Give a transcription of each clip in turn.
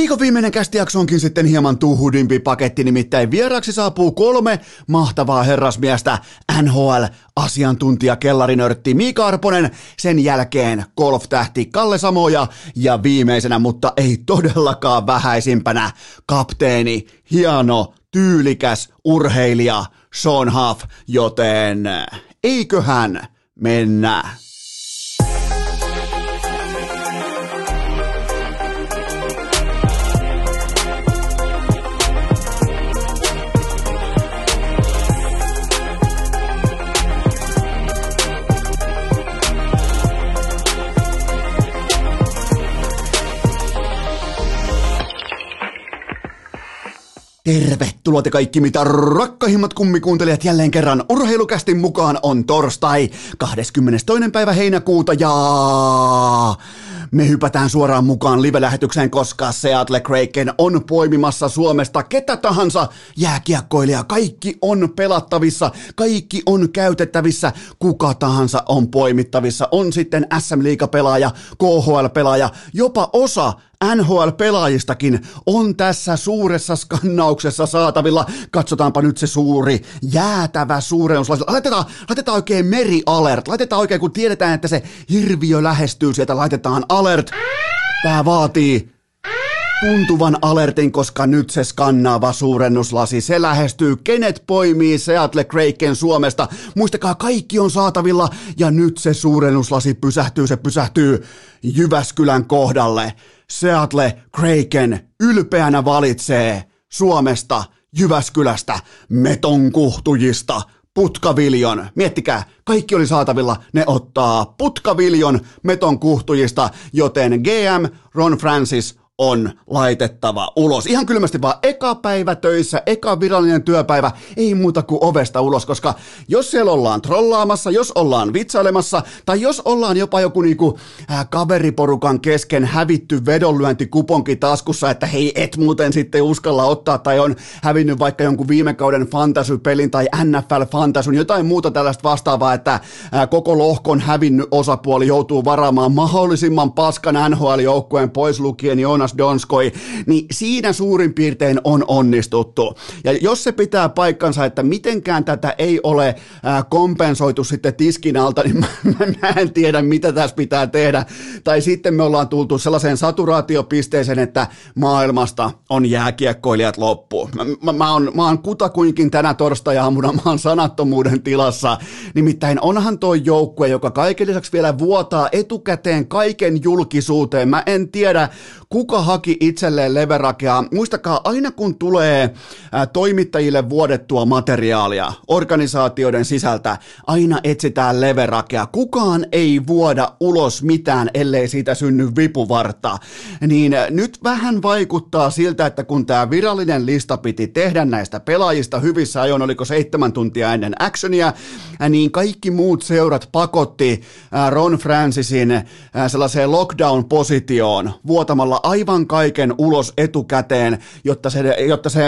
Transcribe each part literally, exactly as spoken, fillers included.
Viikon viimeinen kästijakso onkin sitten hieman tuhudimpi paketti, nimittäin vieraksi saapuu kolme mahtavaa herrasmiestä, N H L-asiantuntija kellarinörtti Miika Arponen, sen jälkeen golf-tähti Kalle Samoja ja viimeisenä, mutta ei todellakaan vähäisimpänä, kapteeni, hieno, tyylikäs urheilija Sean Huff, joten eiköhän mennä. Tervetuloa te kaikki mitä rakkahimmat kummikuuntelijat jälleen kerran Urheilukästin mukaan. On torstai kahdeskymmenestoinen päivä heinäkuuta ja me hypätään suoraan mukaan live-lähetykseen, koska Seattle Kraken on poimimassa Suomesta ketä tahansa jääkiekkoilija. Kaikki on pelattavissa, kaikki on käytettävissä, kuka tahansa on poimittavissa. On sitten S M-liigapelaaja, K H L-pelaaja, jopa osa N H L-pelaajistakin on tässä suuressa skannauksessa saatavilla. Katsotaanpa nyt se suuri, jäätävä suurennuslasi. Laitetaan, laitetaan oikein meri-alert. Laitetaan oikein, kun tiedetään, että se hirviö lähestyy sieltä, laitetaan alert. Tää vaatii tuntuvan alertin, koska nyt se skannaava suurennuslasi, se lähestyy. Kenet poimii Seattle Kraken Suomesta? Muistakaa, kaikki on saatavilla ja nyt se suurennuslasi pysähtyy, se pysähtyy Jyväskylän kohdalle. Seattle Kraken ylpeänä valitsee Suomesta, Jyväskylästä, Metonkuhtujista, Putkaviljon. Miettikää, kaikki oli saatavilla, ne ottaa Putkaviljon Metonkuhtujista, joten G M Ron Francis on laitettava ulos. Ihan kylmästi vaan eka päivä töissä, eka virallinen työpäivä, ei muuta kuin ovesta ulos, koska jos siellä ollaan trollaamassa, jos ollaan vitsailemassa, tai jos ollaan jopa joku niinku äh, kaveriporukan kesken hävitty vedonlyöntikuponki taskussa, että hei, et muuten sitten uskalla ottaa, tai on hävinnyt vaikka jonkun viime kauden fantasy-pelin tai N F L-fantasyn, jotain muuta tällaista vastaavaa, että äh, koko lohkon hävinnyt osapuoli joutuu varaamaan mahdollisimman paskan N H L-joukkueen pois lukien Jonas Donskoi, niin siinä suurin piirtein on onnistuttu. Ja jos se pitää paikkansa, että mitenkään tätä ei ole ää, kompensoitu sitten tiskin alta, niin mä, mä en tiedä, mitä tässä pitää tehdä. Tai sitten me ollaan tultu sellaiseen saturaatiopisteeseen, että maailmasta on jääkiekkoilijat loppu. Mä, mä, mä, oon, mä oon kutakuinkin tänä torstai-aamuna, mä oon sanattomuuden tilassa. Nimittäin onhan toi joukkue, joka kaiken lisäksi vielä vuotaa etukäteen kaiken julkisuuteen. Mä en tiedä, kuka haki itselleen leverakeaa. Muistakaa, aina kun tulee ää, toimittajille vuodettua materiaalia organisaatioiden sisältä, aina etsitään leverakea. Kukaan ei vuoda ulos mitään, ellei siitä synny vipuvartta. Niin nyt vähän vaikuttaa siltä, että kun tämä virallinen lista piti tehdä näistä pelaajista hyvissä ajoin, oliko seitsemän tuntia ennen actionia, niin kaikki muut seurat pakotti ää, Ron Francisin ää, sellaiseen lockdown-positioon vuotamalla aivan kaiken ulos etukäteen, jotta se, jotta se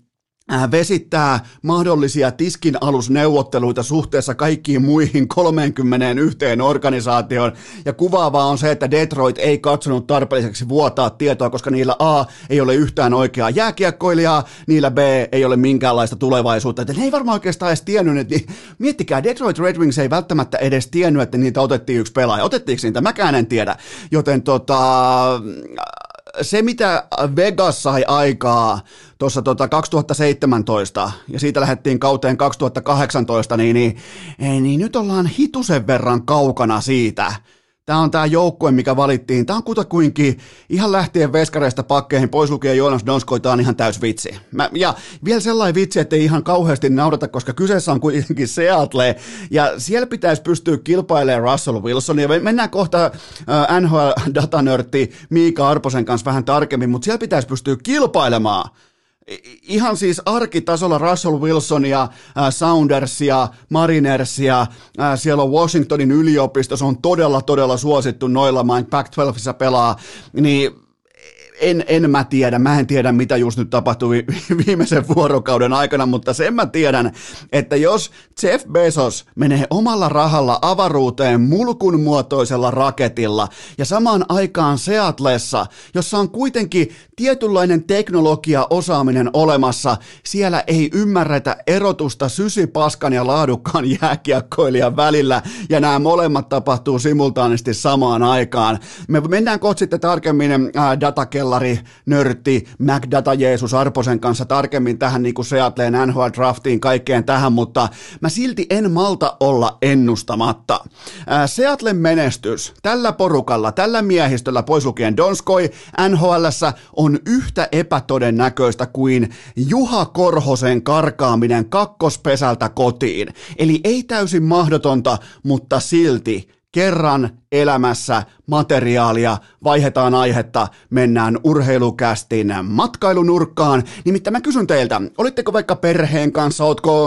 vesittää mahdollisia tiskin alusneuvotteluita suhteessa kaikkiin muihin kolmeenkymmeneenyhteen organisaatioon. Ja kuvaavaa on se, että Detroit ei katsonut tarpeelliseksi vuotaa tietoa, koska niillä A ei ole yhtään oikeaa jääkiekkoilijaa, niillä B ei ole minkäänlaista tulevaisuutta. Että ne ei varmaan oikeastaan edes tiennyt, että miettikää, Detroit Red Wings ei välttämättä edes tiennyt, että niitä otettiin yksi pelaaja. Otettiinko niitä? Mäkään en tiedä. Joten tota... se, mitä Vegas sai aikaa tuossa tota kaksituhattaseitsemäntoista ja siitä lähdettiin kauteen kaksituhattakahdeksantoista, niin, niin, niin nyt ollaan hitusen verran kaukana siitä. Tämä on tämä joukkue, mikä valittiin. Tämä on kutakuinkin ihan lähtien veskareista pakkeihin, pois lukien Jonas Donskoi, tämä on ihan täys vitsi. Mä, ja vielä sellainen vitsi, ettei ihan kauheasti naurata, koska kyseessä on kuitenkin Seattle, ja siellä pitäisi pystyä kilpailemaan Russell Wilson, ja mennään kohta äh, N H L-datanörtti Miika Arposen kanssa vähän tarkemmin, mutta siellä pitäisi pystyä kilpailemaan. Ihan siis arkitasolla Russell Wilsonia, äh, Soundersia, Marinersia, äh, siellä on Washingtonin yliopisto, se on todella, todella suosittu noilla main, Pac twelvessa pelaa, niin en, en mä tiedä, mä en tiedä mitä just nyt tapahtui viimeisen vuorokauden aikana, mutta sen mä tiedän, että jos Jeff Bezos menee omalla rahalla avaruuteen mulkun muotoisella raketilla ja samaan aikaan Seatlessa, jossa on kuitenkin tietynlainen teknologia-osaaminen olemassa, siellä ei ymmärretä erotusta sysipaskan ja laadukkaan jääkiekkoilijan välillä ja nämä molemmat tapahtuu simultaanisti samaan aikaan. Me mennään kohta sitten tarkemmin äh, datakellari, nörtti, McData Jeesus Arposen kanssa tarkemmin tähän niin kuin Seattleen N H L-draftiin, kaikkeen tähän, mutta mä silti en malta olla ennustamatta. Äh, Seattlen menestys tällä porukalla, tällä miehistöllä, pois lukien Donskoi, N H L:ssä on yhtä epätodennäköistä kuin Juha Korhosen karkaaminen kakkospesältä kotiin. Eli ei täysin mahdotonta, mutta silti kerran elämässä materiaalia, vaihdetaan aihetta, mennään urheilukästin matkailunurkkaan. Nimittäin mä kysyn teiltä, olitteko vaikka perheen kanssa, ootko...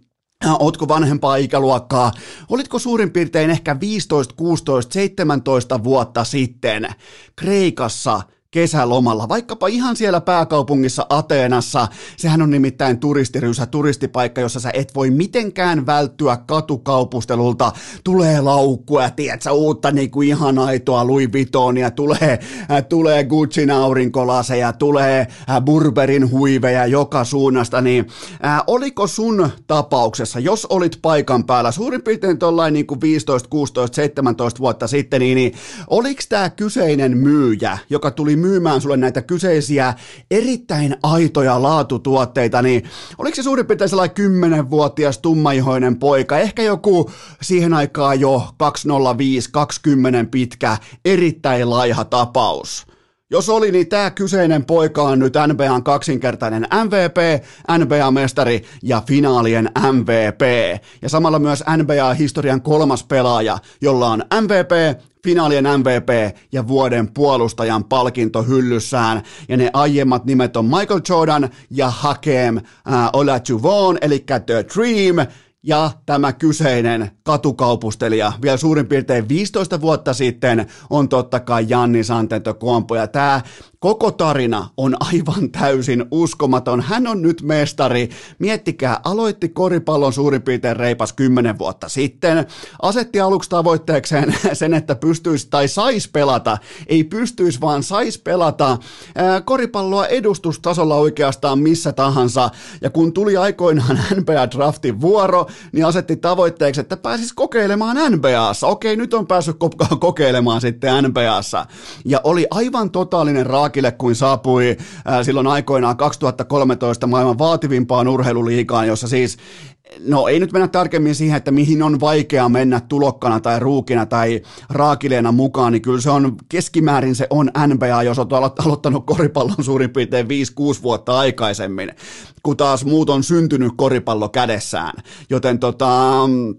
Ootko vanhempaa ikäluokkaa? Olitko suurin piirtein ehkä viisitoista, kuusitoista, seitsemäntoista vuotta sitten Kreikassa kesälomalla, vaikkapa ihan siellä pääkaupungissa Ateenassa? Sehän on nimittäin turistirysä, turistipaikka, jossa sä et voi mitenkään välttyä katukaupustelulta. Tulee laukkua, tiedätkö, uutta niinku ihan aitoa Louis Vuittonia, tulee, äh, tulee Gucciin aurinkolaseja, tulee äh, Burberryn huiveja joka suunnasta, niin äh, oliko sun tapauksessa, jos olit paikan päällä suurin piirtein tollain niinku viisitoista, kuusitoista, seitsemäntoista vuotta sitten, niin, niin oliko tää kyseinen myyjä, joka tuli myymään sulle näitä kyseisiä erittäin aitoja laatutuotteita, niin oliko se suurin piirtein sellainen kymmenvuotias tummaihoinen poika, ehkä joku siihen aikaan jo kaksituhattaviisi kaksikymmentä pitkä, erittäin laiha tapaus? Jos oli, niin tämä kyseinen poika on nyt N B A:n kaksinkertainen M V P, N B A-mestari ja finaalien M V P. Ja samalla myös N B A-historian kolmas pelaaja, jolla on M V P, finaalien M V P ja vuoden puolustajan palkinto hyllyssään. Ja ne aiemmat nimet on Michael Jordan ja Hakeem äh, Olajuwon, eli The Dream. Ja tämä kyseinen katukaupustelija vielä suurin piirtein viisitoista vuotta sitten on totta kai Giannis Antetokounmpo. Ja tämä koko tarina on aivan täysin uskomaton. Hän on nyt mestari. Miettikää, aloitti koripallon suurin piirtein reipas kymmenen vuotta sitten. Asetti aluksi tavoitteekseen sen, että pystyisi tai saisi pelata. Ei pystyisi, vaan saisi pelata ää, koripalloa edustustasolla oikeastaan missä tahansa. Ja kun tuli aikoinaan N B A-draftin vuoro, niin asetti tavoitteeksi, että pääsisi kokeilemaan N B A:ssa. Okei, nyt on päässyt ko- kokeilemaan sitten N B A:ssa. Ja oli aivan totaalinen raakile, kuin saapui ää, silloin aikoinaan kaksituhattakolmetoista maailman vaativimpaan urheiluliigaan, jossa siis, no ei nyt mennä tarkemmin siihen, että mihin on vaikea mennä tulokkana tai ruukina tai raakileena mukaan, niin kyllä se on keskimäärin se on N B A, jos olet aloittanut koripallon suurin piirtein viisi kuusi vuotta aikaisemmin, kun taas muut on syntynyt koripallo kädessään. Joten tota...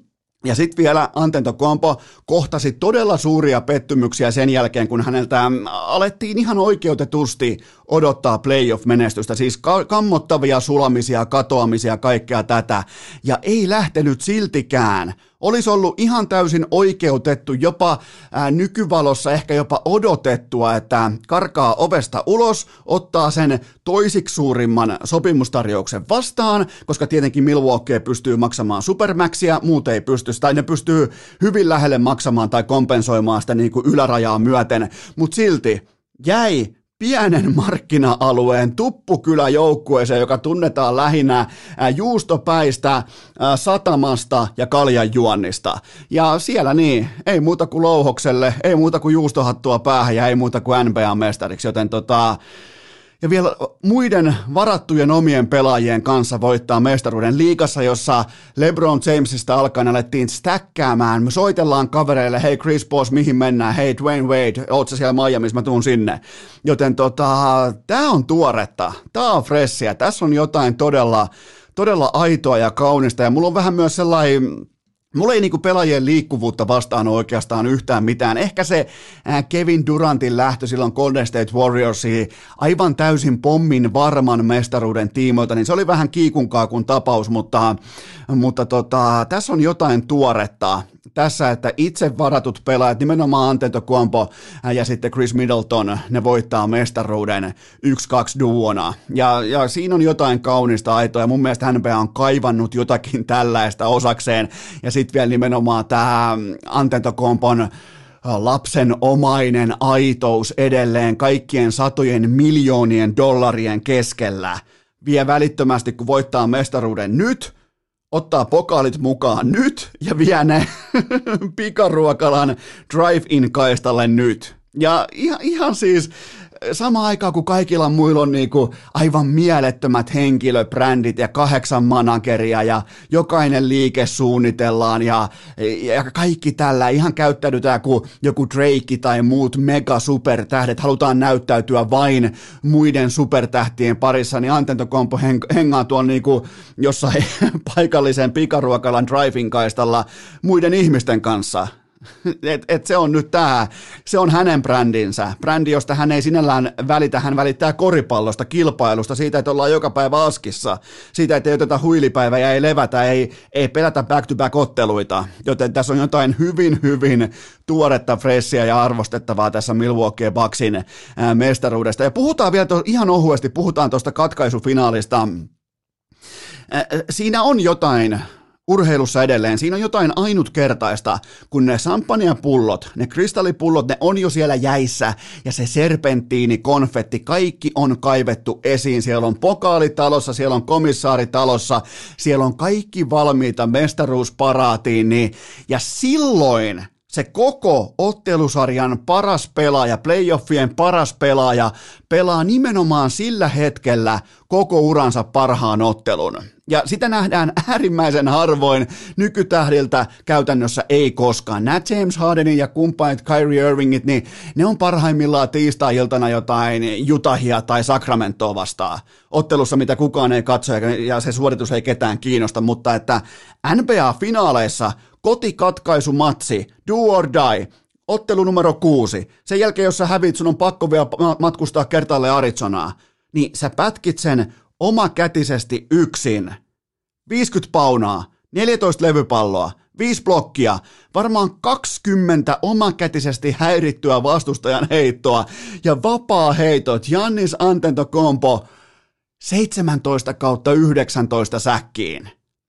Ja sitten vielä Antetokounmpo kohtasi todella suuria pettymyksiä sen jälkeen, kun häneltä alettiin ihan oikeutetusti odottaa playoff-menestystä, siis ka- kammottavia sulamisia, katoamisia, kaikkea tätä, ja ei lähtenyt siltikään. Olisi ollut ihan täysin oikeutettu, jopa ää, nykyvalossa ehkä jopa odotettua, että karkaa ovesta ulos, ottaa sen toisiksi suurimman sopimustarjouksen vastaan, koska tietenkin Milwaukee pystyy maksamaan supermaxia, muut ei pysty, tai ne pystyy hyvin lähelle maksamaan tai kompensoimaan sitä niin kuin ylärajaa myöten, mutta silti jäi pienen markkina-alueen tuppukyläjoukkueeseen, joka tunnetaan lähinnä juustopäistä, satamasta ja kaljanjuonnista. Ja siellä niin, ei muuta kuin louhokselle, ei muuta kuin juustohattua päähän ja ei muuta kuin N B A-mestariksi, joten tota... Ja vielä muiden varattujen omien pelaajien kanssa voittaa mestaruuden liigassa, jossa LeBron Jamesista alkaen alettiin stäkkäämään. Me soitellaan kavereille, hei Chris Bosh, mihin mennään? Hei Dwayne Wade, oot sä siellä Miamiissa, mä tuun sinne. Joten tota, tää on tuoretta, tää on freshia, tässä on jotain todella, todella aitoa ja kaunista. Ja mulla on vähän myös sellainen... Mulla ei niinku pelaajien liikkuvuutta vastaan oikeastaan yhtään mitään. Ehkä se Kevin Durantin lähtö silloin Golden State Warriorsiin aivan täysin pommin varman mestaruuden tiimoilta, niin se oli vähän kiikunkaakun tapaus, mutta, mutta tota, tässä on jotain tuoretta. tässä, että itse varatut pelaajat, nimenomaan Antetokounmpo ja sitten Chris Middleton, ne voittaa mestaruuden yksi kaksi duona. Ja, ja siinä on jotain kaunista aitoa, ja mun mielestä N B A on kaivannut jotakin tällaista osakseen, ja sitten vielä nimenomaan tämä Antetokounmpon lapsenomainen aitous edelleen kaikkien satojen miljoonien dollarien keskellä vie välittömästi, kun voittaa mestaruuden nyt, ottaa pokaalit mukaan nyt ja vie ne pikaruokalan drive-in-kaistalle nyt. Ja ihan, ihan siis samaan aikaan, kun kaikilla muilla on niinku aivan mielettömät henkilöbrändit ja kahdeksan manageria ja jokainen liike suunnitellaan ja, ja kaikki tällä ihan käyttäydytään kuin joku Drake tai muut mega supertähdet, halutaan näyttäytyä vain muiden supertähtien parissa, niin Antetokounmpo hengaa tuolla niinku jossain paikallisen pikaruokalan driving kaistalla muiden ihmisten kanssa. Et, et se on nyt tämä, se on hänen brändinsä, brändi, josta hän ei sinällään välitä, hän välittää koripallosta, kilpailusta, siitä, että ollaan joka päivä askissa, siitä, että ei oteta huilipäivää ja ei levätä, ei, ei pelätä back-to-back-otteluita, joten tässä on jotain hyvin, hyvin tuoretta, freshia ja arvostettavaa tässä Milwaukee Bucksin ää, mestaruudesta. Ja puhutaan vielä to, ihan ohuesti, puhutaan tuosta katkaisufinaalista. Ää, siinä on jotain urheilussa edelleen, siinä on jotain ainutkertaista, kun ne samppanjapullot, ne kristallipullot, ne on jo siellä jäissä, ja se serpenttiini, konfetti, kaikki on kaivettu esiin, siellä on pokaalitalossa, siellä on komissaaritalossa, siellä on kaikki valmiita mestaruusparaatiin, niin, ja silloin se koko ottelusarjan paras pelaaja, playoffien paras pelaaja, pelaa nimenomaan sillä hetkellä koko uransa parhaan ottelun. Ja sitä nähdään äärimmäisen harvoin nykytähdiltä, käytännössä ei koskaan. Nämä James Hardenin ja kumppanit Kyrie Irvingit, niin ne on parhaimmillaan tiistai-iltana jotain Utahia tai Sacramentoa vastaan. Ottelussa, mitä kukaan ei katso ja se suoritus ei ketään kiinnosta, mutta että N B A-finaaleissa kotikatkaisumatsi, do or die, ottelu numero kuusi. Sen jälkeen, jos sä hävit, sun on pakko vielä matkustaa kertaalle Arizonaa, niin sä pätkit sen omakätisesti yksin. viisikymmentä paunaa, neljätoista levypalloa, viisi blokkia, varmaan kaksikymmentä omakätisesti häirittyä vastustajan heittoa ja vapaa heitot. Giannis Antetokounmpo seitsemäntoista kautta yhdeksäntoista säkkiin.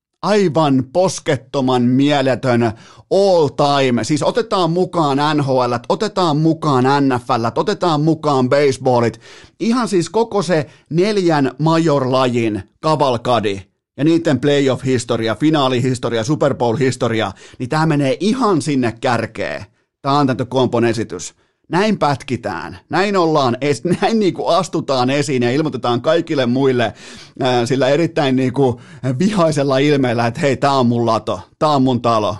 Aivan poskettoman mieletön all time. Siis otetaan mukaan N H L, otetaan mukaan N F L, otetaan mukaan baseballit. Ihan siis koko se neljän major-lajin kavalkadi ja niiden playoff-historia, finaalihistoria, Super Bowl-historia, niin tämä menee ihan sinne kärkeen. Tämä on Antetokounmpon esitys. Näin pätkitään, näin ollaan, näin niin kuin astutaan esiin ja ilmoitetaan kaikille muille ää, sillä erittäin niin kuin vihaisella ilmeellä, että hei, tää on mun lato, tää on mun talo.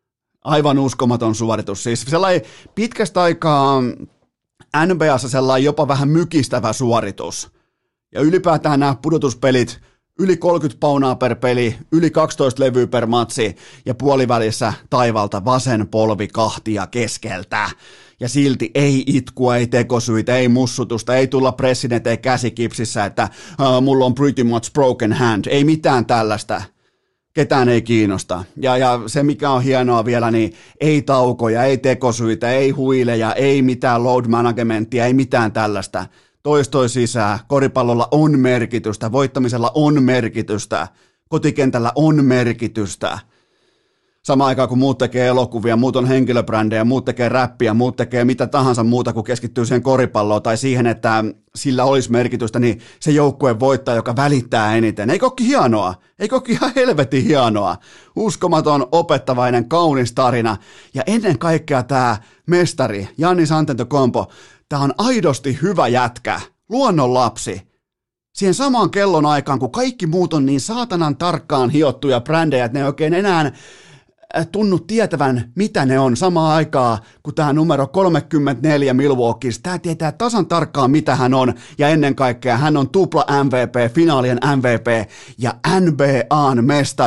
Aivan uskomaton suoritus. Siis sellainen pitkästä aikaa N B A:ssa sellainen jopa vähän mykistävä suoritus. Ja ylipäätään nämä pudotuspelit, yli kolmekymmentä paunaa per peli, yli kaksitoista levyä per matsi ja puolivälissä taivalta vasen polvi kahtia keskeltä. Ja silti ei itkua, ei tekosyitä, ei mussutusta, ei tulla presidentin käsikipsissä, että uh, mulla on pretty much broken hand. Ei mitään tällaista. Ketään ei kiinnosta. Ja, ja se, mikä on hienoa vielä, niin ei taukoja, ei tekosyitä, ei huileja, ei mitään load managementtia, ei mitään tällaista. Toistoi sisään. Koripallolla on merkitystä, voittamisella on merkitystä, kotikentällä on merkitystä. Samaan aikaan, kun muut tekee elokuvia, muut on henkilöbrändejä, muut tekee räppiä, muut tekee mitä tahansa muuta, kun keskittyy siihen koripalloon tai siihen, että sillä olisi merkitystä, niin se joukkue voittaa, joka välittää eniten. Eikö olekin hienoa? Eikö olekin ihan helvetin hienoa? Uskomaton, opettavainen, kaunis tarina. Ja ennen kaikkea tämä mestari, Giannis Antetokounmpo, tämä on aidosti hyvä jätkä, luonnon lapsi. Siihen samaan kellon aikaan, kun kaikki muut on niin saatanan tarkkaan hiottuja brändejä, että ne ei oikein enää tunnu tietävän, mitä ne on samaan aikaan, kun tämä numero kolmekymmentäneljä Milwaukeeissa. Tämä tietää tasan tarkkaan, mitä hän on, ja ennen kaikkea hän on tupla M V P, finaalien M V P, ja N B A:n mestari,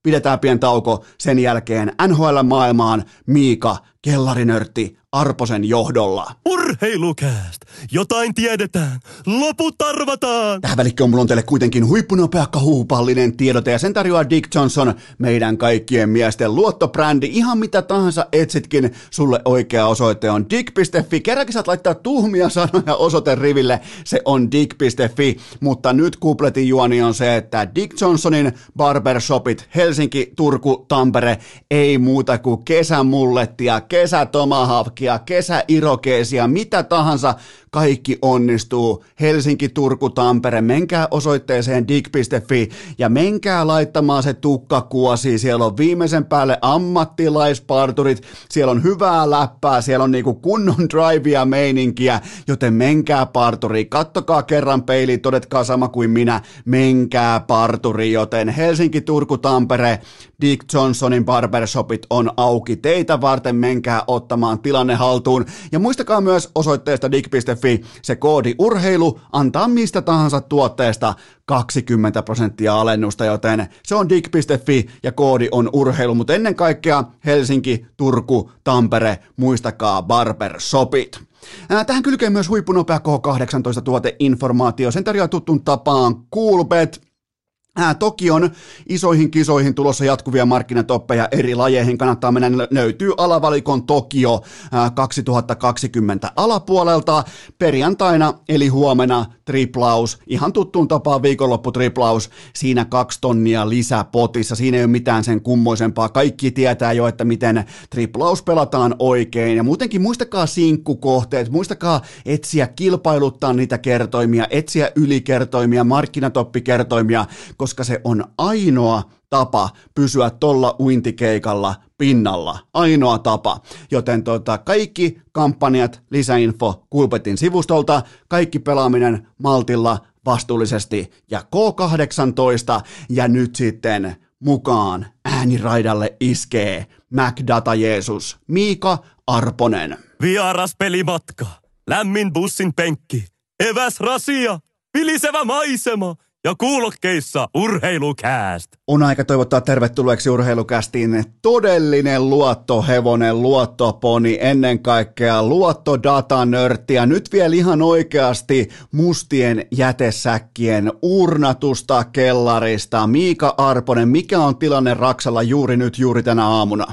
pidetään pieni tauko, sen jälkeen N H L-maailmaan Miika Kellarinörtti Arposen johdolla. Urheilukääst! Jotain tiedetään! Loput arvataan! Tähän välikköön mulla on teille kuitenkin huippunopeakka huupallinen tiedote ja sen tarjoaa Dick Johnson, meidän kaikkien miesten luottobrändi. Ihan mitä tahansa etsitkin, sulle oikea osoite on dick piste fi. Kerrankin saat laittaa tuhmia sanoja osoiteriville, se on dick piste fi. Mutta nyt kupletin juoni on se, että Dick Johnsonin barbershopit Helsinki, Turku, Tampere, ei muuta kuin kesämullettia, kesätomahawkia, kesäirokeesia, mitä tahansa, kaikki onnistuu. Helsinki, Turku, Tampere, menkää osoitteeseen dick piste fi ja menkää laittamaan se tukkakuosi. Siellä on viimeisen päälle ammattilaisparturit, siellä on hyvää läppää, siellä on niinku kunnon drivea meininkiä, joten menkää parturiin, kattokaa kerran peiliin, todetkaa sama kuin minä, menkää parturiin, joten Helsinki, Turku, Tampere, Dick Johnsonin barbershopit on auki teitä varten, menkää ottamaan tilanne haltuun ja muistakaa myös osoitteesta dick piste fi, se koodi urheilu antaa mistä tahansa tuotteesta kaksikymmentä prosenttia alennusta, joten se on dick piste fi ja koodi on urheilu, mutta ennen kaikkea Helsinki, Turku, Tampere, muistakaa barbershopit. Tähän kylkee myös huippunopea K kahdeksantoista tuoteinformaatio, sen tarjoaa tuttuun tapaan Coolbet. Ää, toki on isoihin kisoihin tulossa jatkuvia markkinatoppeja eri lajeihin, kannattaa mennä, löytyy alavalikon Tokio ää, kaksituhattakaksikymmentä alapuolelta perjantaina eli huomenna triplaus, ihan tuttuun tapaan viikonloppu triplaus, siinä kaksi tonnia lisäpotissa, siinä ei ole mitään sen kummoisempaa, kaikki tietää jo, että miten triplaus pelataan oikein ja muutenkin muistakaa sinkkukohteet, muistakaa etsiä kilpailuttaa niitä kertoimia, etsiä ylikertoimia, markkinatoppikertoimia, koska se on ainoa tapa pysyä tolla uintikeikalla pinnalla. Ainoa tapa. Joten tota, kaikki kampanjat, lisäinfo Coolbetin sivustolta, kaikki pelaaminen maltilla, vastuullisesti ja K kahdeksantoista ja nyt sitten mukaan ääniraidalle iskee McData Jeesus, Miika Arponen. Vieras pelimatka, lämmin bussin penkki, eväs rasia, vilisevä maisema. Ja kuulokkeissa Urheilukääst. On aika toivottaa tervetulleeksi Urheilukästiin todellinen luottohevonen, luottoponi, ennen kaikkea luottodatanörtti ja nyt vielä ihan oikeasti mustien jätesäkkien urnatusta kellarista. Miika Arponen, mikä on tilanne Raksalla juuri nyt, juuri tänä aamuna?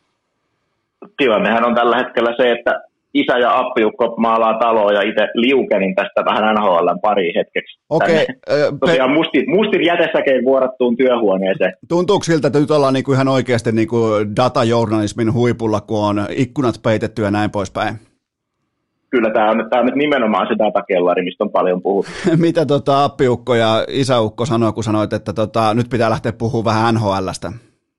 Tilannehan on tällä hetkellä se, että isä ja appiukko maalaa taloa ja itse liukenin tästä vähän N H L:n pariin hetkeksi. Okei. Okay, tosiaan pe- mustin, mustin jätesäkein vuorattuun työhuoneeseen. Tuntuuko siltä, että nyt ollaan niinku ihan oikeasti niinku datajournalismin huipulla, kun on ikkunat peitetty ja näin poispäin? Kyllä tämä on, tää on nyt nimenomaan se datakellari, mistä on paljon puhuttu. Mitä tota appiukko ja isäukko sanoi, kun sanoit, että tota, nyt pitää lähteä puhumaan vähän N H L:stä?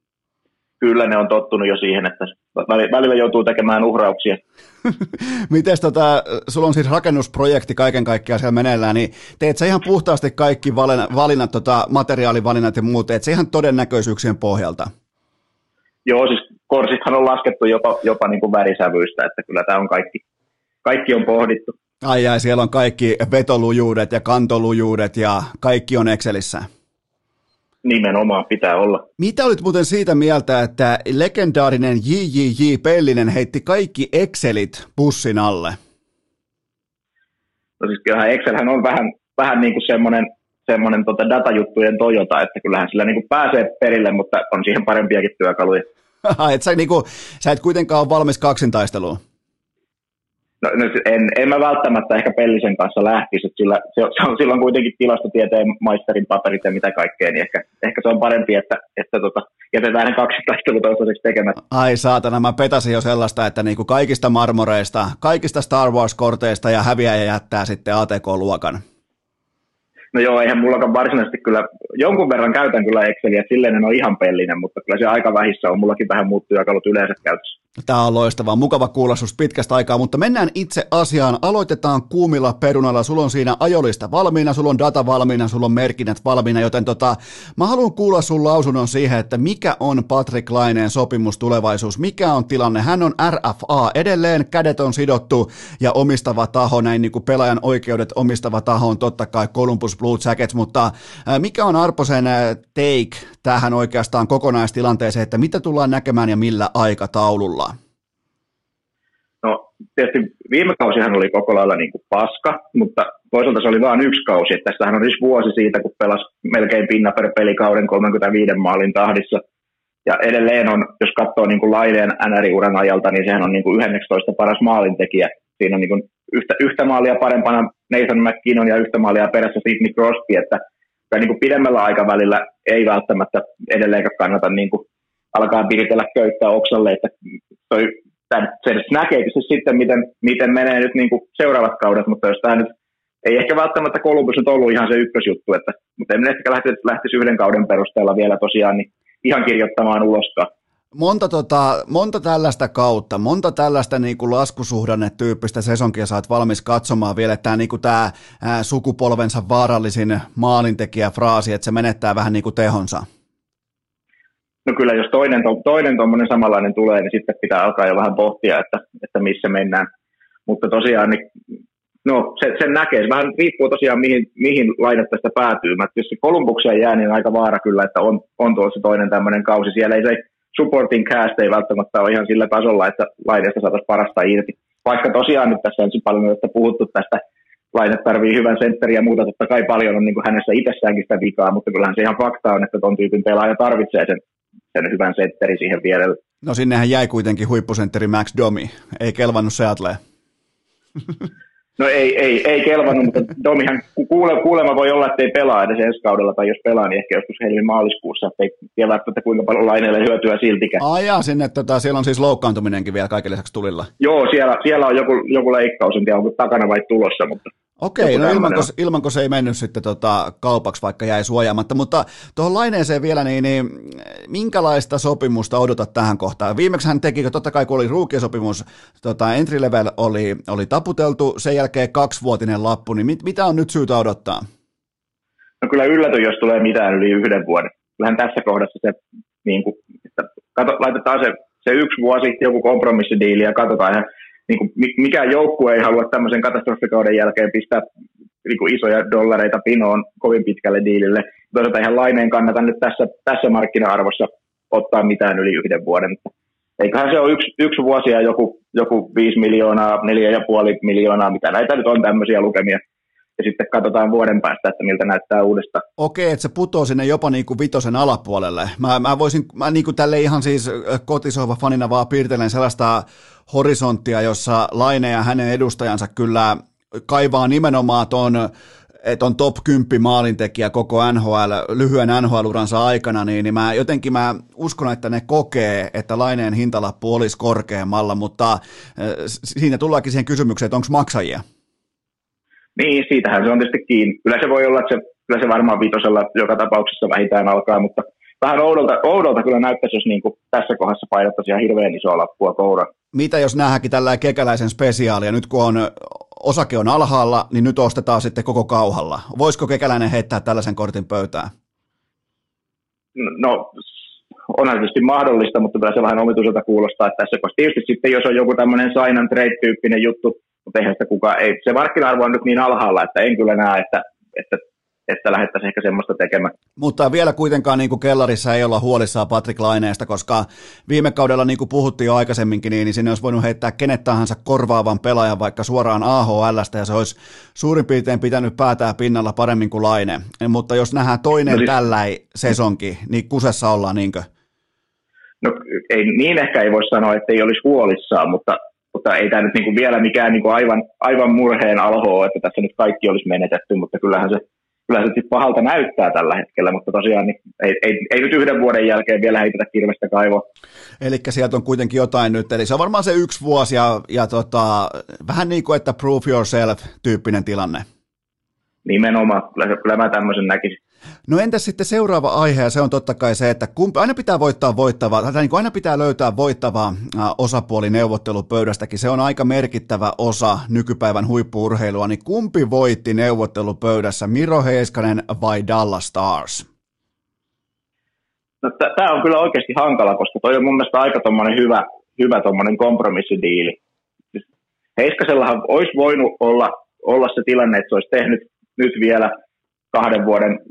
Kyllä ne on tottunut jo siihen, että välillä joutuu tekemään uhrauksia. Mites tota, sulla on siis rakennusprojekti kaiken kaikkiaan siellä meneillään, niin teet sä ihan puhtaasti kaikki valinnat, valinnat tota, materiaalivalinnat ja muut, teet sä ihan todennäköisyyksien pohjalta? Joo, siis korsithan on laskettu jopa, jopa niin kuin värisävyistä, että kyllä tämä on kaikki, kaikki on pohdittu. Ai ai, siellä on kaikki vetolujuudet ja kantolujuudet ja kaikki on Excelissä. Nimenomaan pitää olla. Mitä olit muuten siitä mieltä, että legendaarinen J J J Pellinen heitti kaikki Excelit bussin alle? No siis kyllähän Excelhän on vähän, vähän niin kuin semmoinen, semmoinen tota datajuttujen Toyota, että kyllähän sillä niin kuin pääsee perille, mutta on siihen parempiakin työkaluja. et sä, niin kuin, sä et kuitenkaan ole valmis kaksintaisteluun? No, en, en mä välttämättä ehkä Pellisen kanssa lähtisi, että sillä, se, se on silloin kuitenkin tilastotieteen maisterin paperit ja mitä kaikkea, niin ehkä, ehkä se on parempi, että, että tota, jätetään ne kaksi taistelua toistaiseksi tekemättä. Ai saatana, mä petasin jo sellaista, että niinku kaikista marmoreista, kaikista Star Wars-korteista ja häviäjä jättää sitten A T K-luokan. No joo, eihän mullakaan varsinaisesti kyllä, jonkun verran käytän kyllä Exceliä, että silleen en ole ihan Pellinen, mutta kyllä se aika vähissä on, mullakin vähän muut työkalut yleensä käytössä. Tämä on loistavaa, mukava kuulla susta pitkästä aikaa, mutta mennään itse asiaan. Aloitetaan kuumilla perunalla. Sulla on siinä ajolista valmiina, sulla on data valmiina, sulla on merkinnät valmiina, joten tota, mä haluan kuulla sun lausunnon siihen, että mikä on Patrik Laineen sopimustulevaisuus, mikä on tilanne. Hän on R F A edelleen, kädet on sidottu ja omistava taho, näin niin kuin pelaajan oikeudet omistava taho on totta kai Columbus Blue Jackets, mutta mikä on Arposen take tähän oikeastaan kokonaistilanteeseen, että mitä tullaan näkemään ja millä aikataululla? No tietysti viime kausihan oli koko lailla niin kuin paska, mutta toisaalta se oli vain yksi kausi. Että tästähän on siis vuosi siitä, kun pelasi melkein pinna per pelikauden kolmekymmentäviisi maalin tahdissa. Ja edelleen on, jos katsoo niin kuin Laineen N R-uran ajalta, niin sehän on niin kuin yhdestoista paras maalintekijä. Siinä on niin kuin yhtä, yhtä maalia parempana Nathan McKinnon ja yhtä maalia perässä Sidney Crosby, että niin kuin pidemmällä aikavälillä ei välttämättä edelleenkään kannata niin kuin alkaa viritellä köyttä oksalle, että toi, tämän, se näkee se sitten, miten, miten menee nyt niin kuin seuraavat kaudet, mutta jos tämä nyt ei ehkä välttämättä Columbus nyt ollut ihan se ykkösjuttu, että, mutta en ehkä lähtisi, lähtisi yhden kauden perusteella vielä tosiaan niin ihan kirjoittamaan uloskaan. Monta, tota, monta tällaista kautta, monta tällaista niin kuin laskusuhdannetyyppistä sesonkia sä oot valmis katsomaan vielä, että tämä niin kuin tämä ää, sukupolvensa vaarallisin maalintekijäfraasi, että se menettää vähän niin kuin tehonsa. No kyllä, jos toinen, toinen tuommoinen samanlainen tulee, niin sitten pitää alkaa jo vähän pohtia, että, että missä mennään. Mutta tosiaan, niin, no se, sen näkee, se vähän riippuu tosiaan mihin, mihin Laine tästä päätyy. Mä, jos se Columbukseen jää, niin on aika vaara kyllä, että on, on tuossa toinen tämmöinen kausi. Siellä ei se supporting cast ei välttämättä ole ihan sillä tasolla, että Laineesta saataisiin parasta irti. Vaikka tosiaan nyt tässä on paljon että puhuttu tästä, Laine tarvii hyvän sentterin ja muuta, totta kai paljon on niin kuin hänessä itsessäänkin sitä vikaa, mutta kyllähän se ihan fakta on, että ton tyypin pelaaja tarvitsee sen, sen hyvän sentteri siihen vierelle. No sinnehän jäi kuitenkin huippusentteri Max Domi, ei kelvannut Seattleen. No ei, ei, ei kelvannut, mutta Domihan kuule, kuulemma voi olla, että ei pelaa edes ensi kaudella, tai jos pelaa, niin ehkä joskus helmi maaliskuussa, että ei tiedä välttämättä kuinka paljon Laineelle hyötyä siltikään. Ai jaa, sinne, tota, siellä on siis loukkaantuminenkin vielä kaiken lisäksi tulilla. Joo, siellä, siellä on joku, joku leikkaus, en tiedä onko takana vai tulossa, mutta... Okei, no ilmanko, ilmanko se ei mennyt sitten tota kaupaksi, vaikka jäi suojaamatta, mutta tuohon Laineeseen vielä, niin, niin minkälaista sopimusta odotat tähän kohtaan? Viimeksi hän teki, totta kai kun oli ruukiesopimus, tota entry level oli, oli taputeltu, sen jälkeen kaksivuotinen lappu, niin mit, mitä on nyt syytä odottaa? No kyllä yllätyn, jos tulee mitään yli yhden vuoden. Kyllähän tässä kohdassa se, niin kuin, että kato, laitetaan se, se yksi vuosi, joku kompromissidiili ja katsotaan ihan, niin kuin, mikään joukkue ei halua tämmöisen katastrofikauden jälkeen pistää niin kuin isoja dollareita pinoon kovin pitkälle diilille. Toisaalta ihan Laineen kannata nyt tässä, tässä markkina-arvossa ottaa mitään yli yhden vuoden. Eiköhän se ole yksi, yksi vuosi ja joku, joku viisi miljoonaa, neljä ja puoli miljoonaa, mitä näitä nyt on tämmöisiä lukemia. Ja sitten katsotaan vuoden päästä, että miltä näyttää uudestaan. Okei, että se putoo sinne jopa niin kuin vitosen alapuolelle. Mä, mä voisin, mä niin kuin tälle ihan siis kotisohva fanina vaan piirtelen sellaista horisonttia, jossa Laine ja hänen edustajansa kyllä kaivaa nimenomaan ton, että on top kymmenen maalintekijä koko N H L, lyhyen N H L-uransa aikana, niin, niin mä jotenkin mä uskon, että ne kokee, että Laineen hintalappu olisi korkeammalla, mutta äh, siinä tullaankin siihen kysymykseen, että onko maksajia? Niin, siitähän se on tietysti kiinni. Kyllä se voi olla, että se, kyllä se varmaan vitosella joka tapauksessa vähintään alkaa, mutta vähän oudolta, oudolta kyllä näyttäisi, jos niin kuin tässä kohdassa painottaisi ihan hirveän isoa lappua kouraan. Mitä jos nähdäänkin tällä kekäläisen spesiaalia, nyt kun on, osake on alhaalla, niin nyt ostetaan sitten koko kauhalla. Voisiko kekäläinen heittää tällaisen kortin pöytään? No, onhan tietysti mahdollista, mutta kyllä se vähän omituiselta kuulostaa, että tässä kohdassa tietysti sitten, jos on joku tämmöinen sign and trade-tyyppinen juttu, mutta eihän sitä kukaan, ei, se markkina-arvo on nyt niin alhaalla, että en kyllä näe, että, että, että lähdettäisiin ehkä semmoista tekemään. Mutta vielä kuitenkaan niin kuin kellarissa ei olla huolissaan Patrik Laineesta, koska viime kaudella, niin kuin puhuttiin jo aikaisemminkin, niin sinne olisi voinut heittää kenet tahansa korvaavan pelaajan vaikka suoraan A H L:stä, ja se olisi suurin piirtein pitänyt päätää pinnalla paremmin kuin Laine. Mutta jos nähdään toinen no siis, tälläin sesonki, niin kusessa ollaan, niinkö? No ei, niin ehkä ei voi sanoa, että ei olisi huolissaan, mutta Mutta ei tämä nyt niinku vielä mikään niinku aivan, aivan murheen alho, että tässä nyt kaikki olisi menetetty, mutta kyllähän se, kyllähän se pahalta näyttää tällä hetkellä, mutta tosiaan niin ei, ei, ei nyt yhden vuoden jälkeen vielä heitetä kirvestä kaivoa. Eli sieltä on kuitenkin jotain nyt, eli se on varmaan se yksi vuosi ja, ja tota, vähän niin kuin, että prove yourself-tyyppinen tilanne. Nimenomaan, kyllä, kyllä mä tämmöisen näkisin. No entäs sitten seuraava aihe, ja se on totta kai se, että kumpi, aina pitää voittaa voittavaa, tai niin kuin aina pitää löytää voittava osapuoli neuvottelupöydästäkin, se on aika merkittävä osa nykypäivän huippu-urheilua, niin kumpi voitti neuvottelupöydässä, Miro Heiskanen vai Dallas Stars? No, tämä on kyllä oikeasti hankala, koska toi on mun mielestä aika tommonen hyvä, hyvä tommonen kompromissidiili. Heiskasellahan olisi voinut olla, olla se tilanne, että se olisi tehnyt nyt vielä kahden vuoden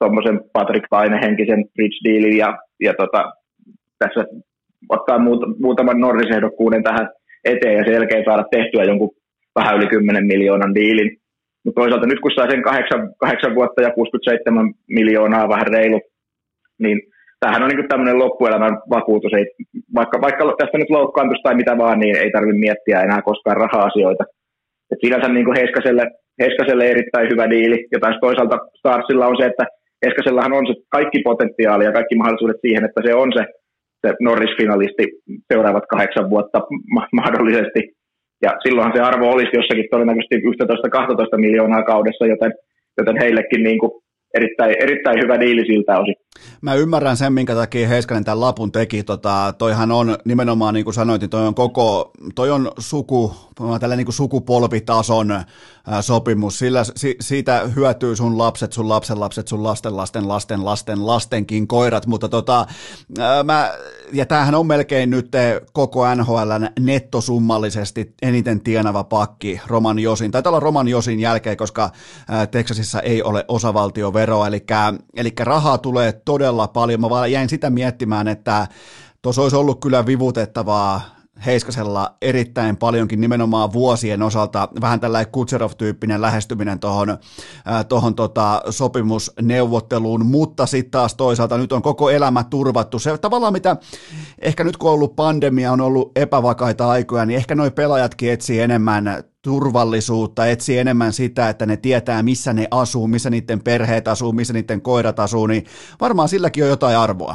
tuommoisen Patrick Laine-henkisen bridge-dealin ja, ja tota, tässä ottaa muut, muutaman Norris-ehdokkuuden tähän eteen ja sen jälkeen saada tehtyä jonkun vähän yli kymmenen miljoonan diilin. Mutta toisaalta nyt kun saa sen kahdeksan, kahdeksan vuotta ja kuusikymmentäseitsemän miljoonaa vähän reilu, niin tämähän on niin tämmöinen loppuelämän vakuutus. Ei, vaikka, vaikka tästä nyt loukkaantuisi tai mitä vaan, niin ei tarvitse miettiä enää koskaan raha-asioita. Et sinänsä niin Heiskaselle, Heiskaselle erittäin hyvä diili. Ja taas toisaalta Starsilla on se, että Heiskasellahan on se kaikki potentiaali ja kaikki mahdollisuudet siihen, että se on se, se Norris-finalisti seuraavat kahdeksan vuotta ma- mahdollisesti. Ja silloinhan se arvo olisi jossakin todennäköisesti yksitoista kaksitoista miljoonaa kaudessa, joten, joten heillekin niin kuin erittäin, erittäin hyvä diili siltä osin. Mä ymmärrän sen, minkä takia Heiskanen tämän lapun teki. Tota, toihan on nimenomaan, niin kuin sanoit, niin toi on koko, toi on suku, tällainen niin kuin sukupolvitason ää, sopimus. Sillä si, siitä hyötyy sun lapset, sun lapsenlapset, sun lasten, lasten, lasten, lasten, lastenkin koirat. Mutta tota, ää, mä, ja tämähän on melkein nyt koko N H L:n nettosummallisesti eniten tienava pakki Roman Josin. Taitaa olla Roman Josin jälkeen, koska ää, Texasissa ei ole osavaltioveroa, eli, eli rahaa tulee todella paljon. Mä vaan jäin sitä miettimään, että tuossa olisi ollut kyllä vivutettavaa Heiskasella erittäin paljonkin nimenomaan vuosien osalta, vähän tällainen Kutserov-tyyppinen lähestyminen tuohon äh, tohon tota sopimusneuvotteluun, mutta sitten taas toisaalta nyt on koko elämä turvattu. Se tavallaan mitä, ehkä nyt kun on ollut pandemia, on ollut epävakaita aikoja, niin ehkä noi pelaajatkin etsii enemmän turvallisuutta, etsii enemmän sitä, että ne tietää, missä ne asuu, missä niiden perheet asuu, missä niiden koirat asuu, niin varmaan silläkin on jotain arvoa.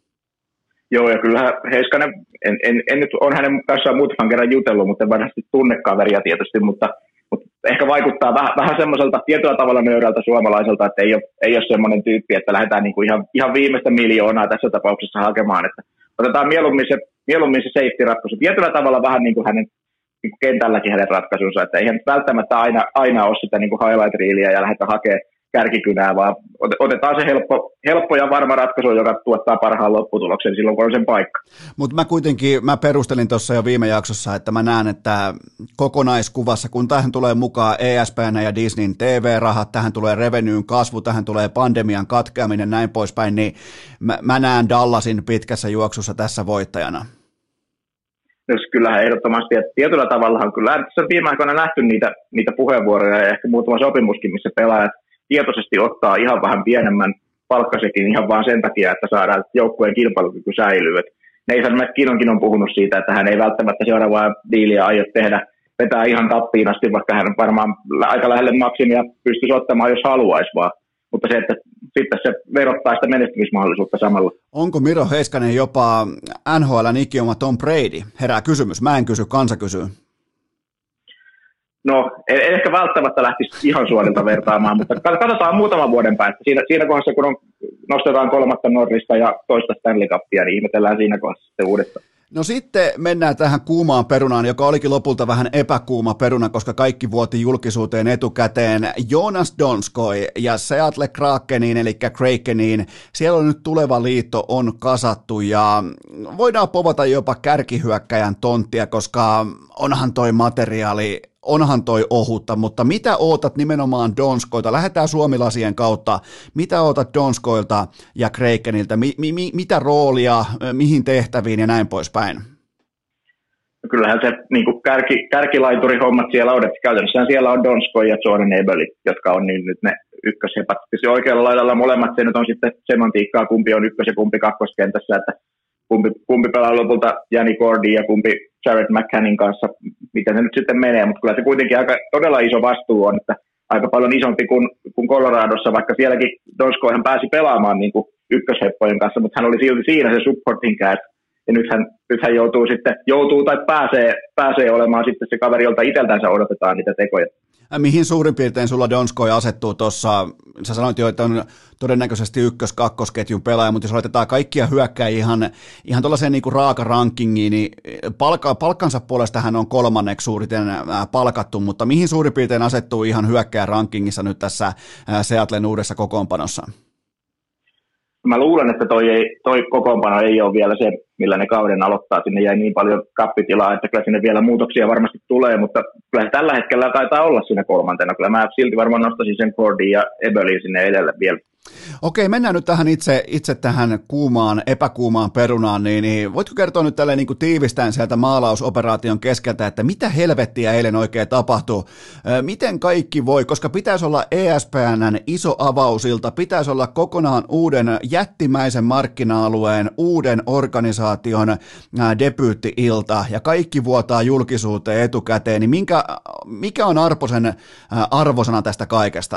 Joo, ja kyllähän Heiskanen, en, en, en nyt on hänen kanssaan muutaman kerran jutellut, mutta en varmasti tunne kaveria tietysti, mutta, mutta ehkä vaikuttaa vähän, vähän semmoiselta tietyllä tavalla nöyrältä suomalaiselta, että ei ole, ei ole semmoinen tyyppi, että lähdetään niin kuin ihan, ihan viimeistä miljoonaa tässä tapauksessa hakemaan, että otetaan mieluummin se, mieluummin se safety-ratkaisu. Tietyllä tavalla vähän niin kuin hänen niin kuin kentälläkin hänen ratkaisunsa, että eihän välttämättä aina, aina ole sitä niin kuin highlight-reeliä ja lähdetä hakemaan kärkikynää, vaan otetaan se helppo, helppo ja varma ratkaisu, joka tuottaa parhaan lopputuloksen silloin, kun on sen paikka. Mutta mä kuitenkin, mä perustelin tuossa jo viime jaksossa, että mä näen, että kokonaiskuvassa, kun tähän tulee mukaan E S P N ja Disneyn T V-rahat, tähän tulee revenyyn kasvu, tähän tulee pandemian katkeaminen, näin poispäin, niin mä, mä näen Dallasin pitkässä juoksussa tässä voittajana. Jos kyllähän ehdottomasti, että tietyllä tavallahan kyllä tässä viime aikoina nähty niitä, niitä puheenvuoroja ja ehkä muutama sopimuskin, missä pelaajat tietoisesti ottaa ihan vähän pienemmän palkkasekin ihan vaan sen takia, että saadaan joukkueen kilpailukyky säilyy. Et Nathan McKinnonkin on puhunut siitä, että hän ei välttämättä seuraavaa diiliä aio tehdä, vetää ihan tappiin asti, vaikka hän varmaan aika lähelle maksimia pystyisi ottamaan, jos haluaisi vaan. Mutta se, että sitten se verottaa sitä menestymismahdollisuutta samalla. Onko Miro Heiskanen jopa N H L:n ikioma Tom Brady? Herää kysymys. Mä en kysy, kansa kysyy. No, en ehkä välttämättä lähtisi ihan suorilta vertaamaan, mutta katsotaan muutaman vuoden päästä. Siinä, siinä kohdassa, kun on, nostetaan kolmatta Norrista ja toista Stanley Cupia, niin ihmetellään siinä kohdassa sitten uudestaan. No sitten mennään tähän kuumaan perunaan, joka olikin lopulta vähän epäkuuma peruna, koska kaikki vuoti julkisuuteen etukäteen. Jonas Donskoi ja Seattle Krakeniin, eli Krakeniin, siellä on nyt tuleva liitto on kasattu ja voidaan povata jopa kärkihyökkäjän tonttia, koska onhan toi materiaali, onhan toi ohutta, mutta mitä ootat nimenomaan Donskoilta? Lähdetään Suomilasien kautta. Mitä ootat Donskoilta ja Krakenilta? Mi- mi- mitä roolia, mihin tehtäviin ja näin poispäin? No kyllähän se niin kuin kärki, kärkilaituri-hommat siellä on, että käytännössä siellä on Donskoi ja Jordan Eberle, jotka on niin nyt ne ykköshepat. Oikealla laidalla molemmat, se nyt on sitten semantiikkaa, kumpi on ykkös- ja kumpi kakkoskentässä, että kumpi, kumpi pelaa lopulta Janni Gordin ja kumpi Jared McCannin kanssa, miten se nyt sitten menee, mutta kyllä se kuitenkin aika todella iso vastuu on, että aika paljon isompi kuin, kuin Coloradossa, vaikka sielläkin Donskoihan pääsi pelaamaan niin kuin ykkösheppojen kanssa, mutta hän oli silti siinä se supporting cast, ja nythän, nythän joutuu sitten, joutuu tai pääsee, pääsee olemaan sitten se kaveri, jolta itseltänsä odotetaan niitä tekoja. Mihin suurin piirtein sulla Donskoi asettuu tuossa, sä sanoit jo, että on todennäköisesti ykkös-kakkosketjun pelaaja, mutta jos laitetaan kaikkia hyökkäjiä ihan, ihan tuollaiseen niin kuin raaka rankingiin, niin palkka, palkkansa puolesta hän on kolmanneksi suuriten palkattu, mutta mihin suurin piirtein asettuu ihan hyökkäjän rankingissa nyt tässä Seattlen uudessa kokoonpanossa? Mä luulen, että toi, ei, toi kokoonpano ei ole vielä se, millä ne kauden aloittaa. Sinne jäi niin paljon kappitilaa, että kyllä sinne vielä muutoksia varmasti tulee, mutta kyllä tällä hetkellä taitaa olla siinä kolmantena. Kyllä mä silti varmaan nostaisin sen Gordin ja Eberlin sinne edelle vielä. Okei, mennään nyt tähän itse, itse tähän kuumaan, epäkuumaan perunaan, niin, niin voitko kertoa nyt tälleen niin kuin tiivistäen sieltä maalausoperaation keskeltä, että mitä helvettiä eilen oikein tapahtui, miten kaikki voi, koska pitäisi olla E S P N:n iso avausilta, pitäisi olla kokonaan uuden jättimäisen markkina-alueen, uuden organisaation debyytti-ilta, ja kaikki vuotaa julkisuuteen etukäteen, niin minkä, mikä on Arposen arvosana tästä kaikesta?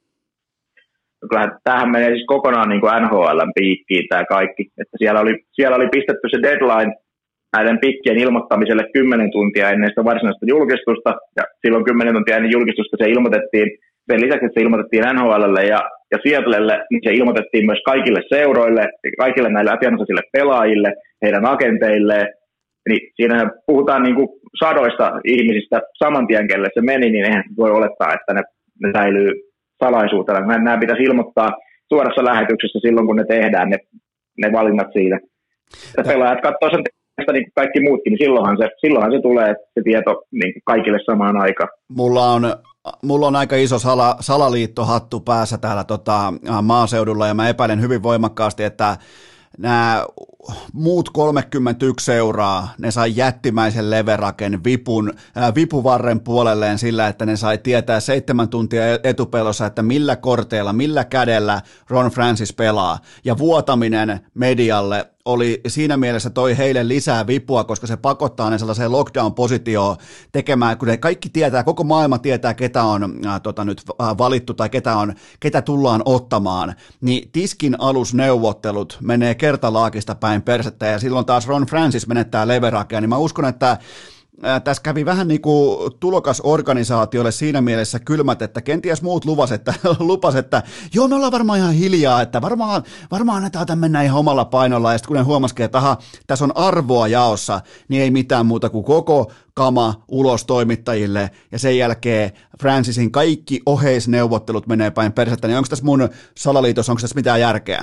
Kyllähän tämähän menee siis kokonaan niin kuin N H L:n piikkiin tämä kaikki. Että siellä, oli, siellä oli pistetty se deadline näiden pikkien ilmoittamiselle kymmenen tuntia ennen sitä varsinaista julkistusta. Ja silloin kymmenen tuntia ennen julkistusta se ilmoitettiin. Sen lisäksi, että se ilmoitettiin N H L:lle ja, ja Seattlelle, niin se ilmoitettiin myös kaikille seuroille, kaikille näille asianosaisille pelaajille, heidän agenteilleen. Niin siinähän puhutaan niin kuin sadoista ihmisistä saman tien, kelle se meni, niin eihän voi olettaa, että ne, ne säilyy salaisuutena. Nämä pitäisi ilmoittaa suorassa lähetyksessä silloin, kun ne tehdään, ne, ne valinnat siitä. Ja pelaajat katsoo sen teistä niin kuin kaikki muutkin, niin silloinhan se, silloinhan se tulee se tieto niin kuin kaikille samaan aikaan. Mulla on, mulla on aika iso sala, salaliittohattu päässä täällä tota, maaseudulla, ja mä epäilen hyvin voimakkaasti, että nämä muut kolmekymmentäyksi seuraa, ne sai jättimäisen leveraken vipun, ää, vipuvarren puolelleen sillä, että ne sai tietää seitsemän tuntia etupelossa, että millä korteilla, millä kädellä Ron Francis pelaa. Ja vuotaminen medialle oli siinä mielessä toi heille lisää vipua, koska se pakottaa ne sellaiseen lockdown-positioon tekemään, kun ne kaikki tietää, koko maailma tietää, ketä on äh, tota, nyt äh, valittu tai ketä, on, ketä tullaan ottamaan, niin tiskin alusneuvottelut menee kertalaakista päin persettä, ja silloin taas Ron Francis menettää leverakea, niin mä uskon, että tässä kävi vähän niin kuin tulokasorganisaatiolle siinä mielessä kylmät, että kenties muut luvas, että, lupas, että joo, me ollaan varmaan ihan hiljaa, että varmaan, varmaan annetaan tämän mennä ihan omalla painolla, ja sitten kun ne huomasikin, että aha, tässä on arvoa jaossa, niin ei mitään muuta kuin koko kama ulos toimittajille, ja sen jälkeen Francisin kaikki oheisneuvottelut menee päin persettä, niin onko tässä mun salaliitossa, onko tässä mitään järkeä?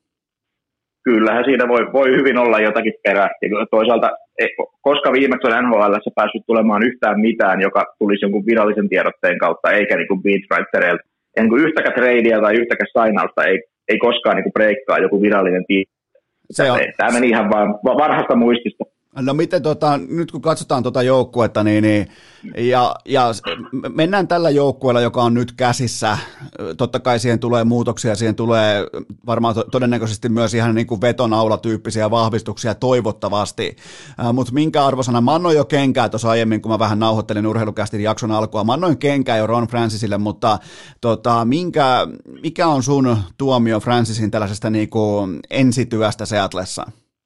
Kyllähän siinä voi, voi hyvin olla jotakin perää. Toisaalta, koska viimeksi on N H L:ssä päässyt tulemaan yhtään mitään, joka tulisi jonkun virallisen tiedotteen kautta, eikä niin kuin beatwritereilta. Niin kuin yhtäkään tradea tai yhtäkään signausta ei, ei koskaan niin kuin breikkaa joku virallinen tiedote. Tämä meni ihan vaan vanhasta muistista. No miten tota, nyt kun katsotaan tuota joukkuetta, niin, niin ja, ja mennään tällä joukkueella, joka on nyt käsissä, totta kai siihen tulee muutoksia, siihen tulee varmaan to, todennäköisesti myös ihan niin kuin vetonaulatyyppisiä vahvistuksia toivottavasti, äh, mutta minkä arvosana, mä annoin jo kenkää tuossa aiemmin, kun mä vähän nauhoittelin Urheilukästin jakson alkua, mä annoin kenkää jo Ron Francisille, mutta tota, minkä, mikä on sun tuomio Francisin tällaisesta niin kuin ensityöstä Seattlessa?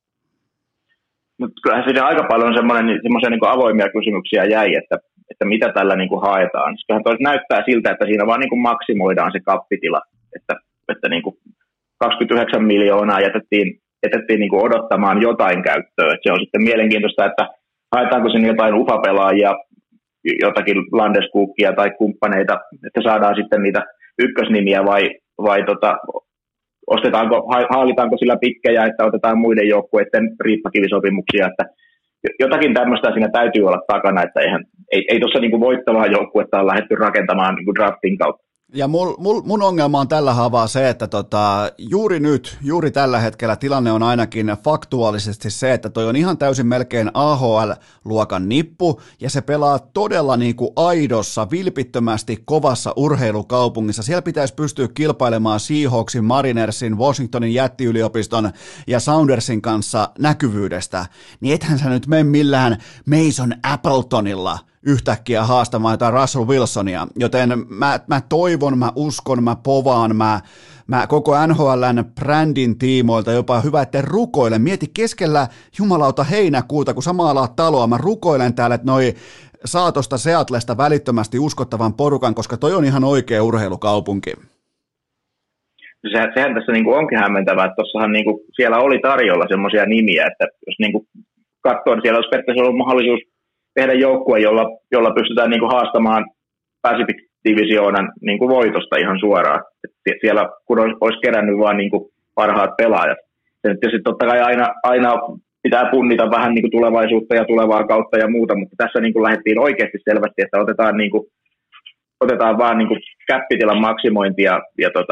Mutta kyllähän siinä aika paljon semmoisia niin avoimia kysymyksiä jäi, että, että mitä tällä niin kuin haetaan. Kyllähän toisi näyttää siltä, että siinä vaan niin kuin maksimoidaan se kappitila, että, että niin kuin kaksikymmentäyhdeksän miljoonaa jätettiin, jätettiin niin kuin odottamaan jotain käyttöä. Et se on sitten mielenkiintoista, että haetaanko sinne jotain ufapelaajia, jotakin Landeskukkia tai kumppaneita, että saadaan sitten niitä ykkösnimiä vai, vai tota, ostetaanko, haalitaanko sillä pikkejä, että otetaan muiden joukkueiden riippakivisopimuksia, että jotakin tämmöistä siinä täytyy olla takana, että eihän, ei, ei tuossa niinku voittavaa joukkuetta ole lähdetty rakentamaan niinku draftin kautta. Ja mul, mul, mun ongelma on tällä havaa se, että tota, juuri nyt, juuri tällä hetkellä tilanne on ainakin faktuaalisesti se, että toi on ihan täysin melkein A H L-luokan nippu, ja se pelaa todella niin kuin aidossa, vilpittömästi kovassa urheilukaupungissa. Siellä pitäisi pystyä kilpailemaan Seahawksin, Marinersin, Washingtonin jättiyliopiston ja Soundersin kanssa näkyvyydestä. Niin ethän sä nyt mene millään Mason Appletonilla yhtäkkiä haastamaan jotain Russell Wilsonia, joten mä, mä toivon, mä uskon, mä povaan, mä, mä koko N H L:n brändin tiimoilta jopa hyvä, että rukoilen, mieti keskellä jumalauta heinäkuuta, kun samaa alaa taloa, mä rukoilen täällä, että noi saa tosta Seattlesta välittömästi uskottavan porukan, koska toi on ihan oikea urheilukaupunki. Se, sehän tässä niinku onkin hämmentävää, että tossahan niinku siellä oli tarjolla semmoisia nimiä, että jos niinku katsoo, niin siellä olisi periaatteessa ollut mahdollisuus tehdä joukkue, jolla, jolla pystytään niin kuin haastamaan Pacific Divisioonan niin kuin voitosta ihan suoraan. Et siellä kun olisi, olisi kerännyt vain niin kuin parhaat pelaajat. Se nyt tietysti totta kai aina, aina pitää punnita vähän niin kuin tulevaisuutta ja tulevaa kautta ja muuta, mutta tässä niin kuin lähdettiin oikeasti selvästi, että otetaan, niin kuin, otetaan vaan niin kuin käppitilan maksimointia ja tota,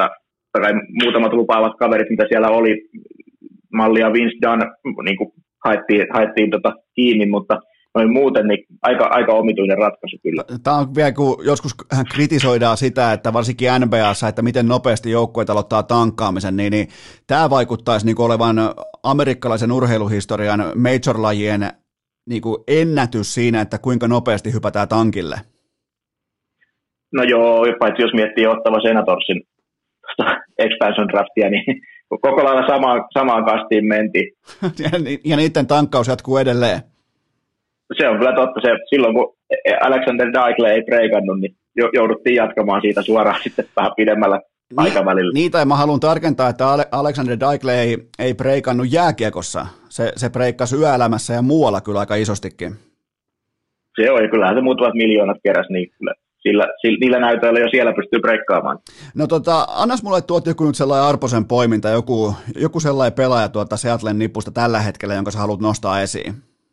kai muutamat lupaavat kaverit, mitä siellä oli, mallia Vince Dunn, niin kuin haettiin, haettiin tota kiinni, mutta noin muuten niin aika, aika omituinen ratkaisu kyllä. Tämä on vielä, kun joskus kritisoidaan sitä, että varsinkin N B A:ssa, että miten nopeasti joukkueet aloittaa tankkaamisen, niin, niin tämä vaikuttaisi niin kuin olevan amerikkalaisen urheiluhistorian major-lajien niin kuin ennätys siinä, että kuinka nopeasti hypätään tankille. No joo, paitsi jos miettii Ottava Senatorsin expansion draftia, niin koko lailla samaan, samaan kastiin mentiin. Ja niiden tankkaus jatkuu edelleen. Se on kyllä totta. Se, silloin kun Alexander Daigle ei breikannut, niin jouduttiin jatkamaan siitä suoraan sitten vähän pidemmällä aikavälillä. Niitä mä haluan tarkentaa, että Alexander Daigle ei, ei breikannut jääkiekossa. Se, se breikkasi yöelämässä ja muualla kyllä aika isostikin. Se on, ja kyllähän se muutamat miljoonat keräsi, niin kyllä sillä, sillä, niillä näytöillä jo siellä pystyy breikkaamaan. No tota, annas mulle tuot joku nyt sellainen Arposen poiminta, joku, joku sellainen pelaaja tuolta Seattlen nipusta tällä hetkellä, jonka sä haluat nostaa esiin.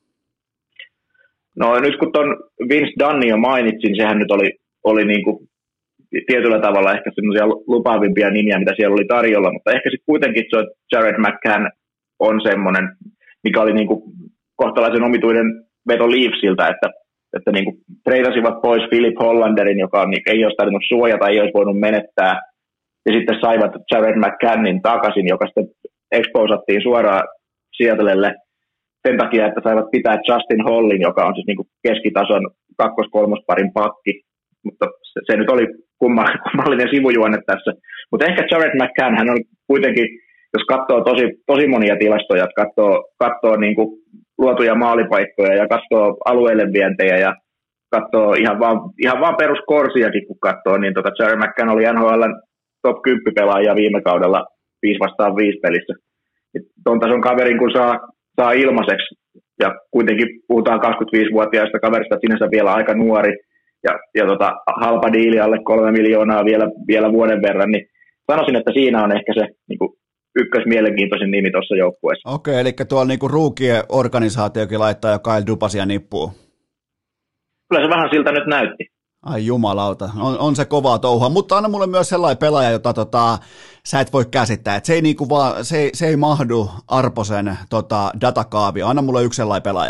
No nyt kun ton Vince Dunnin jo mainitsin, sehän nyt oli, oli niin kuin tietyllä tavalla ehkä semmoisia lupaavimpia nimiä, mitä siellä oli tarjolla, mutta ehkä sitten kuitenkin se Jared McCann on semmoinen, mikä oli niin kuin kohtalaisen omituinen veto Leafsiltä, että, että niin kuin treidasivat pois Philip Hollanderin, joka on, ei olisi tarvinnut suojata, ei olisi voinut menettää, ja sitten saivat Jared McCannin takaisin, joka sitten exposattiin suoraan Seattlelle sen takia, että saivat pitää Justin Hollin, joka on siis niin kuin keskitason kakkos-kolmosparin pakki, mutta se, se nyt oli kummallinen sivujuonne tässä. Mutta ehkä Jared McCann, hän on kuitenkin, jos katsoo tosi, tosi monia tilastoja, katsoo, katsoo niin kuin luotuja maalipaikkoja ja katsoo alueelle vientejä ja katsoo ihan vaan, ihan vaan peruskorsiakin, kun katsoo, niin tota Jared McCann oli N H L:n top kymmenen pelaaja viime kaudella viisi vastaan viisi pelissä. Tuon tason kaverin, kun saa, saa ilmaiseksi, ja kuitenkin puhutaan kaksikymmentäviisivuotiaista kaverista, sinänsä vielä aika nuori, ja, ja tota, halpa diili alle kolme miljoonaa vielä, vielä vuoden verran, niin sanoisin, että siinä on ehkä se niin kuin ykkösmielenkiintoisin nimi tuossa joukkueessa. Okei, eli tuolla niin kuin ruukien organisaatiokin laittaa jo Kyle Dupasia nippuun. Kyllä se vähän siltä nyt näytti. Ai jumalauta, on, on se kovaa touhua, mutta anna mulle myös sellainen pelaaja, jota tota, sä et voi käsittää, että se ei, niinku vaan, se, se ei mahdu Arposen tota, datakaavio, anna mulle yksi sellainen pelaaja.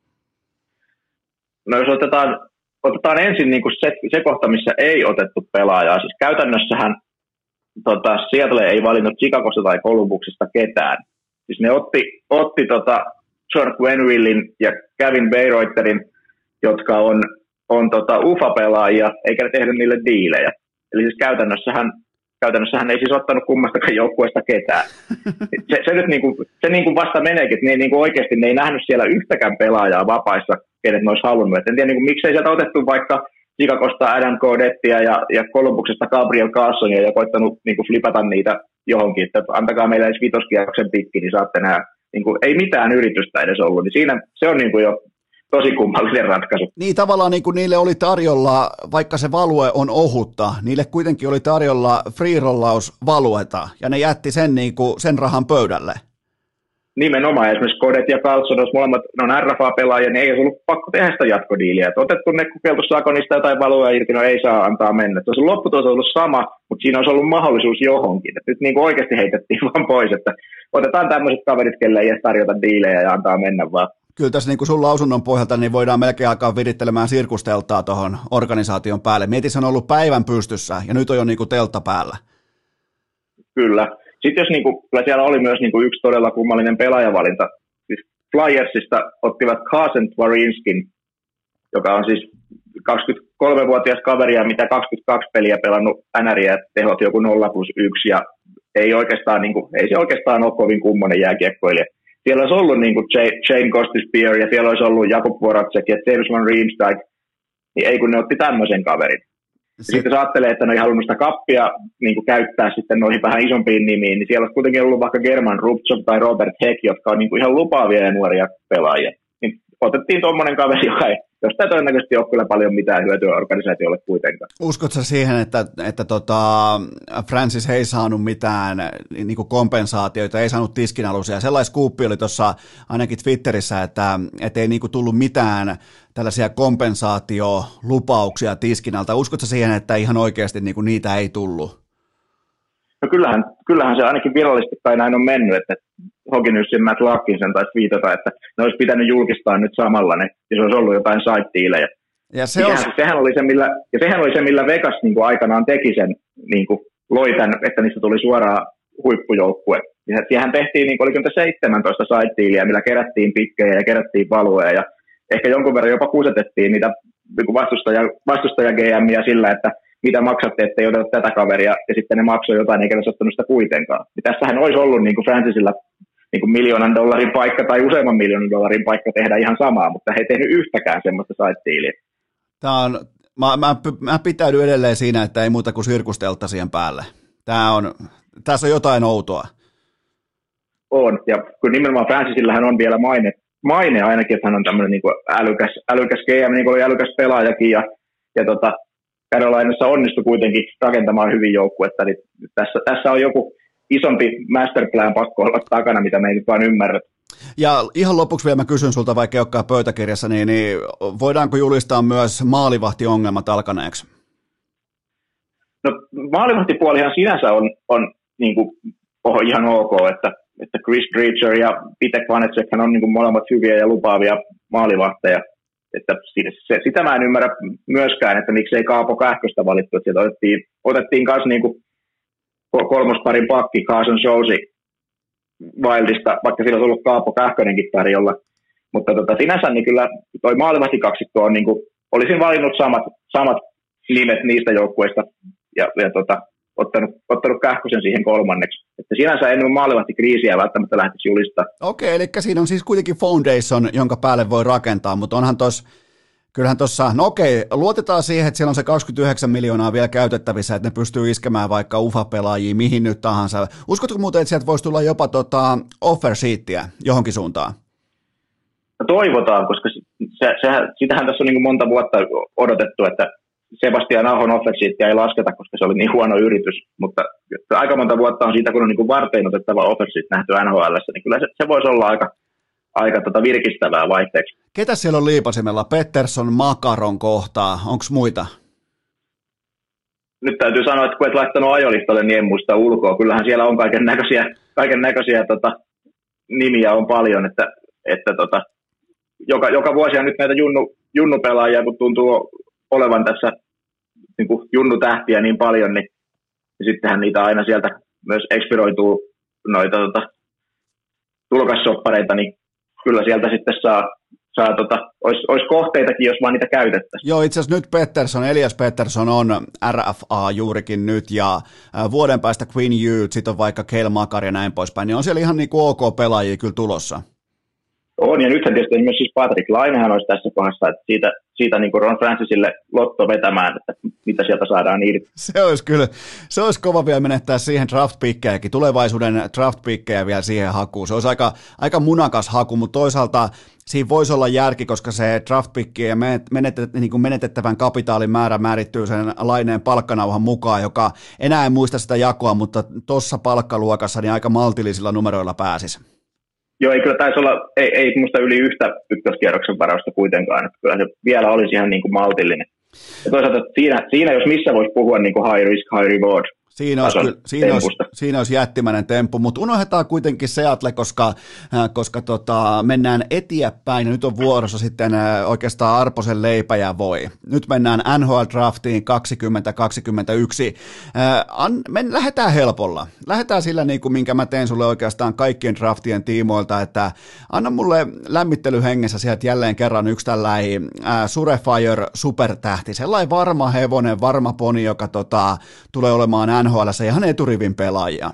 No jos otetaan, otetaan ensin niinku se, se kohta, missä ei otettu pelaajaa, siis käytännössähän tota, Seattle ei valinnut Chicagosta tai Columbuksesta ketään, siis ne otti, otti tota George Wenwillin ja Kevin Bayreutterin, jotka on on tota U F A-pelaajia, eikä ne tehnyt niille diilejä. Eli siis käytännössähän, käytännössähän ei siis ottanut kummastakaan joukkueesta ketään. Se, se nyt niinku, se niinku vasta meneekin, että ne niinku oikeasti ne ei nähnyt siellä yhtäkään pelaajaa vapaissa, kenet ne olisi halunnut. Et en tiedä, niinku, miksei sieltä otettu vaikka Chicagosta Adam Gaudettia ja, ja Columbuksesta Gabriel Carlsonia ja koittanut niinku flipata niitä johonkin, että antakaa meille edes vitoskierroksen pitki, niin saatte nähdä. Niinku, ei mitään yritystä edes ollut, niin siinä se on niinku jo tosi kummallinen ratkaisu. Niin tavallaan niin kuin niille oli tarjolla, vaikka se value on ohutta, niille kuitenkin oli tarjolla free-rollausvalueta, ja ne jätti sen, niin kuin, sen rahan pöydälle. Nimenomaan, esimerkiksi Kodet ja Carlson, jos molemmat ne on R F A-pelaajia, niin ei olisi ollut pakko tehdä sitä jatkodiiliä. Et otettu ne, kokeiltu saako niistä jotain valua irti, no ei saa antaa mennä. Se olisi lopputulos ollut sama, mutta siinä olisi ollut mahdollisuus johonkin. Et nyt niin kuin oikeasti heitettiin vaan pois, että otetaan tämmöiset kaverit, kelle ei edes tarjota diilejä ja antaa mennä vaan. Kyllä tässä niin kuin sun lausunnon pohjalta niin voidaan melkein alkaa virittelemään sirkusteltaa tuohon organisaation päälle. Mieti, se on ollut päivän pystyssä ja nyt on jo niin kuin teltta päällä. Kyllä. Sitten jos niin kuin, kyllä siellä oli myös niin kuin yksi todella kummallinen pelaajavalinta. Siis Flyersista ottivat Kasen Twarinskin, joka on siis kaksikymmentäkolmevuotias kaveri ja mitä kaksikymmentäkaksi peliä pelannut N R J:ää, tehot joku nolla plus yksi ja ei, oikeastaan, niin kuin, ei se oikeastaan ole kovin kummonen jääkiekkoilija. Siellä olisi ollut niin kuin Shane Gostisbehere ja siellä olisi ollut Jakub Voracek ja James Van Riemsdyk, niin ei kun ne otti tämmöisen kaverin. Se... Sitten jos ajattelee, että ne ei halunnut sitä kappia niin kuin käyttää sitten noihin vähän isompiin nimiin, niin siellä olisi kuitenkin ollut vaikka German Rubtsov tai Robert Heck, jotka on niin kuin ihan lupaavia ja nuoria pelaajia. Niin otettiin tuommoinen kaveri, joka ei jostain todennäköisesti ole kyllä paljon mitään hyötyä organisaatiolle kuitenkaan. Uskotko siihen, että, että tota Francis ei saanut mitään niin kuin kompensaatioita, ei saanut tiskinalusia? Sellainen skuuppi oli tuossa ainakin Twitterissä, että, että ei niin kuin tullut mitään tällaisia kompensaatiolupauksia tiskinalta. Uskotko siihen, että ihan oikeasti niin kuin niitä ei tullut? No kyllähän, kyllähän se ainakin virallisesti kai näin on mennyt, että Hogenys ja Matt Larkinson taisi viitata, että ne olisi pitänyt julkistaa nyt samalla ne, ja se olisi ollut jotain side-dealejä. Ja se sehän, on... sehän, oli se, millä, ja sehän oli se, millä Vegas niin kuin aikanaan teki sen, niin kuin loi tämän, että niistä tuli suoraan huippujoukkue. Ja siihen tehtiin, niin kuin, oliko seitsemäntoista side-dealia, millä kerättiin pikkejä ja kerättiin valueja, ja ehkä jonkun verran jopa kusetettiin niitä niin vastustaja, vastustaja G M:iä sillä, että mitä maksatte, ettei oteta tätä kaveria, ja sitten ne maksoi jotain, eikä ne ottanut sitä kuitenkaan. Ja tässähän olisi ollut niin kuin Francisilla niin kuin miljoonan dollarin paikka tai useamman miljoonan dollarin paikka tehdä ihan samaa, mutta he ei tehnyt yhtäkään semmoista side-dealia. Tämä on, mä, mä, mä pitäydyn edelleen siinä, että ei muuta kuin sirkusteltta siihen päälle. Tämä on, tässä on jotain outoa. On, ja kun nimenomaan Francisillähän on vielä maine, maine ainakin, että hän on tämmöinen niin kuin älykäs, älykäs G M, niin kuin oli älykäs pelaajakin, ja, ja tota, Carolinassa onnistui kuitenkin rakentamaan hyvin joukkuetta, niin tässä, tässä on joku isompi masterplan pakko olla takana, mitä me ei nyt vaan ymmärrä. Ja ihan lopuksi vielä mä kysyn sulta, vaikka ei olekaan pöytäkirjassa, niin, niin voidaanko julistaa myös maalivahtiongelmat alkaneeksi? No maalivahtipuolihan sinänsä on, on niin kuin, oh, ihan ok, että, että Chris Breacher ja Vitek Vanecek on niin kuin molemmat hyviä ja lupaavia maalivahteja. Että se, sitä mä en ymmärrä myöskään, että miksei Kaapo Kähköstä valittu, että sieltä otettiin, otettiin kanssa niin kuin kolmosparin pakki Carson Josie Wildista, vaikka sillä on ollut Kaapo Kähkönenkin tarjolla. Mutta tota, sinänsä niin kyllä toi maalivahtikaksikko on, niin kuin, olisin valinnut samat, samat nimet niistä joukkueista ja, ja tota, ottanut, ottanut Kähkösen siihen kolmanneksi. Että sinänsä en ole maalivahtikriisiä välttämättä lähtisi julistaa. Okei, eli siinä on siis kuitenkin foundation, jonka päälle voi rakentaa, mutta onhan tuossa, kyllähän tuossa, no okei, luotetaan siihen, että siellä on se kaksikymmentäyhdeksän miljoonaa vielä käytettävissä, että ne pystyy iskemään vaikka U F A-pelaajia mihin nyt tahansa. Uskotko muuten, että sieltä voisi tulla jopa tota offer sheetia johonkin suuntaan? No toivotaan, koska se, sehän, sitähän tässä on niin kuin monta vuotta odotettu, että Sebastian Ahon offersheetia ei lasketa, koska se oli niin huono yritys, mutta aika monta vuotta on siitä, kun on niin kuin vartein otettava offersheet nähty N H L:ssä, niin kyllä se, se voisi olla aika, aika tota virkistävää vaihteeksi. Ketä siellä on liipasimella? Pettersson, Makaron kohtaa, onko muita? Nyt täytyy sanoa, että kun et laittanut ajolistalle, niin en muista ulkoa. Kyllähän siellä on kaiken näköisiä, kaiken näköisiä tota, nimiä on paljon, että, että tota, joka, joka vuosi nyt näitä junnu, junnupelaajia, kun tuntuu olevan tässä niin kuin junnutähtiä niin paljon, niin, niin sittenhän niitä aina sieltä myös expiroituu noita tota, tulokassoppareita, niin kyllä sieltä sitten saa, saa tota, olisi, olisi kohteitakin, jos vaan niitä käytettäisiin. Joo, itse asiassa nyt Pettersson, Elias Pettersson on R F A juurikin nyt, ja vuoden päästä Quinn Hughes, sitten on vaikka Cale Makar ja näin poispäin, niin on siellä ihan niin kuin ok pelaajia kyllä tulossa. On, ja nythän tietysti myös siis Patrick Lainehan olisi tässä kohdassa, että siitä, siitä niin kuin Ron Francisille lotto vetämään, että mitä sieltä saadaan irti. Se olisi kyllä, se olisi kova vielä menettää siihen draft-pikkejäkin, tulevaisuuden draft-pikkejä vielä siihen hakuun. Se olisi aika, aika munakas haku, mutta toisaalta siinä voisi olla järki, koska se draft-pikki ja menetet, niin kuin menetettävän kapitaalin määrä määrittyy sen Laineen palkkanauhan mukaan, joka enää en muista sitä jakoa, mutta tuossa palkkaluokassa niin aika maltillisilla numeroilla pääsisi. Joo, ei kyllä taisi olla, ei, ei muista yli yhtä ykköskierroksen varausta kuitenkaan, että kyllä se vielä olisi ihan niin kuin maltillinen. Ja toisaalta siinä, siinä jos missä voisi puhua niin kuin high risk, high reward. Siinä olisi, kyllä, siinä, olisi, siinä olisi jättimäinen temppu, mutta unohdetaan kuitenkin Seattle, koska, äh, koska tota, mennään eteenpäin ja nyt on vuorossa sitten äh, oikeastaan Arposen leipä ja voi. Nyt mennään N H L-draftiin kaksikymmentä kaksikymmentäyksi. Äh, an, men, lähdetään helpolla. Lähdetään sillä, niin kuin, minkä mä teen sulle oikeastaan kaikkien draftien tiimoilta, että anna mulle lämmittelyhengessä sieltä jälleen kerran yksi tällainen äh, Surefire supertähti, sellainen varma hevonen, varma poni, joka tota, tulee olemaan N H L:ssä ihan eturivin pelaajia.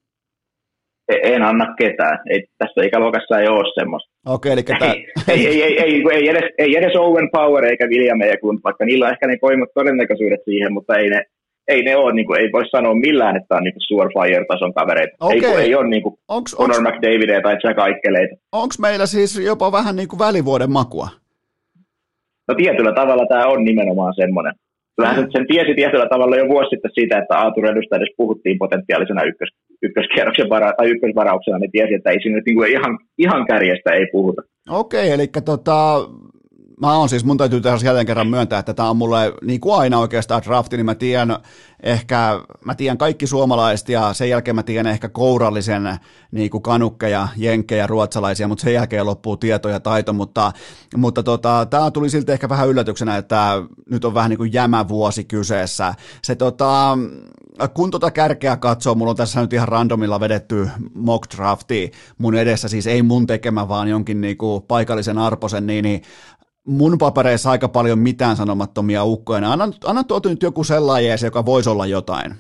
En anna ketään. Ei, tässä ikäluokassa ei ole semmoista. Okei, eli ketä... ei, ei, ei, ei, ei, ei, edes, ei edes Owen Power eikä William Eklund, vaikka niillä on ehkä ne koimmat todennäköisyydet siihen, mutta ei ne, ei ne ole, niin kuin, ei voi sanoa millään, että on niin Surefire-tason kavereita. Ei, ei ole niin onks, Conor onks, McDavidia tai Jack Eicheleitä. Onko meillä siis jopa vähän niin kuin välivuoden makua? No tietyllä tavalla tämä on nimenomaan semmoinen. Kyllähän sen tiesi tietyllä tavalla jo vuosi sitten siitä, että Aatu Redusta edes puhuttiin potentiaalisena ykkös, ykköskierroksen vara, tai ykkösvarauksena, niin tiesi, että ei siinä nyt niin ihan, ihan kärjestä ei puhuta. Okei, eli tota, Mä oon siis, mun täytyy tässä jälleen kerran myöntää, että tämä on mulle niin kuin aina oikeastaan drafti, niin mä tiedän ehkä, mä tiedän kaikki suomalaiset ja sen jälkeen mä tiedän ehkä kourallisen niin kuin kanukkeja, jenkkejä, ruotsalaisia, mutta sen jälkeen loppuu tieto ja taito, mutta, mutta tota, tämä tuli silti ehkä vähän yllätyksenä, että nyt on vähän niin kuin jämävuosi kyseessä. Se tota, kun tota kärkeä katsoo, mulla on tässä nyt ihan randomilla vedetty mock drafti mun edessä, siis ei mun tekemä, vaan jonkin niin kuin paikallisen arposen, niin, niin mun papereissa aika paljon mitään sanomattomia ukkoja. Anna, anna tuotu nyt joku sellainen, joka voisi olla jotain.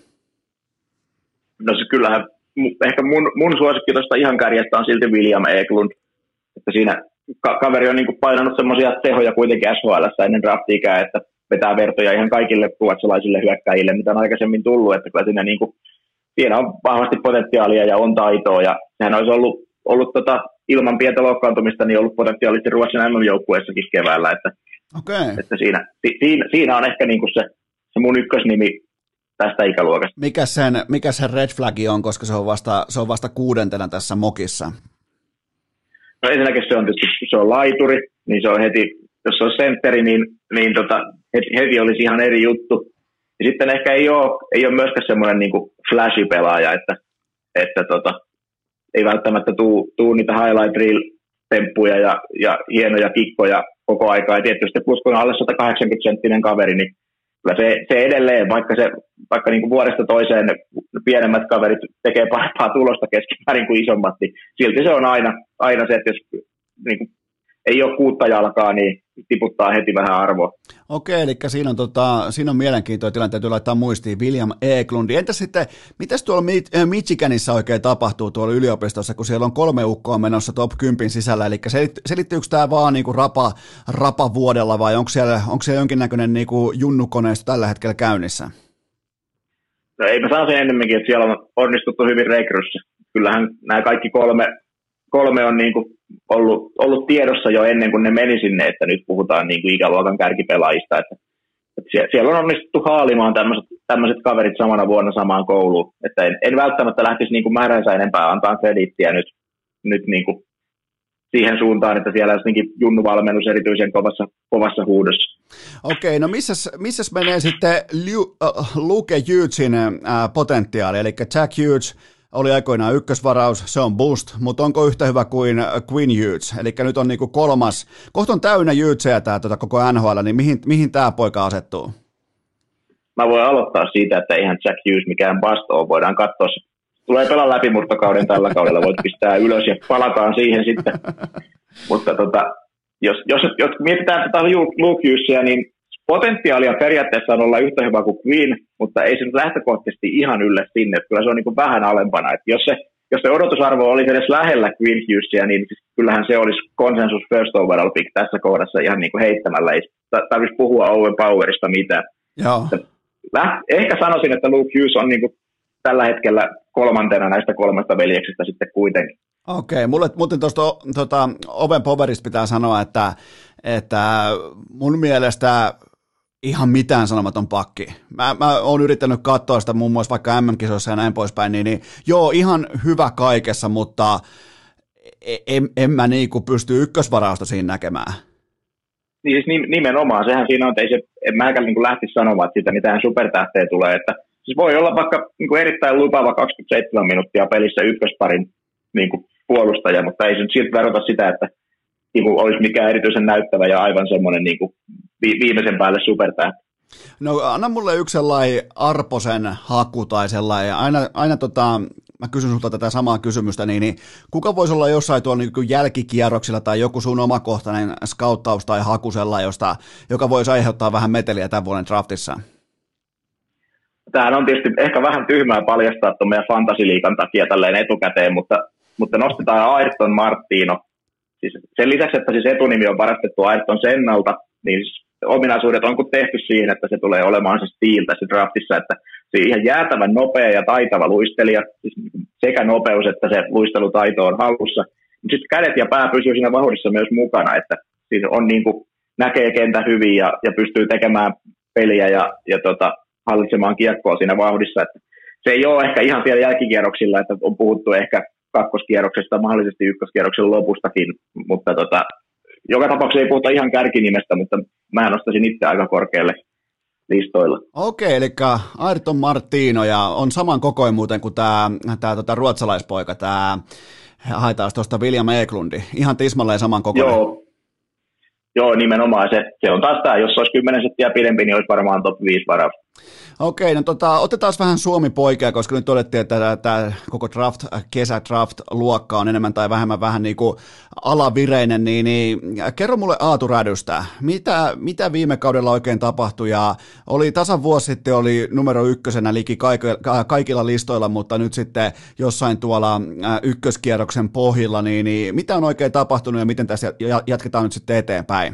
No se kyllähän, ehkä mun, mun suosikki tuosta ihan kärjestä on silti William Eklund. Että siinä ka- kaveri on niin kuin painanut semmoisia tehoja kuitenkin S H L:ssä ennen draftikää, että vetää vertoja ihan kaikille ruotsalaisille hyökkäjille, mitä on aikaisemmin tullut. Että kyllä siinä, niin kuin, siinä on vahvasti potentiaalia ja on taitoa. Ja sehän olisi ollut, ollut tota, ilman pientä loukkaantumista niin ollut potentiaalisesti Ruotsin M M-joukkueessakin keväällä, että, okay. että siinä, siinä, siinä on ehkä niin kuin se, se mun ykkösnimi tästä ikäluokasta. Mikä sen, mikä sen red flagi on, koska se on vasta, se on vasta kuudentena tässä mokissa? No ensinnäkin se on tietysti, se on laituri, niin se on heti, jos se on sentteri, niin, niin tota, heti, heti olisi ihan eri juttu. Ja sitten ehkä ei ole, ei ole myöskään semmoinen niin kuin flash-pelaaja, että, että tota, ei välttämättä tuu, tuu niitä highlight reel-temppuja ja, ja hienoja kikkoja koko aikaa. Ja tietysti plus kun on alle sata kahdeksankymmentä senttinen kaveri, niin kyllä se, se edelleen, vaikka, se, vaikka niin kuin vuodesta toiseen ne pienemmät kaverit tekee parempaa tulosta keskimäärin kuin isommat, niin silti se on aina, aina se, että jos niin kuin ei ole kuutta jalkaa, niin tiputtaa heti vähän arvoa. Okei, eli siinä on, tota, siinä on mielenkiintoinen tilanne, täytyy laittaa muistiin William Eklund. Entäs sitten, mitäs tuolla Michiganissa oikein tapahtuu tuolla yliopistossa, kun siellä on kolme ukkoa menossa top kymmenen sisällä, eli selittyykö tämä vaan niinku rapa, rapa vuodella vai onko siellä, onko siellä jonkinnäköinen niinku junnukoneisto tällä hetkellä käynnissä? No ei mä sanoisin ennemminkin, että siellä on onnistuttu hyvin rekryssä. Kyllähän nämä kaikki kolme, kolme on niinku ollut, ollut tiedossa jo ennen kuin ne meni sinne, että nyt puhutaan niinku ikäluokan kärkipelaajista. Että, että siellä on onnistuttu haalimaan tämmöiset kaverit samana vuonna samaan kouluun. Että en, en välttämättä lähtisi niinku määränsä enempää antaa krediittiä nyt, nyt niinku siihen suuntaan, että siellä olisi junnuvalmennus erityisen kovassa, kovassa huudossa. Okei, no missäs, missäs menee sitten Liu, äh, Luke Hughesin äh, potentiaali, eli Jack Hughes oli aikoinaan ykkösvaraus, se on boost, mutta onko yhtä hyvä kuin Quinn Hughes, eli nyt on niinku kolmas, kohta on täynnä Hughesia tämä tota koko N H L, niin mihin, mihin tämä poika asettuu? Mä voin aloittaa siitä, että eihän Jack Hughes mikään bust ole, voidaan katsoa, tulee pelaa läpimurtokauden tällä kaudella, voit pistää ylös ja palataan siihen sitten, mutta tota, jos, jos, jos mietitään tätä Luke Hughesia, niin potentiaalia periaatteessa on olla yhtä hyvä kuin Quinn, mutta ei se nyt lähtökohtaisesti ihan yllä sinne, että kyllä se on niin kuin vähän alempana. Että jos, se, jos se odotusarvo olisi edes lähellä Quinn Hughesia, niin siis kyllähän se olisi konsensus first overall pick tässä kohdassa ihan niin kuin heittämällä. Ei tarvitsisi puhua Owen Powerista mitään. Joo. Ehkä sanoisin, että Luke Hughes on niin kuin tällä hetkellä kolmantena näistä kolmesta veljeksestä sitten kuitenkin. Okei, mulle muuten tuosta tota, Owen Powerista pitää sanoa, että, että mun mielestä ihan mitään sanomaton pakki. Mä, mä oon yrittänyt katsoa sitä muun muassa vaikka M M-kisoissa ja näin poispäin, niin, niin joo, ihan hyvä kaikessa, mutta en, en mä niinku pysty ykkösvarausta siinä näkemään. Niin siis nimenomaan, sehän siinä on, että ei se, en mäkään niin lähtisi sanomaan, että siitä mitään supertähteä tulee, että siis voi olla vaikka niin kuin erittäin lupaava kaksikymmentäseitsemän minuuttia pelissä ykkösparin niin kuin puolustaja, mutta ei se nyt silti verrata sitä, että niin kuin olisi mikään erityisen näyttävä ja aivan semmoinen niin kuin viimeisen päälle supertähti. No anna mulle yksi sellainen arposen haku tai sellainen, aina, aina tota, mä kysyn sulta tätä samaa kysymystä, niin, niin kuka voisi olla jossain tuolla niin jälkikierroksilla tai joku sun omakohtainen skauttaus tai haku sellainen, josta, joka voisi aiheuttaa vähän meteliä tämän vuoden draftissa? Tämähän on tietysti ehkä vähän tyhmää paljastaa tuon meidän fantasiliikan takia tälleen etukäteen, mutta, mutta nostetaan Ayrton Martino. Siis sen lisäksi, että siis etunimi on varastettu Ayrton Sennalta, niin ominaisuudet on kun tehty siihen, että se tulee olemaan se Steel tässä draftissa, että se ihan jäätävän nopea ja taitava luistelija, siis sekä nopeus että se luistelutaito on hallussa, mutta sitten kädet ja pää pysyy siinä vauhdissa myös mukana, että siis on niin kuin, näkee kentän hyvin ja, ja pystyy tekemään peliä ja, ja tota, hallitsemaan kiekkoa siinä vauhdissa, että se ei ole ehkä ihan siellä jälkikierroksilla, että on puhuttu ehkä kakkoskierroksesta, mahdollisesti ykköskierroksen lopustakin, mutta tota, joka tapauksessa ei puhuta ihan kärkinimestä, mutta mä nostaisin itse aika korkealle listoilla. Okei, eli Ayrton Martino ja on saman kokoin muuten kuin tämä, tämä tota, ruotsalaispoika, tämä haetaan tuosta William Eklundi, ihan tismalleen saman kokoinen. Joo, Joo nimenomaan se, se on taas tämä, jos se olisi kymmenen senttiä pidempi, niin olisi varmaan top viisi varaus. Okei, no tota, otetaan vähän Suomi-poikia, koska nyt todettiin, että tämä koko draft, kesä-draft-luokka on enemmän tai vähemmän vähän niin kuin alavireinen, niin, niin kerro mulle Aatu Rädystä, mitä, mitä viime kaudella oikein tapahtui, ja oli tasan vuosi sitten oli numero ykkösenä liki kaikilla, kaikilla listoilla, mutta nyt sitten jossain tuolla ykköskierroksen pohjilla, niin, niin mitä on oikein tapahtunut ja miten tässä jatketaan nyt sitten eteenpäin?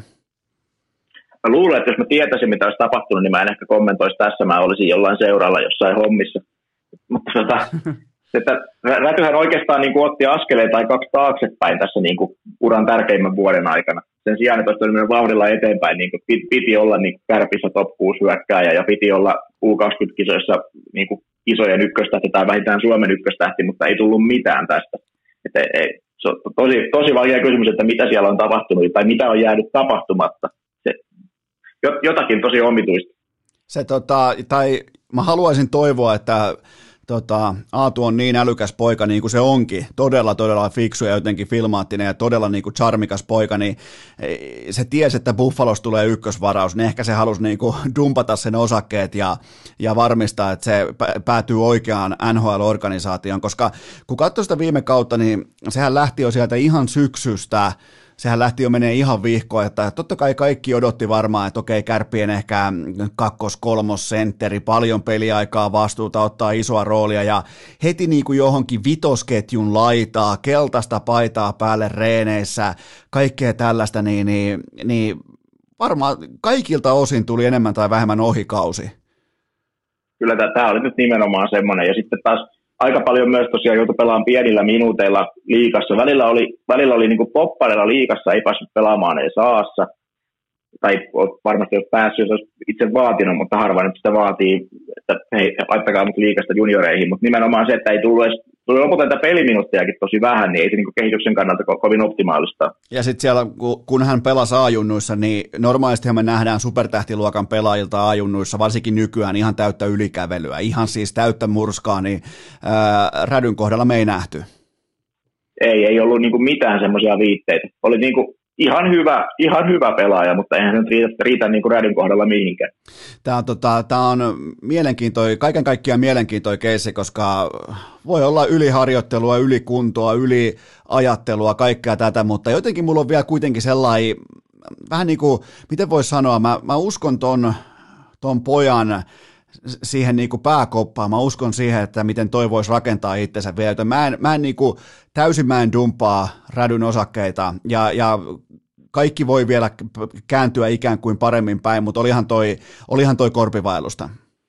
Mä luulen, että jos mä tietäisin, mitä olisi tapahtunut, niin mä en ehkä kommentoisi tässä. Mä olisin jollain seuralla jossain hommissa. Mutta tota, että Rätyhän oikeastaan niin kuin otti askeleen tai kaksi taaksepäin tässä niin kuin uran tärkeimmän vuoden aikana. Sen sijaan, että olisi vauhdilla eteenpäin, niin kuin piti olla niin kuin Kärpissä top kuusi hyökkääjä ja piti olla U kaksikymmentä-kisoissa niin kuin isojen ykköstähti tai vähintään Suomen ykköstähti, mutta ei tullut mitään tästä. Että ei, se on tosi, tosi vaikea kysymys, että mitä siellä on tapahtunut tai mitä on jäänyt tapahtumatta. Se, jotakin tosi omituista. Se, tota, tai mä haluaisin toivoa, että tota, Aatu on niin älykäs poika niin kuin se onkin, todella todella fiksu ja jotenkin filmaattinen ja todella niin kuin charmikas poika, niin se tiesi, että Buffalosta tulee ykkösvaraus, niin ehkä se halusi niin kuin dumpata sen osakkeet ja, ja varmistaa, että se päätyy oikeaan N H L-organisaatioon, koska kun katsoi sitä viime kautta, niin sehän lähti jo sieltä ihan syksystä. Sehän lähti jo menee ihan vihkoon, että totta kai kaikki odotti varmaan, että okei, Kärppien ehkä kakkos-kolmos sentteri, paljon peliaikaa, vastuuta, ottaa isoa roolia ja heti niin kuin johonkin vitosketjun laitaa, keltaista paitaa päälle reeneissä, kaikkea tällaista, niin, niin, niin varmaan kaikilta osin tuli enemmän tai vähemmän ohikausi. Kyllä tämä oli nyt nimenomaan semmoinen ja sitten taas aika paljon myös tosiaan joutui pelaamaan pienillä minuuteilla liigassa. Välillä oli, välillä oli niin kuin poppareilla liigassa, ei päässyt pelaamaan edes Aassa. Tai varmasti olisi päässyt, jos olisi itse vaatinut, mutta harva nyt sitä vaatii, että hei, laittakaa mut liigasta junioreihin. Mutta nimenomaan se, että ei tullut edes, tuli lopulta tätä peliminuuttejakin tosi vähän, niin ei se niin kuin kehityksen kannalta ko- kovin optimaalista. Ja sitten siellä, kun hän pelasi A-junnuissa, niin normaalistihan me nähdään supertähtiluokan pelaajilta A-junnuissa, varsinkin nykyään ihan täyttä ylikävelyä, ihan siis täyttä murskaa, niin ää, Rädyn kohdalla me ei nähty. Ei, ei ollut niin kuin mitään semmoisia viitteitä. Oli niin kuin Ihan hyvä, ihan hyvä pelaaja, mutta eihän se nyt riitä, riitä niin kuin Rädyn kohdalla mihinkään. Tämä on, tota, tämä on mielenkiintoinen, kaiken kaikkiaan mielenkiintoinen keissi, koska voi olla yliharjoittelua, ylikuntoa, yliajattelua, kaikkea tätä, mutta jotenkin mulla on vielä kuitenkin sellainen, vähän niin kuin, miten voisi sanoa, mä, mä uskon ton, ton pojan siihen niin kuin pääkoppaan, mä uskon siihen, että miten toi voisi rakentaa itsensä vielä, joten mä en, mä en niin kuin, täysin mä en dumppaa Rädyn osakkeita, ja, ja kaikki voi vielä kääntyä ikään kuin paremmin päin, mutta olihan toi, olihan toi korpivailusta.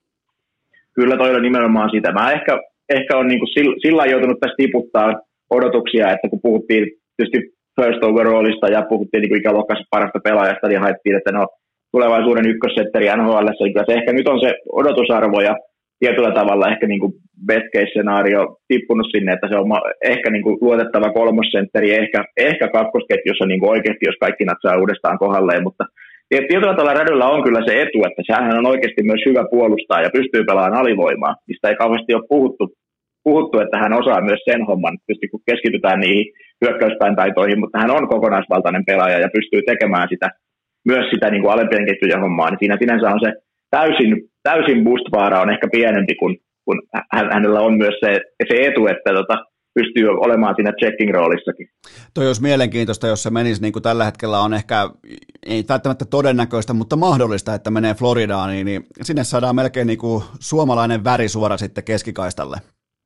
Kyllä toi on nimenomaan sitä. Mä ehkä, ehkä on niin kuin sillä, sillä joutunut tässä tiputtaa odotuksia, että kun puhuttiin tietysti first overallista ja puhuttiin niin kuin ikäluokkaisesta parasta pelaajasta, niin haettiin, että no tulevaisuuden ykkössetteri N H L:ssä, niin kyllä se ehkä nyt on se odotusarvo ja tietyllä tavalla ehkä niin kuin best case scenaario tippunut sinne, että se on ehkä niin kuin luotettava kolmossentteri, ehkä, ehkä kakkosketjussa niin kuin oikeasti, jos kaikki natsaa uudestaan kohdalleen, mutta tietyllä tavalla Rädyllä on kyllä se etu, että sehän on oikeasti myös hyvä puolustaa ja pystyy pelaamaan alivoimaa, mistä ei kauheasti ole puhuttu, puhuttu että hän osaa myös sen homman, tietysti kun keskitytään niihin hyökkäyspäin taitoihin, mutta hän on kokonaisvaltainen pelaaja ja pystyy tekemään sitä myös sitä niin kuin alempien ketjujen hommaa, niin siinä sinänsä on se täysin, täysin boost-vaara on ehkä pienempi, kun, kun hänellä on myös se, se etu, että tota, pystyy olemaan siinä checking-roolissakin. Toi olisi mielenkiintoista, jos se menisi, niin kuin tällä hetkellä on ehkä, ei välttämättä todennäköistä, mutta mahdollista, että menee Floridaan, niin, niin sinne saadaan melkein niin kuin suomalainen värisuora sitten keskikaistalle.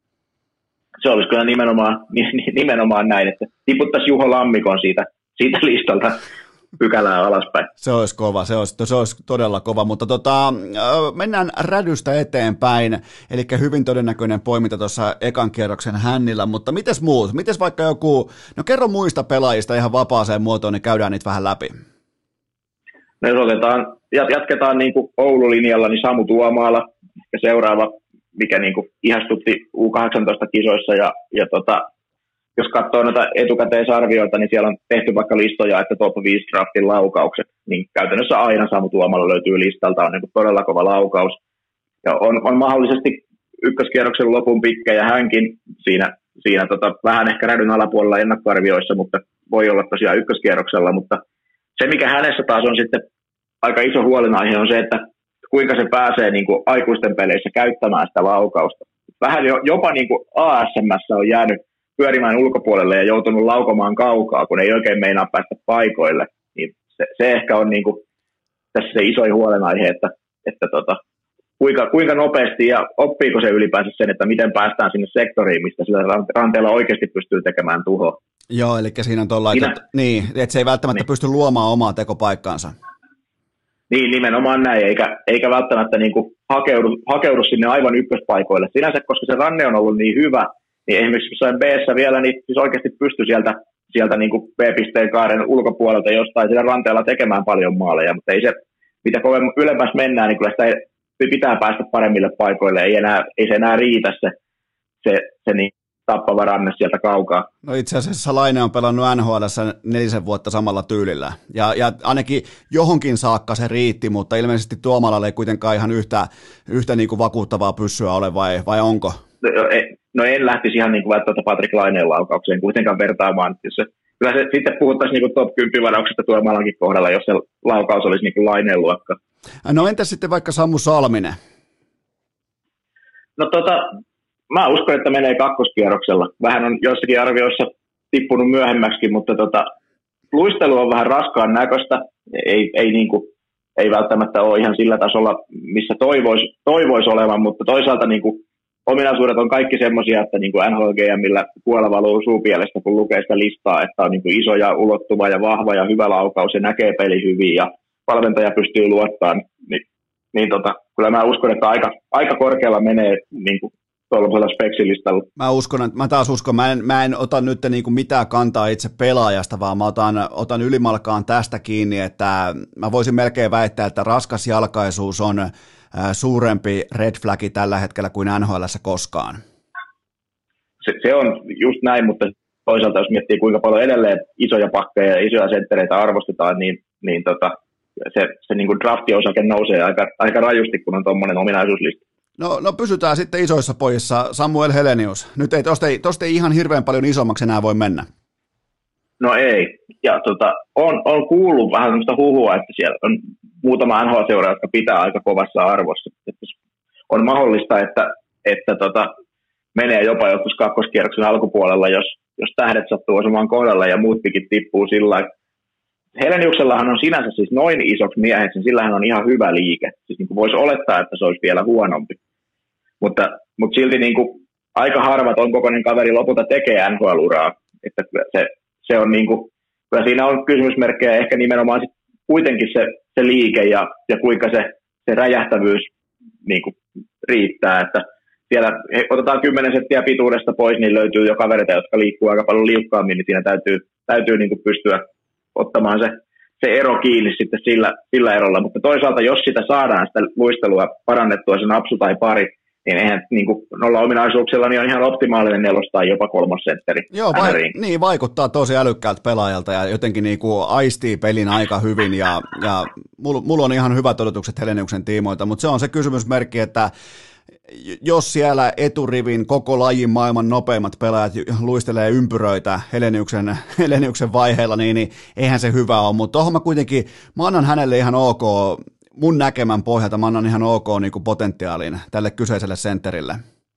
Se olisi kyllä nimenomaan, nimenomaan näin, että tiputtaisi Juho Lammikon siitä, siitä listalta pykälää alaspäin. Se olisi kova, se olisi, se olisi todella kova, mutta tota, mennään Rädystä eteenpäin, eli hyvin todennäköinen poiminta tuossa ekan kierroksen hännillä, mutta mites muut? Mites vaikka joku, no kerro muista pelaajista ihan vapaaseen muotoon, niin käydään niitä vähän läpi. No jos otetaan, jatketaan niin kuin Oulu-linjalla, niin Samu Tuomaala, ja seuraava, mikä niin kuin ihastutti U kahdeksantoista-kisoissa, ja, ja tota, jos katsoo noita etukäteisarvioita, niin siellä on tehty vaikka listoja, että top viisi draftin laukaukset, niin käytännössä aina Samu Tuomala löytyy listalta, on niin kuin todella kova laukaus. Ja on, on mahdollisesti ykköskierroksen lopun pikkä ja hänkin siinä, siinä tota, vähän ehkä rädyn alapuolella ennakkoarvioissa, mutta voi olla tosiaan ykköskierroksella, mutta se mikä hänessä taas on sitten aika iso huolenaihe on se, että kuinka se pääsee niin kuin aikuisten peleissä käyttämään sitä laukausta. Vähän jo, jopa niin kuin A S M:ssä on jäänyt pyörimään ulkopuolelle ja joutunut laukomaan kaukaa, kun ei oikein meinaa päästä paikoille. Niin se, se ehkä on niin kuin tässä se iso huolenaihe, että, että tota, kuinka, kuinka nopeasti ja oppiiko se ylipäänsä sen, että miten päästään sinne sektoriin, mistä sillä ranteella oikeasti pystyy tekemään tuhoa. Joo, eli siinä on tuollainen, niin, että se ei välttämättä niin. pysty luomaan omaa tekopaikkaansa. Niin, nimenomaan näin, eikä, eikä välttämättä niin kuin hakeudu, hakeudu sinne aivan ykköspaikoille. Sinänsä, koska se ranne on ollut niin hyvä, niin esimerkiksi jossain B:ssä vielä, niin siis oikeasti pystyy sieltä, sieltä niin kuin B-pisteen kaaren ulkopuolelta jostain siellä ranteella tekemään paljon maaleja, mutta ei se, mitä kovemmin ylemmäs mennään, niin kyllä sitä ei, pitää päästä paremmille paikoille, ei, enää, ei se enää riitä se, se, se niin tappava ranne sieltä kaukaa. No itse asiassa Laine on pelannut N H L:ssä nelisen vuotta samalla tyylillä, ja, ja ainakin johonkin saakka se riitti, mutta ilmeisesti Tuomalalle ei kuitenkaan ihan yhtä, yhtä niin kuin vakuuttavaa pyssyä ole, vai, vai onko? No, no en lähtisi ihan niin kuin välttämättä Patrik Laineen laukaukseen kuitenkaan vertaamaan. Se, kyllä se sitten puhuttaisiin niin kuin top kymmenen varauksesta Tuomalankin kohdalla, jos se laukaus olisi niin kuin Laineen luokka. No entäs sitten vaikka Samu Salminen? No tota, mä uskon, että menee kakkoskierroksella. Vähän on joissakin arvioissa tippunut myöhemmäksikin, mutta tota, luistelu on vähän raskaan näköistä. Ei, ei, niin kuin, ei välttämättä ole ihan sillä tasolla, missä toivoisi toivois olevan, mutta toisaalta niin kuin, ominaisuudet on kaikki semmoisia, että niin kuin N H L G M:llä kuola valuu suupielestä, kun lukee sitä listaa, että on niin kuin iso ja ulottuva ja vahva ja hyvä laukaus ja näkee peli hyvin ja valmentaja pystyy luottamaan. Niin, niin tota, kyllä mä uskon, että aika, aika korkealla menee niin kuin tuollaisella speksilistalla. Mä uskon, että mä taas uskon, mä en, mä en ota nyt niinku mitään kantaa itse pelaajasta, vaan mä otan, otan ylimalkaan tästä kiinni, että mä voisin melkein väittää, että raskas jalkaisuus on äh, suurempi red flagi tällä hetkellä kuin N H L:ssä koskaan. Se, se on just näin, mutta toisaalta jos miettii kuinka paljon edelleen isoja pakkeja ja isoja senttereitä arvostetaan, niin, niin tota, se, se niinku draftiosake nousee aika, aika rajusti, kun on tuommoinen ominaisuuslista. No, no pysytään sitten isoissa pojissa. Samuel Helenius. Nyt ei tosta, ei, tosta ei ihan hirveän paljon isommaksi enää voi mennä. No ei. Ja tota, on, on kuullut vähän sellaista huhua, että siellä on muutama N H L-seura, jotka pitää aika kovassa arvossa. Että on mahdollista, että, että tota, menee jopa joskus kakkoskierroksen alkupuolella, jos, jos tähdet sattuu osumaan kohdalla ja muut pikit tippuu sillä lailla. Heleniuksellahan on sinänsä siis noin isoksi mieheksi, niin sillähän on ihan hyvä liike. Siis niin kuin voisi olettaa, että se olisi vielä huonompi. Mutta, mutta silti niin kuin aika harvat on kokoinen kaveri lopulta tekee N H L-uraa. Että se, se on niin kuin, kyllä siinä on kysymysmerkkejä ehkä nimenomaan sit kuitenkin se, se liike ja, ja kuinka se, se räjähtävyys niin kuin riittää. Että siellä otetaan kymmenen senttiä pituudesta pois, niin löytyy jo kavereita, jotka liikkuu aika paljon liukkaammin, niin siinä täytyy, täytyy niin kuin pystyä ottamaan se, se ero kiinni sitten sillä, sillä erolla. Mutta toisaalta, jos sitä saadaan sitä luistelua parannettua, se napsu tai pari, niin eihän niin kuin nolla ominaisuuksilla niin on ihan optimaalinen nelos tai jopa kolmas sentteri. Joo, vai, niin vaikuttaa tosi älykkäältä pelaajalta ja jotenkin niin kuin aistii pelin aika hyvin ja, ja mulla mul on ihan hyvät odotukset Heleniuksen tiimoilta, mutta se on se kysymysmerkki, että jos siellä eturivin koko lajin maailman nopeimmat pelaajat luistelee ympyröitä Heleniuksen, Heleniuksen vaiheella, niin, niin eihän se hyvä ole, mutta tuohon mä kuitenkin, mä annan hänelle ihan ok, mun näkemän pohjalta mä annan ihan ok niin kuin potentiaalin tälle kyseiselle sentterille.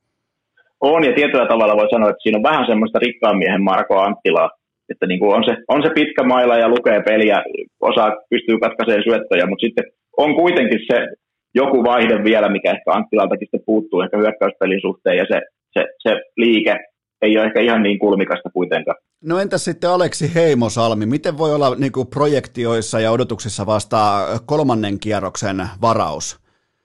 On, ja tietyllä tavalla voi sanoa, että siinä on vähän semmoista rikkaan miehen Marko Anttilaa, että niin kuin on, se, on se pitkä maila ja lukee peliä, osaa, pystyy katkaisemaan syöttöjä, mutta sitten on kuitenkin se joku vaihde vielä, mikä ehkä Anttilaltakin sitten puuttuu ehkä hyökkäyspelin suhteen, ja se, se, se liike ei ole ehkä ihan niin kulmikasta kuitenkaan. No entäs sitten Aleksi Heimosalmi, miten voi olla niin kuin projektioissa ja odotuksissa vasta kolmannen kierroksen varaus?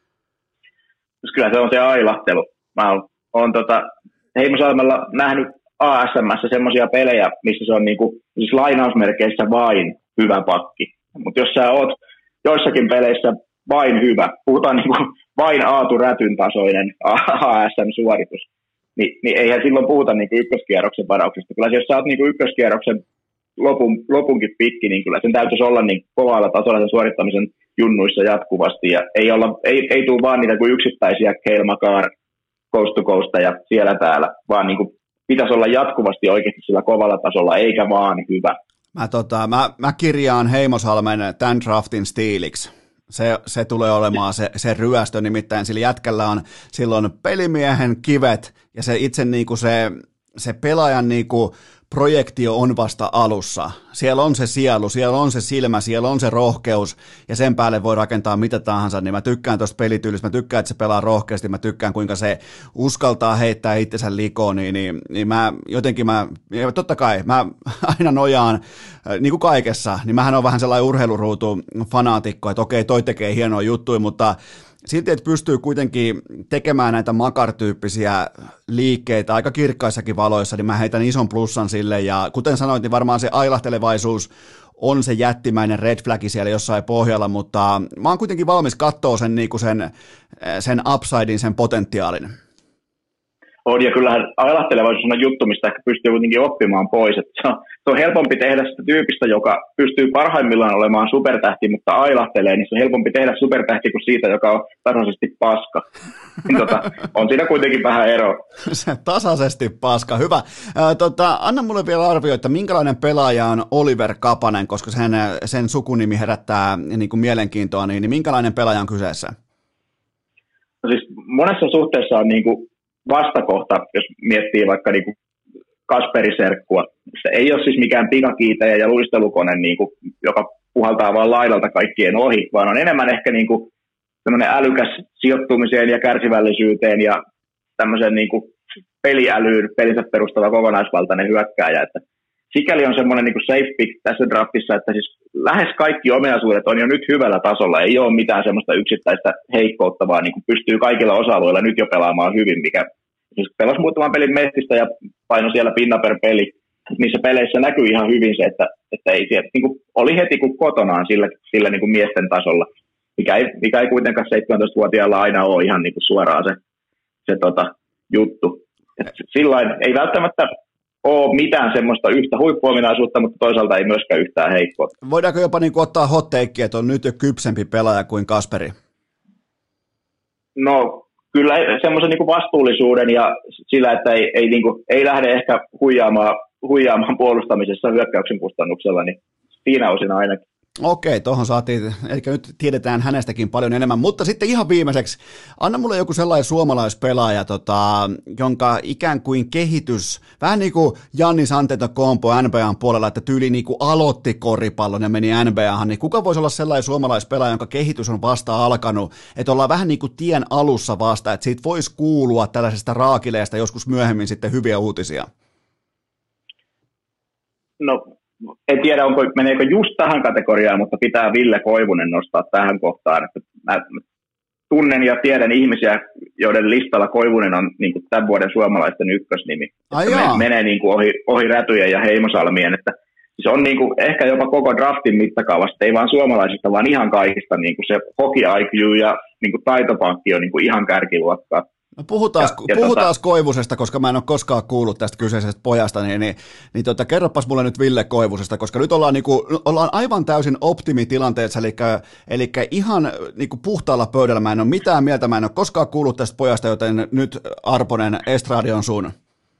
Kyllä se on se ailahtelu. Mä oon, oon tota Heimosalmella nähnyt A S M:ssä semmoisia pelejä, missä se on niin kuin, siis lainausmerkeissä vain hyvä pakki. Mutta jos sä oot joissakin peleissä vain hyvä, puhutaan niin kuin vain Aatu Rätyn tasoinen A S M-suoritus, niin, niin eihän silloin puhuta niin kuin ykköskierroksen varauksesta. Kyllä jos sä oot niin kuin ykköskierroksen lopun, lopunkin pikki, niin kyllä sen täytyisi olla niin kovalla tasolla sen suorittamisen junnuissa jatkuvasti. Ja ei, olla, ei, ei tule vaan niitä kuin yksittäisiä Cale Makar coast to coasta ja siellä täällä, vaan niin kuin pitäisi olla jatkuvasti oikeasti sillä kovalla tasolla, eikä vaan hyvä. Mä, tota, mä, mä kirjaan Heimosalmen tämän draftin stiiliksi. Se, se tulee olemaan se, se ryöstö, nimittäin sillä jätkällä on silloin pelimiehen kivet ja se itse niinku se, se pelaajan niinku projektio on vasta alussa. Siellä on se sielu, siellä on se silmä, siellä on se rohkeus ja sen päälle voi rakentaa mitä tahansa, niin mä tykkään tuosta pelityylistä, mä tykkään, että se pelaa rohkeasti, mä tykkään kuinka se uskaltaa heittää itsensä likoon, niin, niin, niin mä jotenkin mä, totta kai mä aina nojaan, niin kuin kaikessa, niin mähän on vähän sellainen urheiluruutu fanaatikko, että okei, toi tekee hienoa juttuja, mutta silti, että pystyy kuitenkin tekemään näitä Makar-tyyppisiä liikkeitä aika kirkkaissakin valoissa, niin mä heitän ison plussan sille, ja kuten sanoit, niin varmaan se ailahtelevaisuus on se jättimäinen red flagi siellä jossain pohjalla, mutta mä oon kuitenkin valmis katsoa sen, niin kuin sen, sen upsidein, sen potentiaalin. On, ja kyllähän ailahtelevaisuus on juttu, mistä ehkä pystyy kuitenkin oppimaan pois. Että se, on, se on helpompi tehdä sitä tyypistä, joka pystyy parhaimmillaan olemaan supertähti, mutta ailahtelee, niin se on helpompi tehdä supertähti kuin siitä, joka on tasaisesti paska. tota, on siinä kuitenkin vähän ero. Se tasaisesti paska, hyvä. Ää, tota, anna mulle vielä arvio, että minkälainen pelaaja on Oliver Kapanen, koska sen, sen sukunimi herättää niin kuin mielenkiintoa, niin, niin minkälainen pelaaja on kyseessä? No siis monessa suhteessa on niin kuin vastakohta, jos miettii vaikka niin kuin Kasperi-serkkua. Se ei ole siis mikään pikakiitäjä ja luistelukone, niin kuin, joka puhaltaa vaan laidalta kaikkien ohi, vaan on enemmän ehkä niin kuin semmoinen älykäs sijoittumiseen ja kärsivällisyyteen ja tämmöisen niin kuin peliälyyn, pelinsä perustava kokonaisvaltainen hyökkääjä. Että sikäli on semmoinen niin kuin safe pick tässä draftissa, että siis lähes kaikki ominaisuudet on jo nyt hyvällä tasolla. Ei ole mitään semmoista yksittäistä heikkoutta, vaan niin kuin pystyy kaikilla osa-alueilla nyt jo pelaamaan hyvin, mikä siis pelasi muutaman pelin mestistä ja paino siellä pinna per peli. Niissä peleissä näkyy ihan hyvin se, että, että ei sieltä, niin kuin, oli heti kuin kotonaan sillä, sillä niin kuin miesten tasolla, mikä ei, mikä ei kuitenkaan seitsemäntoistavuotiaalla aina ole ihan niin kuin suoraan se, se tota, juttu. Sillain ei välttämättä ole mitään semmoista yhtä huippuominaisuutta, mutta toisaalta ei myöskään yhtään heikkoa. Voidaanko jopa niin kuin ottaa hot takeä, että on nyt jo kypsempi pelaaja kuin Kasperi? No kyllä semmoisen niin kuin vastuullisuuden ja sillä, että ei, ei, niin kuin, ei lähde ehkä huijaamaan, huijaamaan puolustamisessa hyökkäyksen kustannuksella, niin siinä osin ainakin. Okei, tuohon saatiin, eli nyt tiedetään hänestäkin paljon enemmän, mutta sitten ihan viimeiseksi, anna mulle joku sellainen suomalaispelaaja, tota, jonka ikään kuin kehitys, vähän niin kuin Giannis Antetokounmpo N B A:n puolella, että tyyli niin kuin aloitti koripallon ja meni N B A:han, niin kuka voisi olla sellainen suomalaispelaaja, jonka kehitys on vasta alkanut, että ollaan vähän niin kuin tien alussa vasta, että siitä voisi kuulua tällaisesta raakileesta joskus myöhemmin sitten hyviä uutisia? No, en tiedä, onko, meneekö just tähän kategoriaan, mutta pitää Ville Koivunen nostaa tähän kohtaan. Että mä tunnen ja tiedän ihmisiä, joiden listalla Koivunen on niin kuin tämän vuoden suomalaisten ykkösnimi. Että menee niin kuin ohi, ohi Rätyjen ja Heimosalmien. Että se on niin kuin ehkä jopa koko draftin mittakaavasta, ei vaan suomalaisista, vaan ihan kaikista. Niin kuin se hoki I Q ja niin kuin taitopankki on niin kuin ihan kärkiluokkaa. No puhutaan, ja, puhutaan tota, Koivusesta, koska mä en ole koskaan kuullut tästä kyseisestä pojasta, niin, niin, niin tota, kerropas mulle nyt Ville Koivusesta, koska nyt ollaan, niinku, ollaan aivan täysin optimitilanteessa, eli, eli ihan niinku puhtaalla pöydällä mä en ole mitään mieltä, mä en ole koskaan kuullut tästä pojasta, joten nyt Arponen, estradi on sun.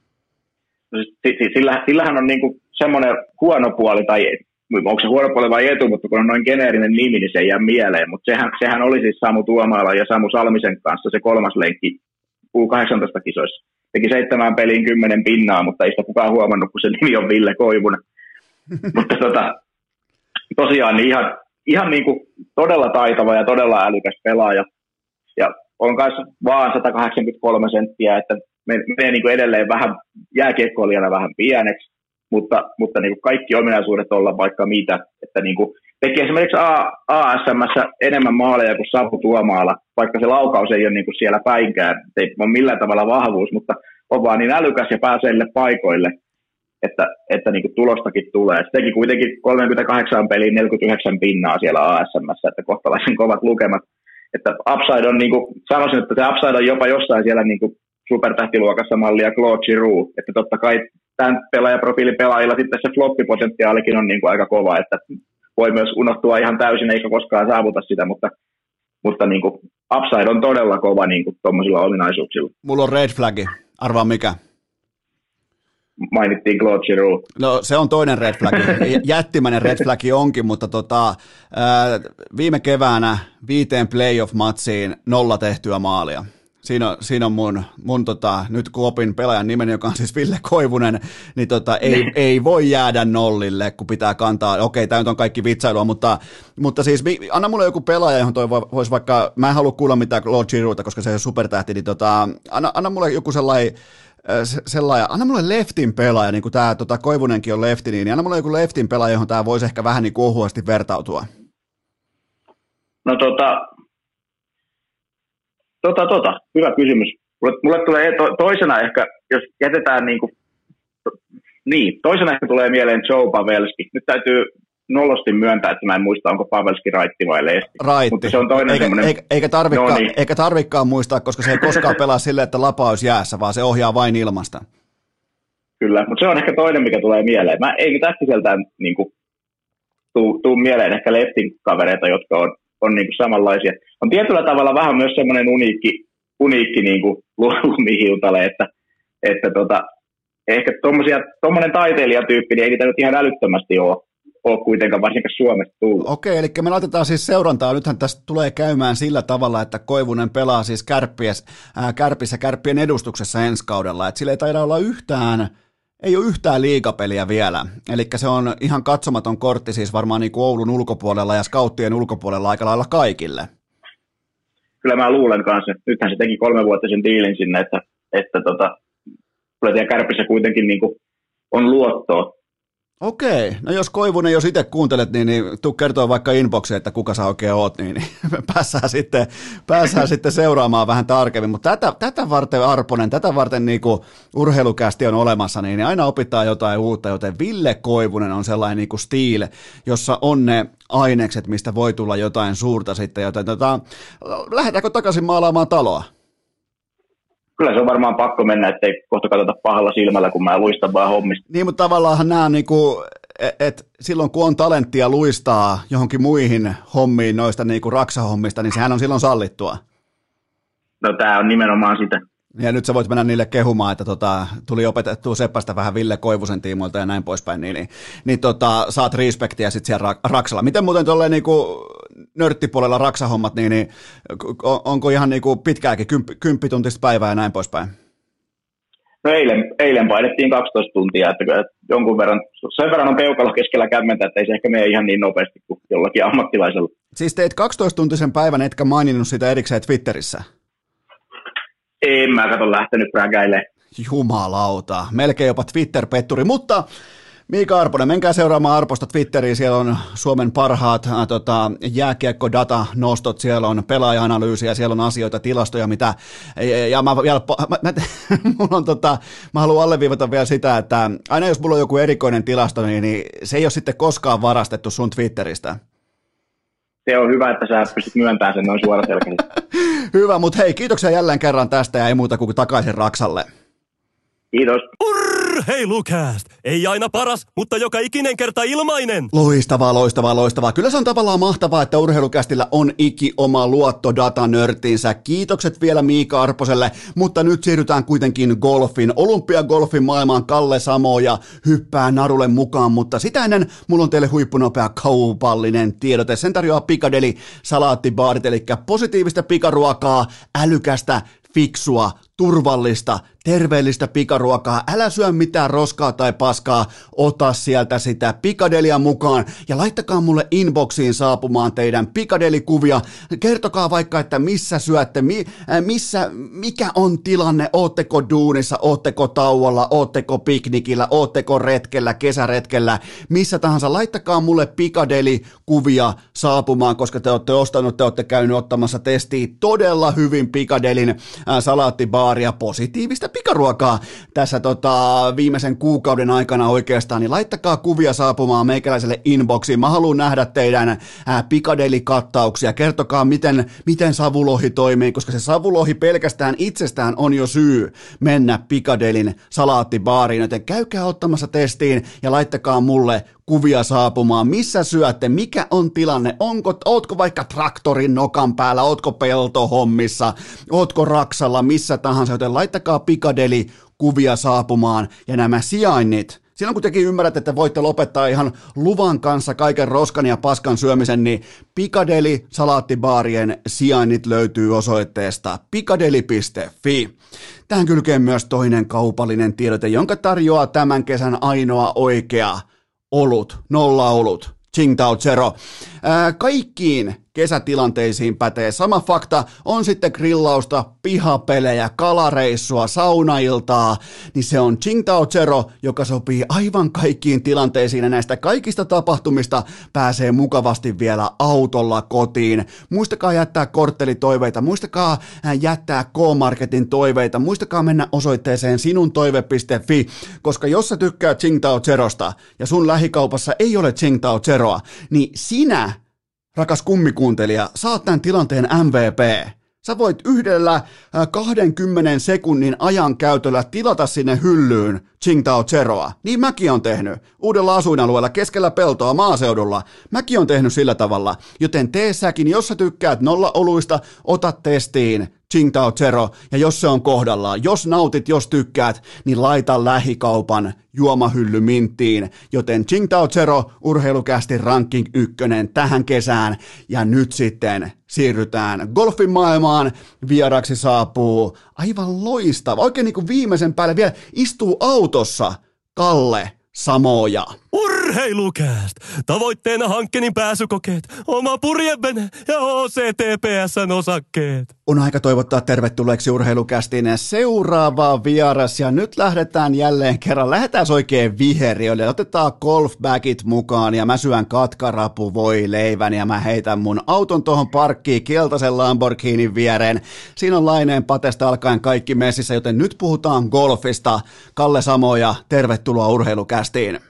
Sillä, sillähän on niinku semmoinen huono puoli, tai onko se huono puoli vai etu, mutta kun on noin geneerinen nimi, niin se ei jää mieleen, mutta sehän, sehän oli siis Samu Tuomaala ja Samu Salmisen kanssa se kolmas lenkki U kahdeksantoista-kisoissa. Teki seitsemän peliin kymmenen pinnaa, mutta ei sitä kukaan huomannut, kun se nimi on Ville Koivunen. mutta tota, tosiaan niin ihan, ihan niin kuin todella taitava ja todella älykäs pelaaja. Ja on myös vaan sata kahdeksankymmentäkolme senttiä, että menee niin kuin edelleen vähän jääkiekkoilijana vähän pieneksi, mutta, mutta niin kuin kaikki ominaisuudet olla vaikka mitä. Että niin kuin teki esimerkiksi A S M:ssä enemmän maaleja kuin Samu Tuomaala, vaikka se laukaus ei ole niin kuin siellä päinkään, ei ole millään tavalla vahvuus, mutta on vaan niin älykäs ja pääsee paikoille, että, että niin kuin tulostakin tulee. Se teki kuitenkin kolmekymmentäkahdeksan peliin neljäkymmentäyhdeksän pinnaa siellä A S M:ssä, että kohtalaisen kovat lukemat. Että upside on, niin kuin, sanoisin, että se upside on jopa jossain siellä niin kuin supertähtiluokassa mallia Claude Giroux, että totta kai tämän pelaajaprofiilipelaajilla sitten se floppipotentiaalikin on niin kuin aika kova, että voi myös unohtua ihan täysin eikä koskaan saavuta sitä, mutta, mutta niin kuin upside on todella kova niin kuin tuommoisilla ominaisuuksilla. Mulla on red flagi, arvaa mikä? Mainittiin Claude Giroux. No se on toinen red flag, jättimäinen red flag onkin, mutta tota, ää, viime keväänä viiteen playoff-matsiin nolla tehtyä maalia. Siinä on, siinä on mun, mun tota, nyt kun opin pelaajan nimen, joka on siis Ville Koivunen, niin tota, ei, ei voi jäädä nollille, kun pitää kantaa, okei, tämä nyt on kaikki vitsailua, mutta, mutta siis anna mulle joku pelaaja, johon toi voisi vaikka, mä en halua kuulla mitään Claude Girouxta, koska se on supertähti, niin tota, anna, anna mulle joku sellainen, sellainen, anna mulle leftin pelaaja, niin kuin tämä tota, Koivunenkin on lefti, niin anna mulle joku leftin pelaaja, johon tämä voisi ehkä vähän niin kuin ohuasti vertautua. No tota, tota, tota, hyvä kysymys. Mulle, mulle tulee to, toisena ehkä, jos jätetään niin kuin, to, niin, toisena ehkä tulee mieleen Joe Pavelski. Nyt täytyy nolosti myöntää, että mä en muista, onko Pavelski raitti vai lesti. Raitti. Mutta se on toinen eikä, semmoinen... eikä, eikä, tarvikaan, no niin. eikä tarvikaan muistaa, koska se ei koskaan pelaa silleen, että lapa olisi jäässä, vaan se ohjaa vain ilmasta. Kyllä, mutta se on ehkä toinen, mikä tulee mieleen. Mä eikä tähtiseltään niin kuin, tuu, tuu mieleen ehkä leftin kavereita, jotka on, on niin kuin samanlaisia. On tietyllä tavalla vähän myös semmoinen uniikki, uniikki niin kuin lumihiutale, että, että tota, ehkä tuommoinen taiteilijatyyppi, niin ei niitä nyt ihan älyttömästi ole. ole kuitenkaan varsinkaan Suomesta tullut. Okei, eli me laitetaan siis seurantaa. Nythän tästä tulee käymään sillä tavalla, että Koivunen pelaa siis Kärppies, ää, Kärpissä Kärppien edustuksessa ensi kaudella. Et sillä ei taida olla yhtään, ei ole yhtään liigapeliä vielä. Eli se on ihan katsomaton kortti siis varmaan niin kuin Oulun ulkopuolella ja scouttien ulkopuolella aika lailla kaikille. Kyllä mä luulen kanssa. Nythän se teki kolmevuotisen diilin sinne, että, että tota, kyllä siellä Kärpissä kuitenkin niin kuin on luottoa. Okei, no jos Koivunen, jos itse kuuntelet, niin, niin tuu kertoa vaikka inboxiin, että kuka sä oikein oot, niin, niin päässään, sitten, päässään sitten seuraamaan vähän tarkemmin. Mutta tätä, tätä varten Arponen, tätä varten niin kuin urheilukästi on olemassa, niin aina opitaan jotain uutta, joten Ville Koivunen on sellainen niin kuin stiil, jossa on ne ainekset, mistä voi tulla jotain suurta sitten, joten tota, lähdetäänkö takaisin maalaamaan taloa? Kyllä se on varmaan pakko mennä, ettei kohta katsota pahalla silmällä, kun mä luistan vaan hommista. Niin, mutta tavallaan nämä, niin kuin, että silloin kun on talenttia luistaa johonkin muihin hommiin noista niin kuin raksahommista, niin sehän on silloin sallittua. No tää on nimenomaan sitä. Ja nyt sä voit mennä niille kehumaan, että tota, tuli opetettua Seppasta vähän Ville Koivusen tiimoilta ja näin poispäin, niin, niin, niin tota, saat respektiä sitten siellä Raksalla. Miten muuten tuolleen niinku nörttipuolella Raksahommat, niin, niin onko ihan niinku pitkääkin kymppi, kymppituntista päivää ja näin poispäin? No eilen, eilen painettiin kaksitoista tuntia, että jonkun verran, sen verran on peukalo keskellä kämmentä, että ei se ehkä mene ihan niin nopeasti kuin jollakin ammattilaisella. Siis teit kaksitoista-tuntisen päivän, etkä maininnut sitä erikseen Twitterissä? En mä kato lähtenyt präkäilemään. Jumalauta, melkein jopa Twitter-petturi, mutta Miika Arponen, menkää seuraamaan Arposta Twitteriin, siellä on Suomen parhaat äh, tota, jääkiekko-data-nostot, siellä on pelaaja-analyysiä, siellä on asioita, tilastoja, mitä, ja, ja mä vielä, mä, mä, mulla on tota, mä haluan alleviivata vielä sitä, että aina jos mulla on joku erikoinen tilasto, niin, niin se ei ole sitten koskaan varastettu sun Twitteristä. Se on hyvä, että sä pystyt myöntämään sen noin suoraselkäisesti. Hyvä, mutta hei, kiitoksia jälleen kerran tästä ja ei muuta kuin takaisin Raksalle. Kiitos. Urheilukääst! Ei aina paras, mutta joka ikinen kerta ilmainen. Loistavaa, loistavaa, loistavaa. Kyllä se on tavallaan mahtavaa, että Urheilukästillä on iki oma luottodatanörttinsä. Kiitokset vielä Miika Arposelle, mutta nyt siirrytään kuitenkin golfin. Olympiagolfin maailmaan Kalle Samoja hyppää narulle mukaan, mutta sitä ennen mulla on teille huippunopea kaupallinen tiedote. Sen tarjoaa Pikadeli salaattibaarit, eli positiivista pikaruokaa, älykästä, fiksua, turvallista, terveellistä pikaruokaa. Älä syö mitään roskaa tai paskaa, ota sieltä sitä Pikadelia mukaan ja laittakaa mulle inboxiin saapumaan teidän Pikadeli-kuvia. Kertokaa vaikka, että missä syötte, mi, äh, missä, mikä on tilanne, ootteko duunissa, ootteko tauolla, ootteko piknikillä, ootteko retkellä, kesäretkellä, missä tahansa. Laittakaa mulle Pikadeli-kuvia saapumaan, koska te olette ostanut, te olette käynyt ottamassa testiä todella hyvin Pikadelin äh, salaattibaaria, positiivista pikaruokaa tässä tota, viimeisen kuukauden aikana oikeastaan, niin laittakaa kuvia saapumaan meikäläiselle inboxiin. Mä haluan nähdä teidän ää, pikadeli-kattauksia. Kertokaa, miten, miten savulohi toimii, koska se savulohi pelkästään itsestään on jo syy mennä Pikadelin salaattibaariin, joten käykää ottamassa testiin ja laittakaa mulle kuvia saapumaan. Missä syötte? Mikä on tilanne? Onko, ootko vaikka traktorin nokan päällä? Ootko peltohommissa? Ootko Raksalla? Missä tahansa? Joten laittakaa Pikadeli kuvia saapumaan. Ja nämä sijainnit, silloin kun tekin ymmärrätte, että voitte lopettaa ihan luvan kanssa kaiken roskan ja paskan syömisen, niin Pikadeli salaattibaarien sijainnit löytyy osoitteesta pikadeli piste fi. Tähän kylkee myös toinen kaupallinen tiedote, jonka tarjoaa tämän kesän ainoa oikea olut, nolla olut, Tsingtao Zero. Ää, kaikkiin kesätilanteisiin pätee sama fakta, on sitten grillausta, pihapelejä, kalareissua, saunailtaa, niin se on Tsingtao Zero, joka sopii aivan kaikkiin tilanteisiin ja näistä kaikista tapahtumista pääsee mukavasti vielä autolla kotiin. Muistakaa jättää korttelitoiveita, muistakaa jättää K-Marketin toiveita, muistakaa mennä osoitteeseen sinuntoive piste fi, koska jos sä tykkää Tsingtao Zerosta ja sun lähikaupassa ei ole Tsingtao Zeroa, niin sinä, rakas kummikuuntelija, saat tämän tilanteen M V P. Sä voit yhdellä kaksikymmentä sekunnin ajan käytöllä tilata sinne hyllyyn Tsingtao Zeroa. Niin mäkin on tehnyt. Uudella asuinalueella keskellä peltoa maaseudulla. Mäkin on tehnyt sillä tavalla. Joten tee säkin, jos sä tykkäät nolla oluista, ota testiin Tsingtao Zero. Ja jos se on kohdallaan, jos nautit, jos tykkäät, niin laita lähikaupan juomahylly minttiin. Joten Tsingtao Zero, urheilukästi ranking ykkönen tähän kesään. Ja nyt sitten siirrytään golfin maailmaan. Vieraksi saapuu aivan loistava, oikein niin kuin viimeisen päälle vielä istuu autossa Kalle Samoja. Urheilukääst! Tavoitteena hankkeenin pääsykokeet, oma purjevene ja O C T P S:n osakkeet. On aika toivottaa tervetulleeksi Urheilukästin seuraava vieras ja nyt lähdetään jälleen kerran. Lähdetään oikein viheriölle. Otetaan golfbagit mukaan ja mä syön katkarapu voi leivän ja mä heitän mun auton tohon parkkiin keltaisen Lamborghinin viereen. Siinä on Laineen patesta alkaen kaikki messissä, joten nyt puhutaan golfista. Kalle Samoja, tervetuloa Urheilukästiin.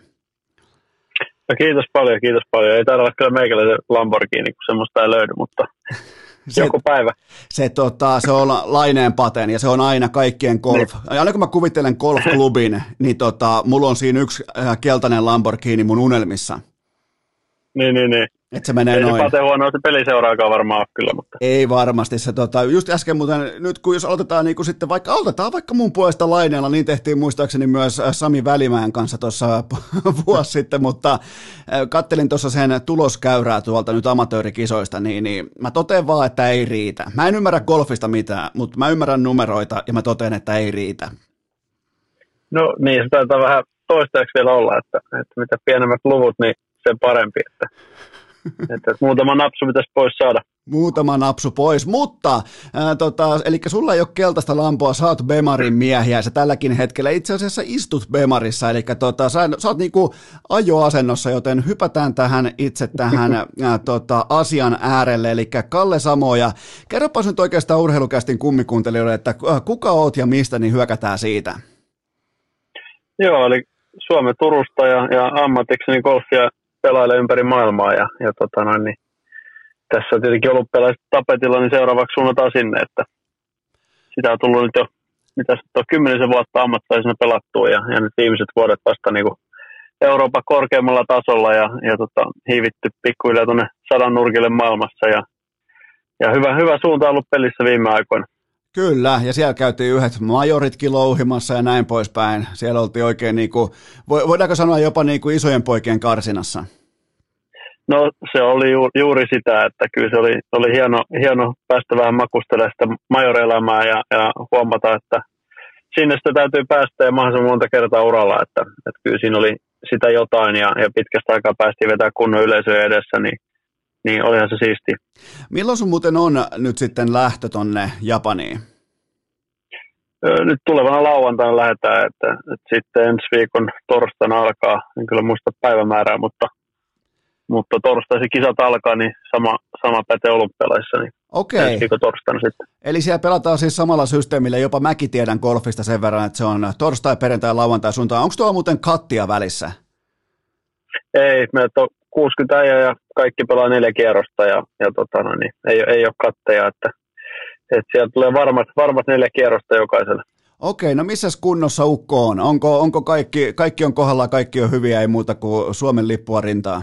No kiitos paljon, kiitos paljon. Ei taida olla kyllä meikäläisen Lamborghini, kun semmoista ei löydy, mutta se, joku päivä. Se, tota, se on Laineen paten ja se on aina kaikkien golf. Niin. Aina kun mä kuvittelen golfklubin, niin tota, mulla on siinä yksi keltainen Lamborghini mun unelmissa. Niin, niin, niin. Että se menee ei noin. Ei se pate huonoa se peliseuraakaan varmaan ole kyllä, mutta. Ei varmasti. Se, tota, just äsken muuten, nyt kun jos aloitetaan niin kuin sitten vaikka, aloitetaan vaikka mun puolesta Laineella, niin tehtiin muistaakseni myös Sami Välimäen kanssa tuossa vuosi sitten, mutta kattelin tuossa sen tuloskäyrää tuolta nyt amatöörikisoista, niin, niin mä totean vaan, että ei riitä. Mä en ymmärrä golfista mitään, mutta mä ymmärrän numeroita ja mä totean, että ei riitä. No niin, se taitaa vähän toistaiseksi vielä olla, että, että mitä pienemmät luvut, niin sen parempi, että Että muutama napsu pitäisi pois saada. Muutama napsu pois, mutta ää, tota, eli sulla ei ole keltaista lampoa, sä oot Bemarin miehiä ja sä tälläkin hetkellä itse asiassa istut Bemarissa, eli tota, sä, sä oot niinku ajoasennossa, joten hypätään tähän itse tähän ää, tota, asian äärelle, eli Kalle Samoja, kerropas nyt oikeastaan Urheilukästin kummikuuntelijoille, että kuka oot ja mistä, niin hyökätään siitä. Joo, eli Suomen Turusta ja, ja ammatikseni golfia pelailee ympäri maailmaa ja, ja tota noin, niin tässä on tietenkin ollut pelaiset tapetilla, niin seuraavaksi suunnataan sinne, että sitä on tullut nyt jo mitä on kymmenisen vuotta ammattilaisena pelattua ja, ja nyt viimeiset vuodet vasta niin kuin Euroopan korkeammalla tasolla ja, ja tota, hiivitty pikkuhiljaa tuonne sadan nurkille maailmassa ja, ja hyvä, hyvä suunta on ollut pelissä viime aikoina. Kyllä, ja siellä käytiin yhdet majoritkin louhimassa ja näin poispäin. Siellä oltiin oikein, niin kuin, voidaanko sanoa jopa niin kuin isojen poikien karsinassa? No se oli ju, juuri sitä, että kyllä se oli, oli hieno, hieno päästä vähän makustelemaan sitä majoreelämää ja, ja huomata, että sinne sitä täytyy päästä ja mahdollisimman monta kertaa uralla, että, että kyllä siinä oli sitä jotain ja, ja pitkästä aikaa päästiin vetää kunnon yleisöön edessä, niin, niin olihan se siistiä. Milloin sun muuten on nyt sitten lähtö tonne Japaniin? Nyt tulevana lauantaina lähdetään, että, että sitten ensi viikon torstaina alkaa, en kyllä muista päivämäärää, mutta mutta torstaisin kisat alkaa, niin sama, sama pätee olympialaisissa, niin okei. ensi viikon torstaina sitten. Eli siellä pelataan siis samalla systeemillä, jopa mäkin tiedän golfista sen verran, että se on torstai, perjantai, lauantai, sunnuntai. Onko tuolla muuten kattia välissä? Ei, meitä on kuusikymmentä äijää ja kaikki pelaa neljä kierrosta ja, ja tota, no niin, ei, ei ole katteja, että, että sieltä tulee varmat, varmat neljä kierrosta jokaiselle. Okei, no missäs kunnossa ukko on? Onko, onko kaikki, kaikki on kohdallaan, kaikki on hyviä, ei muuta kuin Suomen lippua rintaan?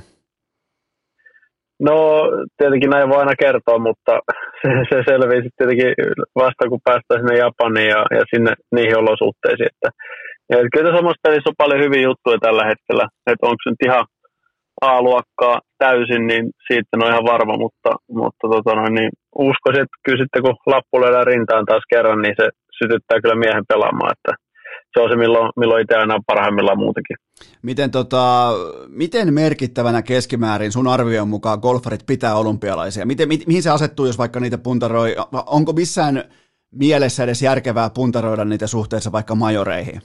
No tietenkin näin voi aina kertoa, mutta se, se selvii sitten tietenkin vasta kun päästään sinne Japaniin ja, ja sinne niihin olosuhteisiin. Että, ja kyllä tässä omassa pelissä on paljon hyviä juttuja tällä hetkellä, että onko se nyt ihan A-luokkaa täysin, niin siitä en ole ihan varma, mutta, mutta tota noin, niin uskoisin, että kyllä sitten kun lappu löydään rintaan taas kerran, niin se sytyttää kyllä miehen pelaamaan, että se on se, milloin, milloin itse aina parhaimmillaan muutenkin. Miten, tota, miten merkittävänä keskimäärin sun arvion mukaan golfarit pitää olympialaisia? Miten, mi, mihin se asettuu, jos vaikka niitä puntaroi? Onko missään mielessä edes järkevää puntaroida niitä suhteessa vaikka majoreihin?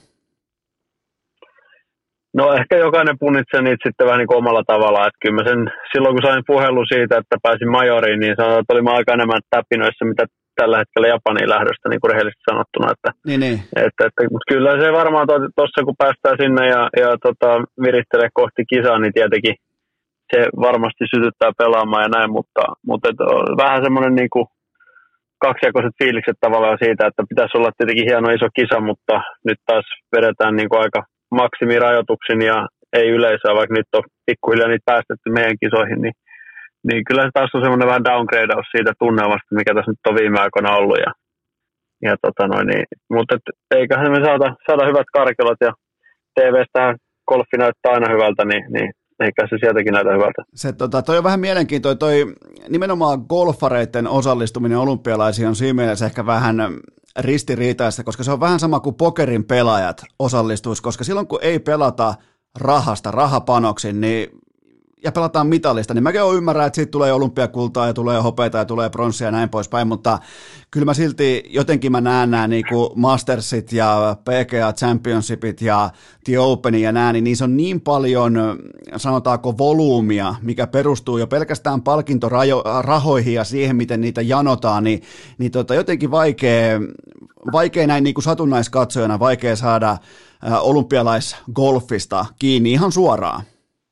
No ehkä jokainen punnitsee niitä sitten vähän niin kuin omalla tavallaan. Että kyllä mä sen, silloin kun sain puhelun siitä, että pääsin majoriin, niin sanoin, että olin aika enemmän täpinöissä, mitä tällä hetkellä Japaniin lähdöstä, niin kuin rehellisesti sanottuna. Että, niin, niin. Että, että, mutta kyllä se varmaan tuossa, kun päästään sinne ja, ja tota, virittelee kohti kisaa, niin tietenkin se varmasti sytyttää pelaamaan ja näin, mutta, mutta et, vähän semmoinen niin kuin kaksijakoiset fiilikset tavallaan siitä, että pitäisi olla tietenkin hieno iso kisa, mutta nyt taas vedetään niin kuin aika maksimirajoituksin ja ei yleisöä, vaikka nyt on pikkuhiljaa niitä päästetty meidän kisoihin, niin, niin kyllä se taas on semmoinen vähän downgradeaus siitä tunnelmasta, mikä tässä nyt on viime aikoina ollut. Ja, ja tota noin, niin, mutta et, eiköhän me saada, saada hyvät karkelot ja T V:stähän golfi näyttää aina hyvältä, niin, niin eikä se sieltäkin näytä hyvältä. Se, tota, toi on vähän mielenkiintoinen, toi nimenomaan golfareiden osallistuminen olympialaisiin on siinä mielessä ehkä vähän ristiriitaista, koska se on vähän sama kuin pokerin pelaajat osallistuisi, koska silloin kun ei pelata rahasta, rahapanoksin, niin ja pelataan mitalista, niin mäkin ymmärrän, että siitä tulee olympiakultaa ja tulee hopeita ja tulee pronssia ja näin poispäin, mutta kyllä mä silti jotenkin mä näen nämä niin kuin Mastersit ja P G A Championshipit ja The Openin ja nämä, niin niissä on niin paljon, sanotaanko, volyymia, mikä perustuu jo pelkästään palkintorahoihin ja siihen, miten niitä janotaan, niin, niin tota, jotenkin vaikea, vaikea näin niin kuin satunnaiskatsojana, vaikea saada olympialaisgolfista kiinni ihan suoraan.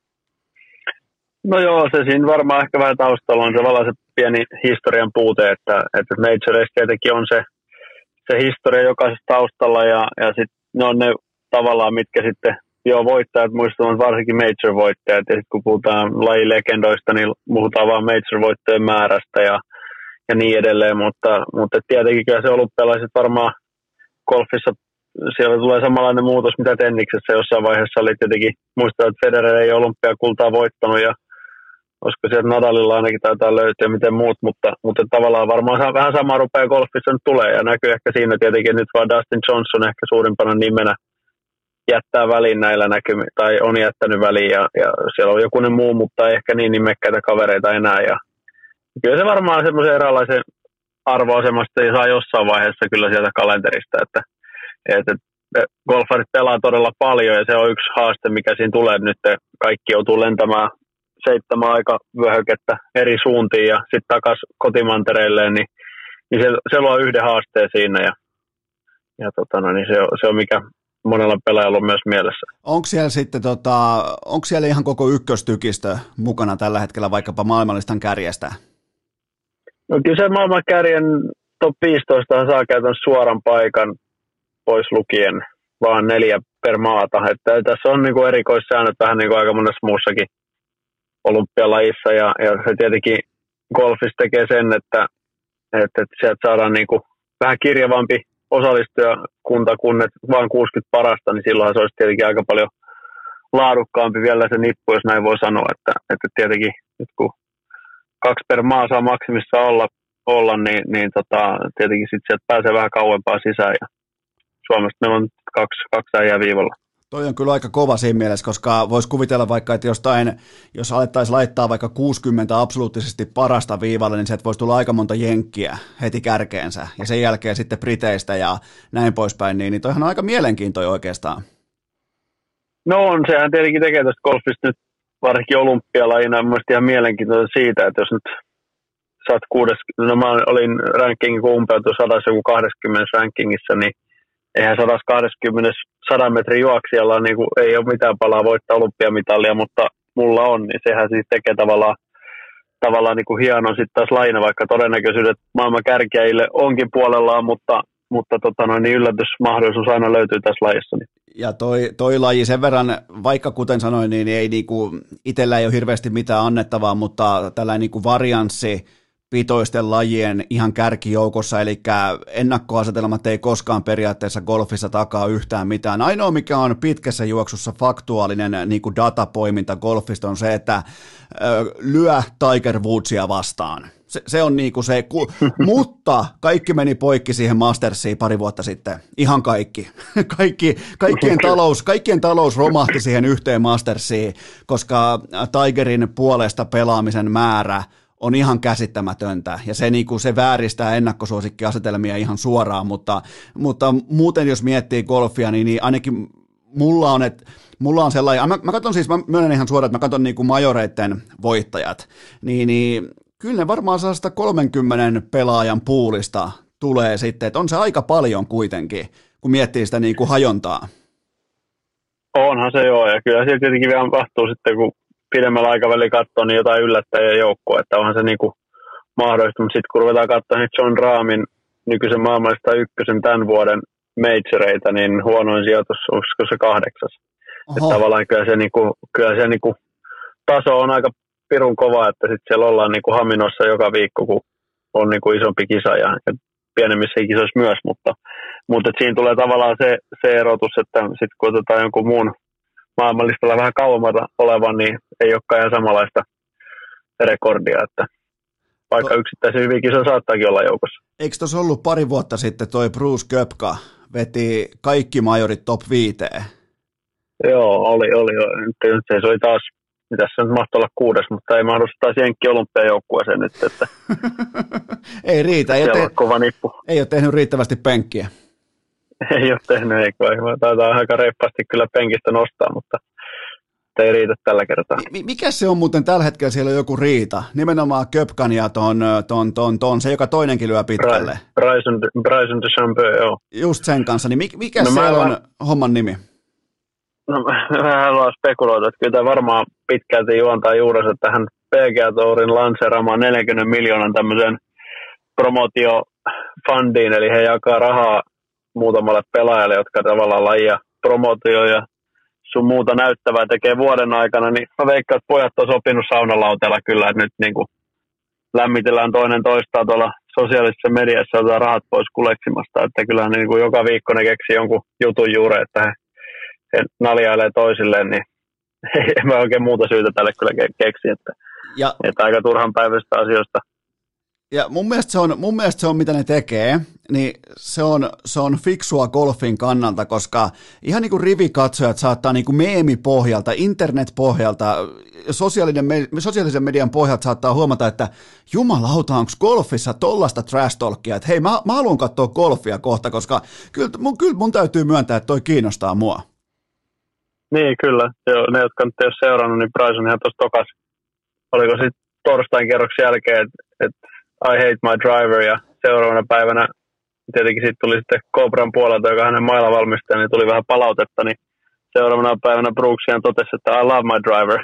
No joo, se siinä varmaan ehkä vähän taustalla on tavallaan se pieni historian puute, että, että majoreissa tietenkin on se, se historia jokaisessa taustalla ja, ja sitten ne on ne tavallaan, mitkä sitten joo voittajat muistuttavat varsinkin major-voittajat ja sitten kun puhutaan lajilegendoista, niin puhutaan vaan major-voittojen määrästä ja, ja niin edelleen, mutta, mutta tietenkin kyllä se olympialaiset varmaan golfissa siellä tulee samanlainen muutos, mitä tenniksessä jossain vaiheessa oli tietenkin muistaa, että Federer ei olympiakultaa voittanut ja olisiko sieltä Nadalilla ainakin taitaa löytyä miten muut, mutta, mutta tavallaan varmaan vähän sama rupeaa golfissa nyt tulee ja näkyy ehkä siinä tietenkin nyt vaan Dustin Johnson ehkä suurimpana nimenä jättää väliin näillä näkymin, tai on jättänyt väliin ja, ja siellä on jokunen muu, mutta ei ehkä niin nimekkäitä kavereita enää ja kyllä se varmaan semmoisen eräänlaisen arvoasemasta saa jossain vaiheessa kyllä sieltä kalenterista, että, että golfarit pelaa todella paljon ja se on yksi haaste, mikä siinä tulee, että nyt kaikki joutuu lentämään seitsemän aika vyöhykettä eri suuntiin ja sitten takaisin kotimantereilleen, niin, niin se, se luo yhden haasteen siinä ja, ja tota, no, niin se, on, se on mikä monella pelaajalla on myös mielessä. Onko siellä sitten tota, onko siellä ihan koko ykköstykistö mukana tällä hetkellä vaikkapa maailmanlistan kärjestä? No kyllä se maailman kärjen top viisitoista saa käytännössä suoran paikan pois lukien vaan neljä per maata. Että tässä on niin kuin erikoissäännöt vähän niin kuin aika monessa muussakin olympialajissa ja, ja se tietenkin golfissa tekee sen, että, että, että sieltä saadaan niin kuin vähän kirjavampi osallistujakunta kun vaan kuusikymmentä parasta, niin silloinhan se olisi tietenkin aika paljon laadukkaampi vielä se nippu, jos näin voi sanoa, että, että tietenkin nyt kun kaksi per maa saa maksimissa olla, olla niin, niin tota, tietenkin sit sieltä pääsee vähän kauempaa sisään ja Suomesta meillä on kaksi, kaksi äijää viivalla. Toi on kyllä aika kova siinä mielessä, koska voisi kuvitella vaikka, että jostain, jos alettaisiin laittaa vaikka kuusikymmentä absoluuttisesti parasta viivalle, niin sieltä voisi tulla aika monta jenkkiä heti kärkeensä, ja sen jälkeen sitten Briteistä ja näin poispäin, niin, niin toihan on aika mielenkiintoinen oikeastaan. No on, sehän tietenkin tekee tästä golfista nyt varsinkin olympialajina mun mielestä ihan mielenkiintoinen siitä, että jos nyt sä oot kuudes, no mä olin rankingin, kun umpeutui sadassa joku kaksikymmentä rankingissa, niin eihän sata kaksikymmentä sadan metrin juoksijalla niin kuin, ei ole mitään palaa voittaa olympiamitalia, mutta mulla on, niin sehän siis tekee tavallaan, tavallaan niin kuin hieno sitten taas lajina, vaikka todennäköisyydet maailman kärkiäjille onkin puolellaan, mutta, mutta tota noin, niin yllätysmahdollisuus aina löytyy tässä lajissa. Niin. Ja toi, toi laji sen verran, vaikka kuten sanoin, niin ei niinku, itsellä ei ole hirveästi mitään annettavaa, mutta tällainen niinku varianssi pitoisten lajien ihan kärkijoukossa, eli ennakkoasetelmat ei koskaan periaatteessa golfissa takaa yhtään mitään. Ainoa, mikä on pitkässä juoksussa faktuaalinen niin kuin datapoiminta golfista on se, että ö, lyö Tiger Woodsia vastaan. Se, se on niin kuin se, ku, mutta kaikki meni poikki siihen Mastersiin pari vuotta sitten. Ihan kaikki. kaikki kaikkien, talous, kaikkien talous romahti siihen yhteen Mastersiin, koska Tigerin puolesta pelaamisen määrä on ihan käsittämätöntä, ja se, niin kuin, se vääristää ennakkosuosikkiasetelmia ihan suoraan, mutta, mutta muuten jos miettii golfia, niin, niin ainakin mulla on, että mulla on sellainen, mä, mä katson siis, mä myönnän ihan suoraan, että mä katson niin kuin majoreiden voittajat, niin, niin kyllä ne varmaan sata kolmekymmentä pelaajan puulista tulee sitten, että on se aika paljon kuitenkin, kun miettii sitä niin kuin hajontaa. Onhan se joo, ja kyllä se tietenkin vielä vahtuu sitten, kun pidemmällä aikavälillä katsoa niin jotain yllättäjä joukkoa, että onhan se niinku mahdollista, mutta sitten kun ruvetaan katsoa niin John Rahmin nykyisen maailmallista ykkösen tämän vuoden majoreita, niin huonoin sijoitus, olisiko se kahdeksas. Että tavallaan kyllä se, niinku, kyllä se niinku, taso on aika pirun kova, että sitten siellä ollaan niinku haminossa joka viikko, kun on niinku isompi kisa ja, ja pienemmissä kisoissa myös, mutta, mutta siinä tulee tavallaan se, se erotus, että sitten kun otetaan jonkun muun maailmanlistalla vähän kauemmalta olevan, niin ei olekaan ihan samanlaista rekordia, että vaikka yksittäisen hyviä kisoja saattaakin olla joukossa. Eikö tuossa ollut pari vuotta sitten toi Bruce Koepka veti kaikki majorit top viiteen? Joo, oli, oli. Nyt se oli taas, mitäs se nyt mahtoi olla kuudes, mutta ei mahdollista taas Jenkki olympiajoukkueeseen nyt, että ei riitä, ei ole, te- kova nippu. Ei ole tehnyt riittävästi penkkiä. Ei ole tehnyt, eikö? Taitaa aika reippaasti kyllä penkistä nostaa, mutta ei riitä tällä kertaa. Mikä se on muuten tällä hetkellä, siellä on joku riita? Nimenomaan Koepkan ja ton, ton, ton, ton, se joka toinenkin lyö pitkälle. Bryson, Bryson DeChambeau, joo. Just sen kanssa, niin mikä no, siellä on vaan, homman nimi? No mä haluan spekuloida, että kyllä tämä varmaan pitkälti juontaa juuressa tähän P G A Tourin lanseeraamaan neljänkymmenen miljoonan tämmöiseen promotiofundiin, eli he jakaa rahaa muutamalle pelaajalle, jotka tavallaan lajia promotio ja sun muuta näyttävää tekee vuoden aikana, niin mä veikkaan, että pojat on sopinut saunalauteella kyllä, että nyt niin kuin lämmitellään toinen toistaan tuolla sosiaalisessa mediassa ja otetaan rahat pois kuleksimasta, että kyllähän niin kuin joka viikko ne keksii jonkun jutun juuri, että he, he naljailee toisilleen, niin en mä oikein muuta syytä tälle kyllä keksi, että, ja, että aika turhan päivästä asioista. Ja mun mielestä, se on, mun mielestä se on, mitä ne tekee, niin se on, se on fiksua golfin kannalta, koska ihan niin kuin rivikatsojat saattaa niin kuin meemipohjalta, internetpohjalta, sosiaalinen, sosiaalisen median pohjalta saattaa huomata, että jumalauta, onko golfissa tollaista trash talkia, että hei, mä, mä haluan katsoa golfia kohta, koska kyllä mun, kyllä mun täytyy myöntää, että toi kiinnostaa mua. Niin, kyllä. Ne, jotka nyt ei ole seurannut, niin Bryson ihan tuossa tokas, oliko sitten torstain kerroksen jälkeen, että et I hate my driver, ja seuraavana päivänä tietenkin sitten tuli sitten Cobran puolelta, joka hänen mailavalmistaja, niin tuli vähän palautetta, niin seuraavana päivänä Brooksian totesi, että I love my driver.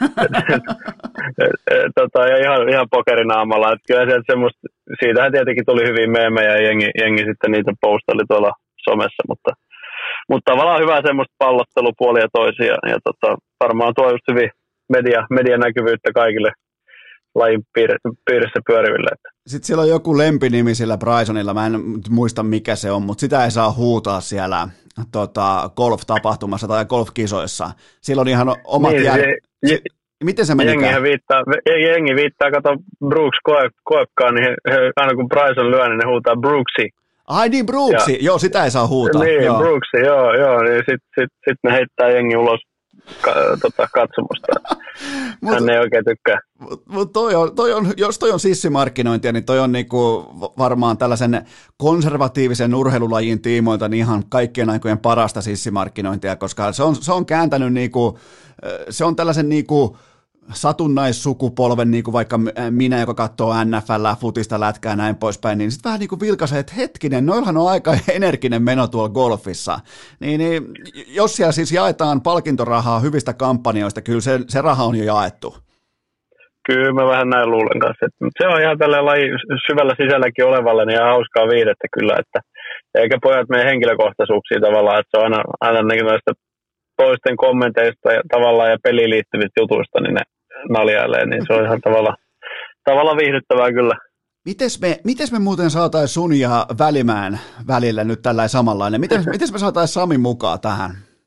tota, ja ihan, ihan pokerinaamalla, että kyllä sieltä semmoista, siitähän tietenkin tuli hyvin meemejä ja jengi, jengi sitten niitä postali tuolla somessa, mutta, mutta tavallaan hyvä semmoista pallottelupuolia toisia, ja, ja tota, varmaan tuo just hyvin media, medianäkyvyyttä kaikille lajin piirissä pyöriville. Sitten siellä on joku lempinimi sillä Brysonilla, mä en muista mikä se on, mutta sitä ei saa huutaa siellä tota, golf-tapahtumassa tai golf-kisoissa. Siellä on ihan omat niin, jär... se, se, miten se menikään? Jengi viittaa, jengi viittaa, kato Brooks Koepkaan, niin he, aina kun Bryson lyö, niin ne huutaa Brooksi. Ai niin, Brooksi, ja, joo, sitä ei saa huutaa. Niin, joo. Brooksi, joo, joo, niin sitten sit, sit ne heittää jengi ulos ka- tota, katsomusta. Hän ei oikein tykkää. Mutta toi on, toi on, jos toi on sissimarkkinointia, niin toi on niinku varmaan tällaisen konservatiivisen urheilulajin tiimoilta niin ihan kaikkien aikojen parasta sissimarkkinointia, koska se on, se on kääntänyt niinku, se on tällaisen niinku satunnaissukupolven, niin kuin vaikka minä, joka katsoo N F L, futista, lätkää ja näin poispäin, niin sitten vähän niin kuin vilkaisee, että hetkinen, noillahan on aika energinen meno tuolla golfissa. Niin, niin jos siellä siis jaetaan palkintorahaa hyvistä kampanjoista, kyllä se, se raha on jo jaettu. Kyllä mä vähän näin luulen kanssa. Että se on ihan tällä laji syvällä sisälläkin olevalle niin ihan hauskaa viidettä kyllä, että eikä pojat meidän henkilökohtaisuuksia tavallaan, että se on aina, aina niin noista toisten kommenteista ja tavallaan ja peliin liittyvistä jutuista, niin ne naljailee, niin se on ihan tavallaan, tavallaan viihdyttävää kyllä. Mites me, mites me muuten saataisiin sun ja Välimäen välillä nyt tällainen samanlainen? Mites, mites me saataisiin Sami mukaan tähän?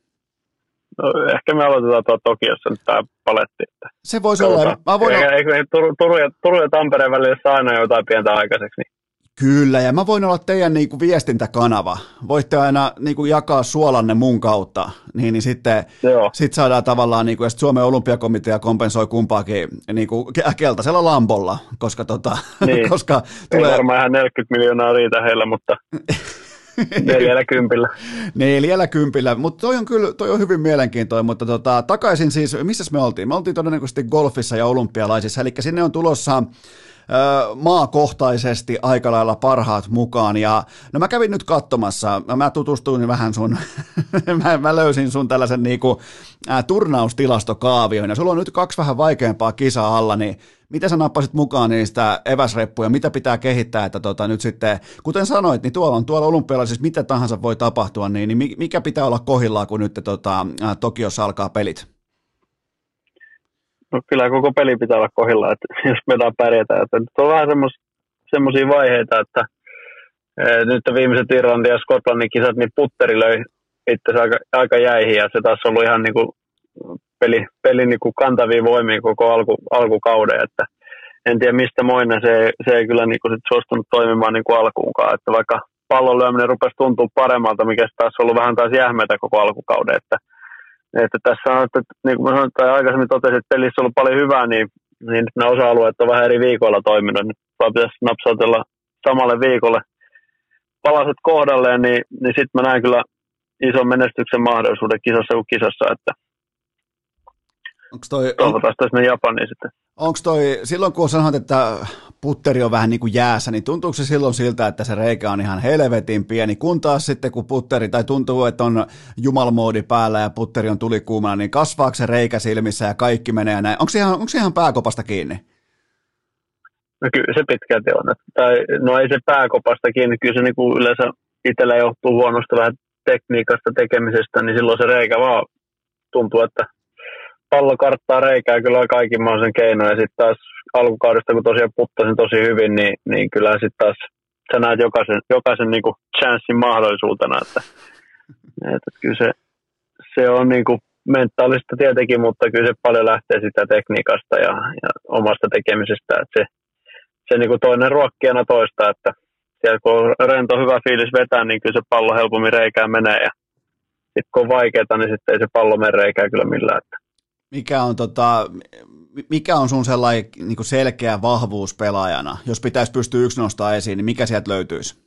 No, ehkä me aloitetaan tuolla Tokiossa nyt tämä paletti. Että se voisi olla. Mä voin... Eikä, eikö Turun Turu ja, Turu ja Tampereen välillä saa aina jotain pientä aikaiseksi? Niin. Kyllä, ja mä voin olla teidän niinku viestintäkanava. Voitte aina niinku jakaa suolanne mun kautta, niin, niin sitten sit saadaan tavallaan, niinku, ja sit Suomen olympiakomitea kompensoi kumpaakin niinku, keltaisella lambolla, koska, tota, niin. koska ei tulee... varmaan ihan neljäkymmentä miljoonaa riitä heillä, mutta neljällä kympillä. Neljällä kympillä, mutta toi on kyllä toi on hyvin mielenkiintoinen, mutta tota, takaisin siis, missä me oltiin? Me oltiin todennäköisesti golfissa ja olympialaisissa, eli sinne on tulossa maakohtaisesti aika lailla parhaat mukaan, ja no mä kävin nyt katsomassa, mä tutustuin vähän sun, mä, mä löysin sun tällaisen niinku ä, turnaustilastokaavioon, ja sulla on nyt kaksi vähän vaikeampaa kisaa alla, niin mitä sä nappasit mukaan niistä eväsreppuja, mitä pitää kehittää, että tota, nyt sitten, kuten sanoit, niin tuolla on tuolla olympialaisissa mitä tahansa voi tapahtua, niin, niin mikä pitää olla kohillaan, kun nyt tota, ä, Tokiossa alkaa pelit? No kyllä koko peli pitää olla kohdilla, että jos meidän pärjätään. Että nyt on vähän semmoisia vaiheita, että e, nyt viimeiset Irlannin ja Skotlannin kisat, niin putteri löi itse aika, aika jäihin, ja se taas on ollut ihan niin kuin peli, peli niin kuin kantavia voimia koko alku, alkukauden. Että en tiedä mistä moinen, se, se ei kyllä niin kuin sit suostunut toimimaan niin kuin alkuunkaan. Että vaikka pallon lyöminen rupesi tuntua paremmalta, mikä se taas on ollut vähän taas jähmeitä koko alkukauden, että Että tässä on, että niin kuin sanoin, tai aikaisemmin totesin, että pelissä on ollut paljon hyvää, niin, niin nämä osa-alueet on vähän eri viikoilla toiminut. Nyt vaan pitäisi napsautella samalle viikolle palaset kohdalleen, niin, niin sitten mä näen kyllä ison menestyksen mahdollisuuden kisassa kuin kisassa, että toi, toivotaan sitä sinne Japaniin sitten. Onko toi, silloin kun sanoit, että putteri on vähän niin kuin jäässä, niin tuntuuko se silloin siltä, että se reikä on ihan helvetin pieni, kun taas sitten kun putteri, tai tuntuu, että on jumalmoodi päällä ja putteri on tulikuumana, niin kasvaako se reikä silmissä ja kaikki menee näin? Onko se ihan, onko se ihan pääkopasta kiinni? No kyllä se pitkälti on. Tai, no ei se pääkopasta kiinni, kyllä se niin kuin yleensä itsellä johtuu huonosta vähän tekniikasta tekemisestä, niin silloin se reikä vaan tuntuu, että pallo karttaa reikää kyllä kaikin mahdollisen keinoin, ja sitten taas alkukaudesta, kun tosiaan puttasin tosi hyvin, niin, niin kyllä sitten taas sä näet jokaisen, jokaisen niinku chanssin mahdollisuutena, että, että kyllä se, se on niinku mentaalista tietenkin, mutta kyllä se paljon lähtee sitä tekniikasta ja, ja omasta tekemisestä, että se, se niinku toinen ruokkijana toista, että siellä kun on rento hyvä fiilis vetää, niin kyllä se pallo helpommin reikään menee, ja sitten kun on vaikeaa, niin sitten ei se pallo mene reikään kyllä millään, että Mikä on, tota, mikä on sun sellainen niin kuin selkeä vahvuus pelaajana? Jos pitäisi pystyä yksi nostaa esiin, niin mikä sieltä löytyisi?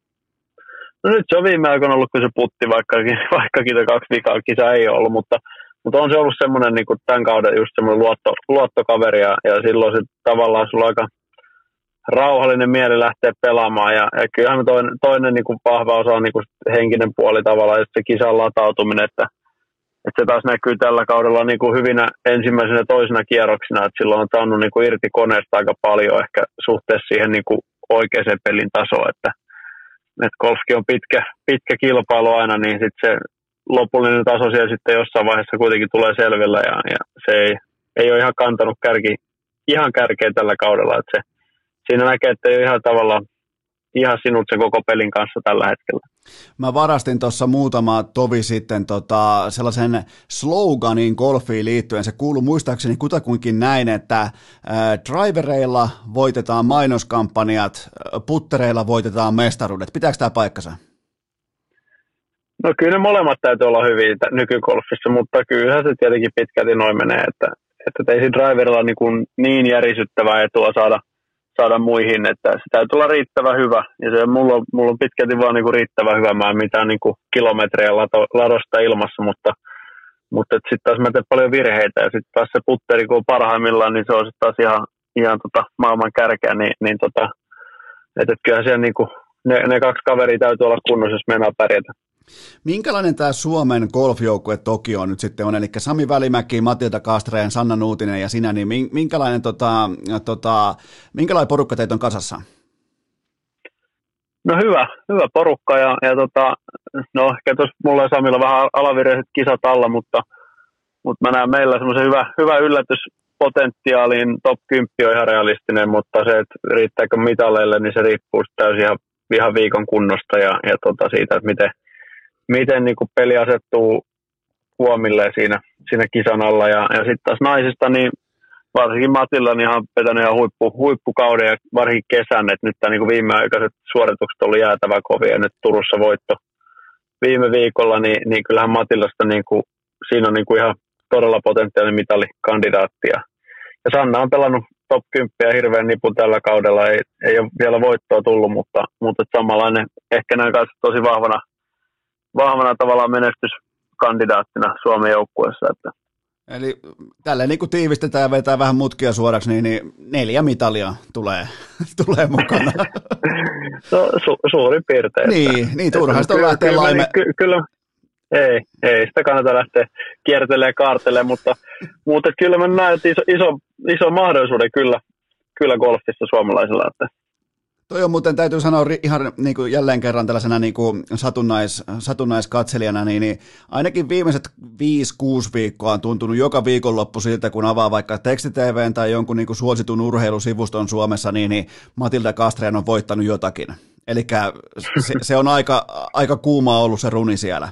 No nyt se on viime aikoina ollut kyllä se putti, vaikkakin, vaikkakin kaksi vikaa kisa ei ollut, mutta, mutta on se ollut semmoinen niin kuin tämän kauden just semmoinen luotto, luottokaveri, ja, ja silloin se tavallaan sulla aika rauhallinen mieli lähteä pelaamaan, ja, ja kyllähän toinen, toinen niin kuin vahva osa on niin kuin henkinen puoli tavallaan, ja se kisan latautuminen, että Että se taas näkyy tällä kaudella niin kuin hyvinä ensimmäisenä ja toisena kierroksina, että silloin on saanut niin kuin irti koneesta aika paljon ehkä suhteessa siihen niin kuin oikeaan pelin tasoon, että, että golfkin on pitkä, pitkä kilpailu aina, niin sitten se lopullinen taso siellä sitten jossain vaiheessa kuitenkin tulee selvillä, ja, ja se ei, ei ole ihan kantanut kärki, ihan kärkeä tällä kaudella, että se, siinä näkee, että ei ole ihan tavallaan ihan sinut se koko pelin kanssa tällä hetkellä. Mä varastin tuossa muutama tovi sitten tota, sellaisen sloganin golfiin liittyen. Se kuuluu muistaakseni kutakuinkin näin, että äh, drivereilla voitetaan mainoskampanjat, puttereilla voitetaan mestaruudet. Pitääkö tämä paikkansa? No kyllä ne molemmat täytyy olla hyviä nykygolfissa, mutta kyllähän se tietenkin pitkälti noin menee, että, että ei siinä driverilla niin, kuin niin järisyttävää etua saada, saada muihin, että se täytyy olla riittävän hyvä. Ja se mulla, on, mulla on pitkälti vaan niin kuin riittävän hyvä, mä en mitään niin kuin kilometrejä lato, ladosta ilmassa, mutta, mutta sitten taas mä teen paljon virheitä ja sitten taas se putteri, kun on parhaimmillaan, niin se on sitten taas ihan, ihan tota maailman kärkeä, niin, niin tota, että et kyllähän siellä niin kuin, ne, ne kaksi kaveria täytyy olla kunnossa, jos meinaa pärjätä. Minkälainen tämä Suomen golfjoukkue Tokio nyt sitten on, eli Sami Välimäki, Matilda Castrén, Sanna Nuutinen ja sinä, niin minkälainen, tota, tota, minkälainen porukka teitä on kasassa? No hyvä, hyvä porukka ja, ja tota, no ehkä tuossa mulla ja Samilla vähän alavireiset kisat alla, mutta, mutta mä näen meillä semmoisen hyvä, hyvä yllätyspotentiaaliin, top kymmenen on ihan realistinen, mutta se, että riittääkö mitaleille, niin se riippuu täysin ihan, ihan viikon kunnosta ja, ja tota siitä, että miten miten niin kuin peli asettuu huomilleen siinä, siinä kisan alla. Ja, ja sitten taas naisista, niin varsinkin Matilla niin ihan vetänyt ihan huippu, huippukauden ja varsinkin kesän. Et nyt tämä niin viimeaikaiset suoritukset on ollut jäätävän kovia ja nyt Turussa voitto viime viikolla, niin, niin kyllähän Matillasta niin kuin, siinä on niin kuin ihan todella potentiaalinen mitalikandidaatti. Ja, ja Sanna on pelannut top kymmenen hirveän nipun tällä kaudella. Ei, ei ole vielä voittoa tullut, mutta, mutta samanlainen ehkä näin kanssa tosi vahvana vahvana tavallaan menestyskandidaattina Suomen joukkueessa. Että. Eli tälleen niin kuin tiivistetään ja vetää vähän mutkia suoraksi, niin, niin neljä mitalia tulee, tulee mukana. No su- suurin piirtein. Niin, niin turhaan sitä on lähteä laime. Ky- kyllä, ei, ei sitä kannata lähteä kiertelemään ja kaartelemaan, mutta, mutta kyllä mä näen, että iso, iso, iso mahdollisuuden kyllä, kyllä golfissa suomalaisilla. Että. Toi on muuten, täytyy sanoa ihan niin kuin jälleen kerran tällaisena niin kuin satunnais, satunnaiskatselijana, niin, niin ainakin viimeiset viisi kuusi viikkoa on tuntunut joka viikonloppu siltä, kun avaa vaikka tekstitvn tai jonkun niin kuin suositun urheilusivuston Suomessa, niin, niin Matilda Castrén on voittanut jotakin. Eli se, se on aika, aika kuuma ollut se runi siellä.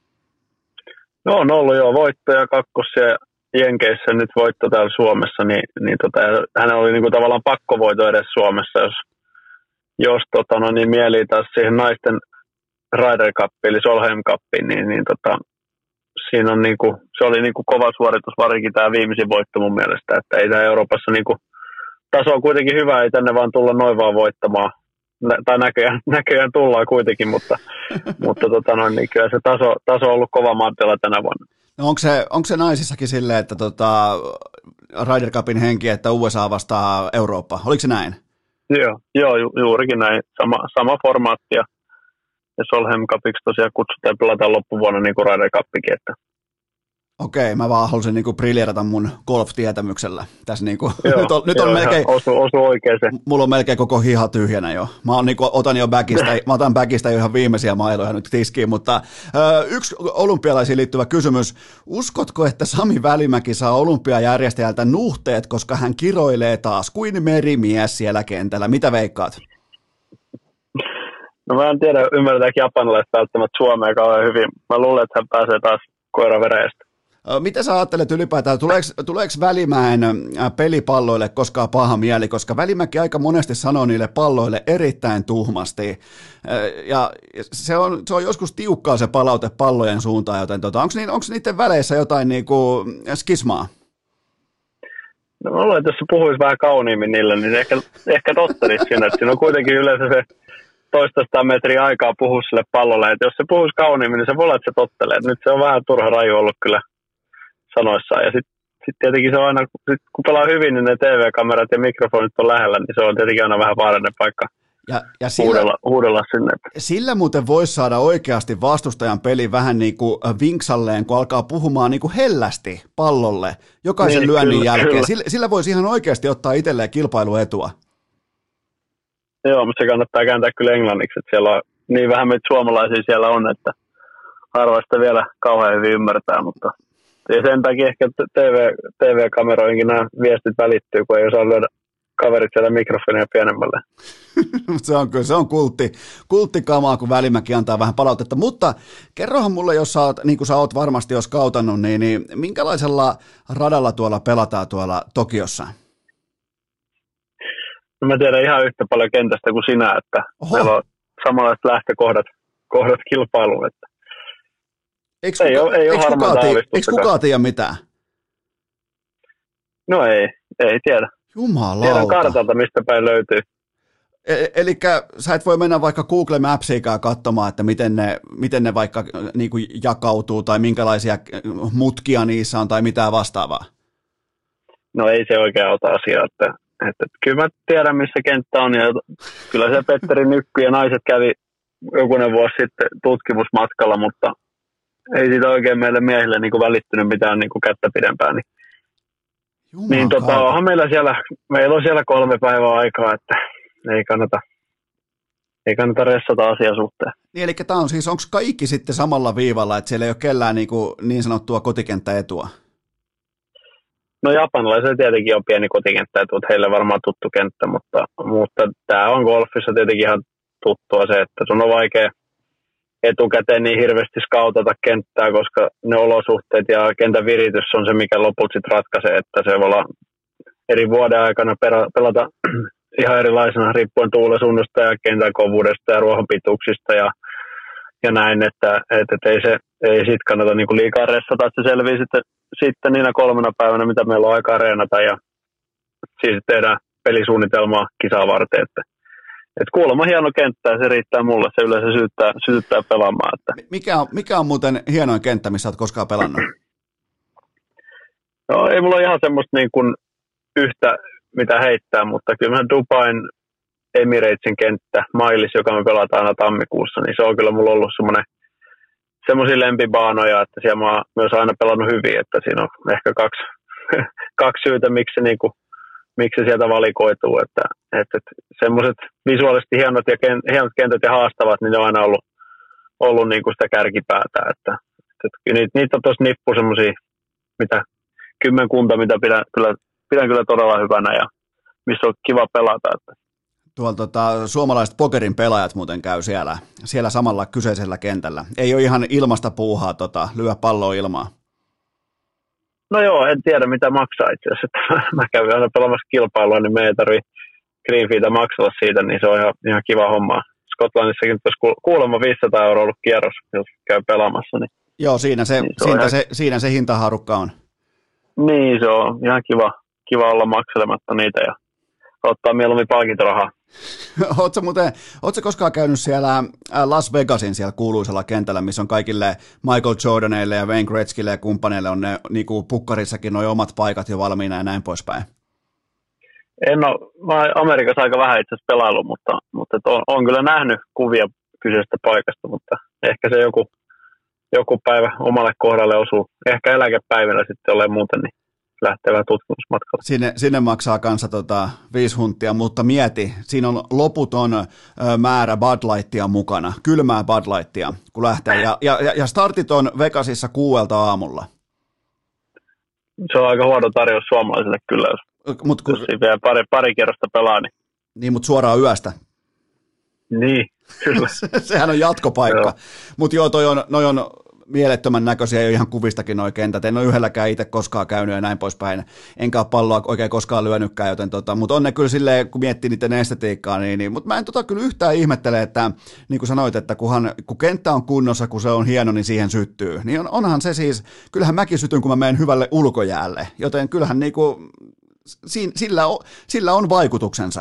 No on ollut jo voittoja kakkosia Jenkeissä, nyt voitto täällä Suomessa, niin, niin tota, hänellä oli niin kuin tavallaan pakkovoito edes Suomessa, jos Jos tota, no, niin mieli taas siihen naisten Ryder Cupiin, eli Solheim Cupiin, niin, niin tota, siinä on niinku, se oli niinku kova suoritus, varsinkin tämä viimeisin voitto mun mielestä, että ei tämä Euroopassa niinku, taso on kuitenkin hyvä, ei tänne vaan tulla noin vaan voittamaan, Nä, tai näköjään, näköjään tullaan kuitenkin, mutta, mutta tota, no, niin kyllä se taso, taso on ollut kova Mattila tänä vuonna. No onko se, onko se naisissakin silleen, että tota, Ryder Cupin henki, että U S A vastaa Eurooppa, oliko se näin? Joo, joo ju, juurikin näin. Sama, sama formaatti ja, ja Solheim Cupiksi tosiaan kutsutaan pelata loppuvuonna niin kuin Ryder Cupikin. Että. Okei, mä vaan halusin niinku briljerata mun golf-tietämyksellä. Tässä niinku, joo, nyt on, nyt on joo, melkein, osu, osu oikein se. Mulla on melkein koko hiha tyhjänä jo. Mä, on niinku, otan jo backista, mä otan backista jo ihan viimeisiä mailoja nyt tiskiin, mutta ö, yksi olympialaisiin liittyvä kysymys. Uskotko, että Sami Välimäki saa olympiajärjestäjältä nuhteet, koska hän kiroilee taas kuin merimies siellä kentällä? Mitä veikkaat? No mä en tiedä, ymmärtääkö japanilaiset välttämättä Suomea kauhean hyvin. Mä luulen, että hän pääsee taas koiravereistä. Mitä sä ajattelet ylipäätään, tuleeko, tuleeko Välimäen pelipalloille koskaan paha mieli, koska Välimäki aika monesti sanoo niille palloille erittäin tuhmasti, ja se on, se on joskus tiukkaa se palaute pallojen suuntaan, joten tota, onko, niin, onko niiden väleissä jotain niinku skismaa? No mä luulen, että jos se puhuisi vähän kauniimmin niille, niin se ehkä, ehkä tottelisi siinä, että siinä on kuitenkin yleensä se toistaista metriä aikaa puhua sille pallolle, että jos se puhuisi kauniimmin, niin se voi olla, että se tottelee. Nyt se on vähän turha raju ollut kyllä sanoissaan. Ja sitten sit tietenkin se on aina, sit kun pelaa hyvin, niin ne T V-kamerat ja mikrofonit on lähellä, niin se on tietenkin aina vähän vaarallinen paikka ja, ja sillä, huudella, huudella sinne. Sillä muuten voisi saada oikeasti vastustajan peli vähän niin kuin vinksalleen, kun alkaa puhumaan niin kuin hellästi pallolle jokaisen niin, lyönnin kyllä, jälkeen. Kyllä. Sillä, sillä voisi ihan oikeasti ottaa itselleen kilpailuetua. Joo, mutta se kannattaa kääntää kyllä englanniksi, että siellä on niin vähän meitä suomalaisia siellä on, että harva sitä vielä kauhean hyvin ymmärtää, mutta ja sen takia ehkä T V, T V-kameroihinkin nämä viestit välittyy, kun ei osaa lyödä kaverit siellä mikrofonia pienemmälle. se on kyllä, se on kultti, kulttikamaa, kun Välimäki antaa vähän palautetta, mutta kerrohan mulle, jos sä oot, niin kuin sä oot varmasti jo skautannut, niin, niin minkälaisella radalla tuolla pelataan tuolla Tokiossa? No mä tiedän ihan yhtä paljon kentästä kuin sinä, että Oho. meillä on samanlaiset lähtökohdat kohdat kilpailuun, että Eikö ei kuka, ole, ei ole eikö kukaan, tiedä, eikö kukaan tiedä mitään? No ei, ei tiedä. Jumalauta. Tiedän kartalta, mistä päin löytyy. Eli sä et voi mennä vaikka Google Mapsiikaan katsomaan, että miten ne, miten ne vaikka niin kuin jakautuu tai minkälaisia mutkia niissä on tai mitään vastaavaa? No ei se oikein auta asiaa, että, että, että kyllä mä tiedän, missä kenttä on, ja kyllä se Petteri Nykky ja naiset kävi jokunen vuosi sitten tutkimusmatkalla, mutta ei siitä oikein meille miehille niin kuin välittynyt mitään niin kuin kättä pidempään. Niin, niin tota, onhan meillä siellä, meillä on siellä kolme päivää aikaa, että ei kannata, ei kannata ressata asian suhteen. Niin, eli tämä on siis, onko kaikki sitten samalla viivalla, että siellä ei ole kellään niin, kuin niin sanottua kotikenttäetua? No japanilaisilla tietenkin on pieni kotikenttä, että heille varmaan tuttu kenttä, mutta, mutta tämä on golfissa tietenkin ihan tuttua se, että sun on vaikea etukäteen niin hirveästi skautata kenttää, koska ne olosuhteet ja kentän viritys on se, mikä lopulta sitten ratkaisee, että se voi olla eri vuoden aikana pelata ihan erilaisena riippuen tuulesuunnasta ja kentän kovuudesta ja ruohonpituuksista ja, ja näin, että, että, että ei, se, ei sit kannata niinku liikaa ressata, että se selvii sitten, sitten niinä kolmena päivänä, mitä meillä on aikaa reenata ja siis tehdään pelisuunnitelmaa kisaa varten, että et kuulemma hieno kenttä ja se riittää mulle, se yleensä sytyttää, sytyttää pelaamaan. Että. Mikä, on, mikä on muuten hienoin kenttä, missä olet koskaan pelannut? No ei mulla ole ihan semmoista niin kuin yhtä, mitä heittää, mutta kyllä Dubain Emiratesin kenttä, Mailis, joka me pelataan aina tammikuussa, niin se on kyllä mulla ollut semmoinen semmoisia lempibaanoja, että siellä mä oon myös aina pelannut hyvin, että siinä on ehkä kaksi, kaksi syytä, miksi se, niin kuin, miksi se sieltä valikoituu, että, että, että semmoiset visuaalisesti hienot, ja ken, hienot kentät ja haastavat, niin ne on aina ollut, ollut niin kuin sitä kärkipäätä, että, että niitä, niitä on tuossa nippu semmoisia, mitä kymmenkunta, mitä pidän kyllä, pidän kyllä todella hyvänä ja missä on kiva pelata, että. Tuolla tota, suomalaiset pokerin pelaajat muuten käy siellä, siellä samalla kyseisellä kentällä. Ei ole ihan ilmasta puuhaa tota, lyö palloa ilmaa. No joo, en tiedä mitä maksaa itse asiassa. Mä kävin aina pelaamassa kilpailua, niin me ei tarvitse greenfeetä maksella siitä, niin se on ihan, ihan kiva homma. Skotlannissakin olisi kuulemma viisisataa euroa ollut kierros, jos käy pelaamassa. Niin, joo, siinä se, niin se, siinä, ihan... se, siinä se hintaharukka on. Niin, se on ihan kiva, kiva olla makselematta niitä ja ottaa mieluummin palkintorahaa. Oletko muuten, ootko koskaan käynyt siellä Las Vegasin siellä kuuluisella kentällä, missä on kaikille Michael Jordaneille ja Wayne Gretzkylle ja kumppaneille on ne niin kuin pukkarissakin nuo omat paikat jo valmiina ja näin poispäin? En ole, mä oon Amerikassa aika vähän itse asiassa pelailu, mutta, mutta on, on kyllä nähnyt kuvia kyseisestä paikasta, mutta ehkä se joku, joku päivä omalle kohdalle osuu. Ehkä eläkepäivänä sitten olleen muuten, niin lähtevää tutkimusmatkalla. Sinne, sinne maksaa kanssa tota viisi hunttia, mutta mieti, siinä on loputon ö, määrä Bud Lightia mukana, kylmää Bud Lightia, kun lähtee. Ja, ja, ja startit on Vegasissa kuuelta aamulla. Se on aika huono tarjous suomalaisille kyllä, jos, Mut, kun, jos vielä pari, pari kierrosta pelaa. Niin, niin mutta suoraan yöstä. Niin, kyllä. Sehän on jatkopaikka. Mutta joo, toi on, noi on mielettömän näköisiä jo ihan kuvistakin nuo kentät. En ole yhdelläkään itse koskaan käynyt ja näin poispäin. Enkä ole palloa oikein koskaan lyönytkään, joten tota, mutta on ne kyllä silleen, kun miettii niiden estetiikkaa, niin, niin mutta mä en tota kyllä yhtään ihmettele, että niin kuin sanoit, että kunhan, kun kenttä on kunnossa, kun se on hieno, niin siihen syttyy. Niin on, onhan se siis, kyllähän mäkin sytyn, kun mä menen hyvälle ulkojäälle, joten kyllähän niin kuin, sillä, on, sillä on vaikutuksensa.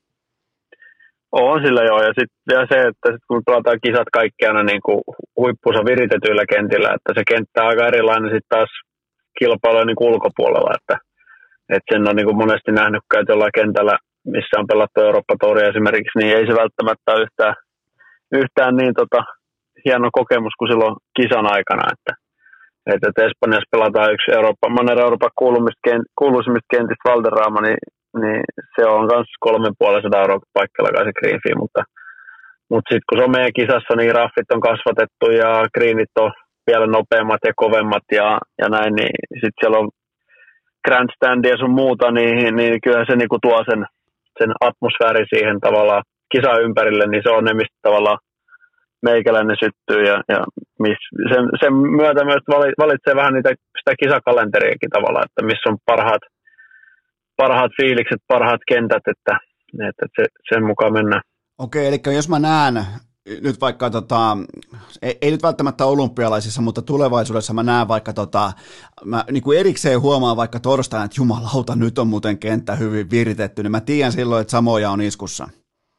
On sillä joo, ja sitten vielä se, että sit kun pelataan kisat kaikki aina niin kuin huippuunsa viritetyillä kentillä, että se kenttä on aika erilainen sitten taas kilpailujen niin ulkopuolella, että, että sen on niin kuin monesti nähnytkään, että jollain kentällä, missä on pelattu Eurooppa-touria esimerkiksi, niin ei se välttämättä ole yhtään, yhtään niin tota, hieno kokemus kuin silloin kisan aikana, että, että, että Espanjassa pelataan yksi Eurooppa, Manner-Euroopan kuuluisimmista kentistä Valderrama, niin niin se on myös kolmenpuolisen euroa paikalla se green fee, mutta, mutta sitten kun se on meidän kisassa, niin raffit on kasvatettu ja greenit on vielä nopeammat ja kovemmat ja, ja näin, niin sitten siellä on grandstandia ja sun muuta, niin, niin kyllä se niinku tuo sen, sen atmosfääri siihen tavallaan kisan ympärille, niin se on ne, mistä tavallaan meikäläinen syttyy ja, ja miss, sen, sen myötä myös valitsee vähän niitä, sitä kisakalenteriakin tavallaan, että missä on parhaat parhaat fiilikset, parhaat kentät, että, että se, sen mukaan mennään. Okei, eli jos mä näen nyt vaikka, tota, ei, ei nyt välttämättä olympialaisissa, mutta tulevaisuudessa mä näen vaikka, tota, mä niin kuin erikseen huomaan vaikka torstaina, että jumalauta, nyt on muuten kenttä hyvin viritetty, niin mä tiedän silloin, että samoja on iskussa.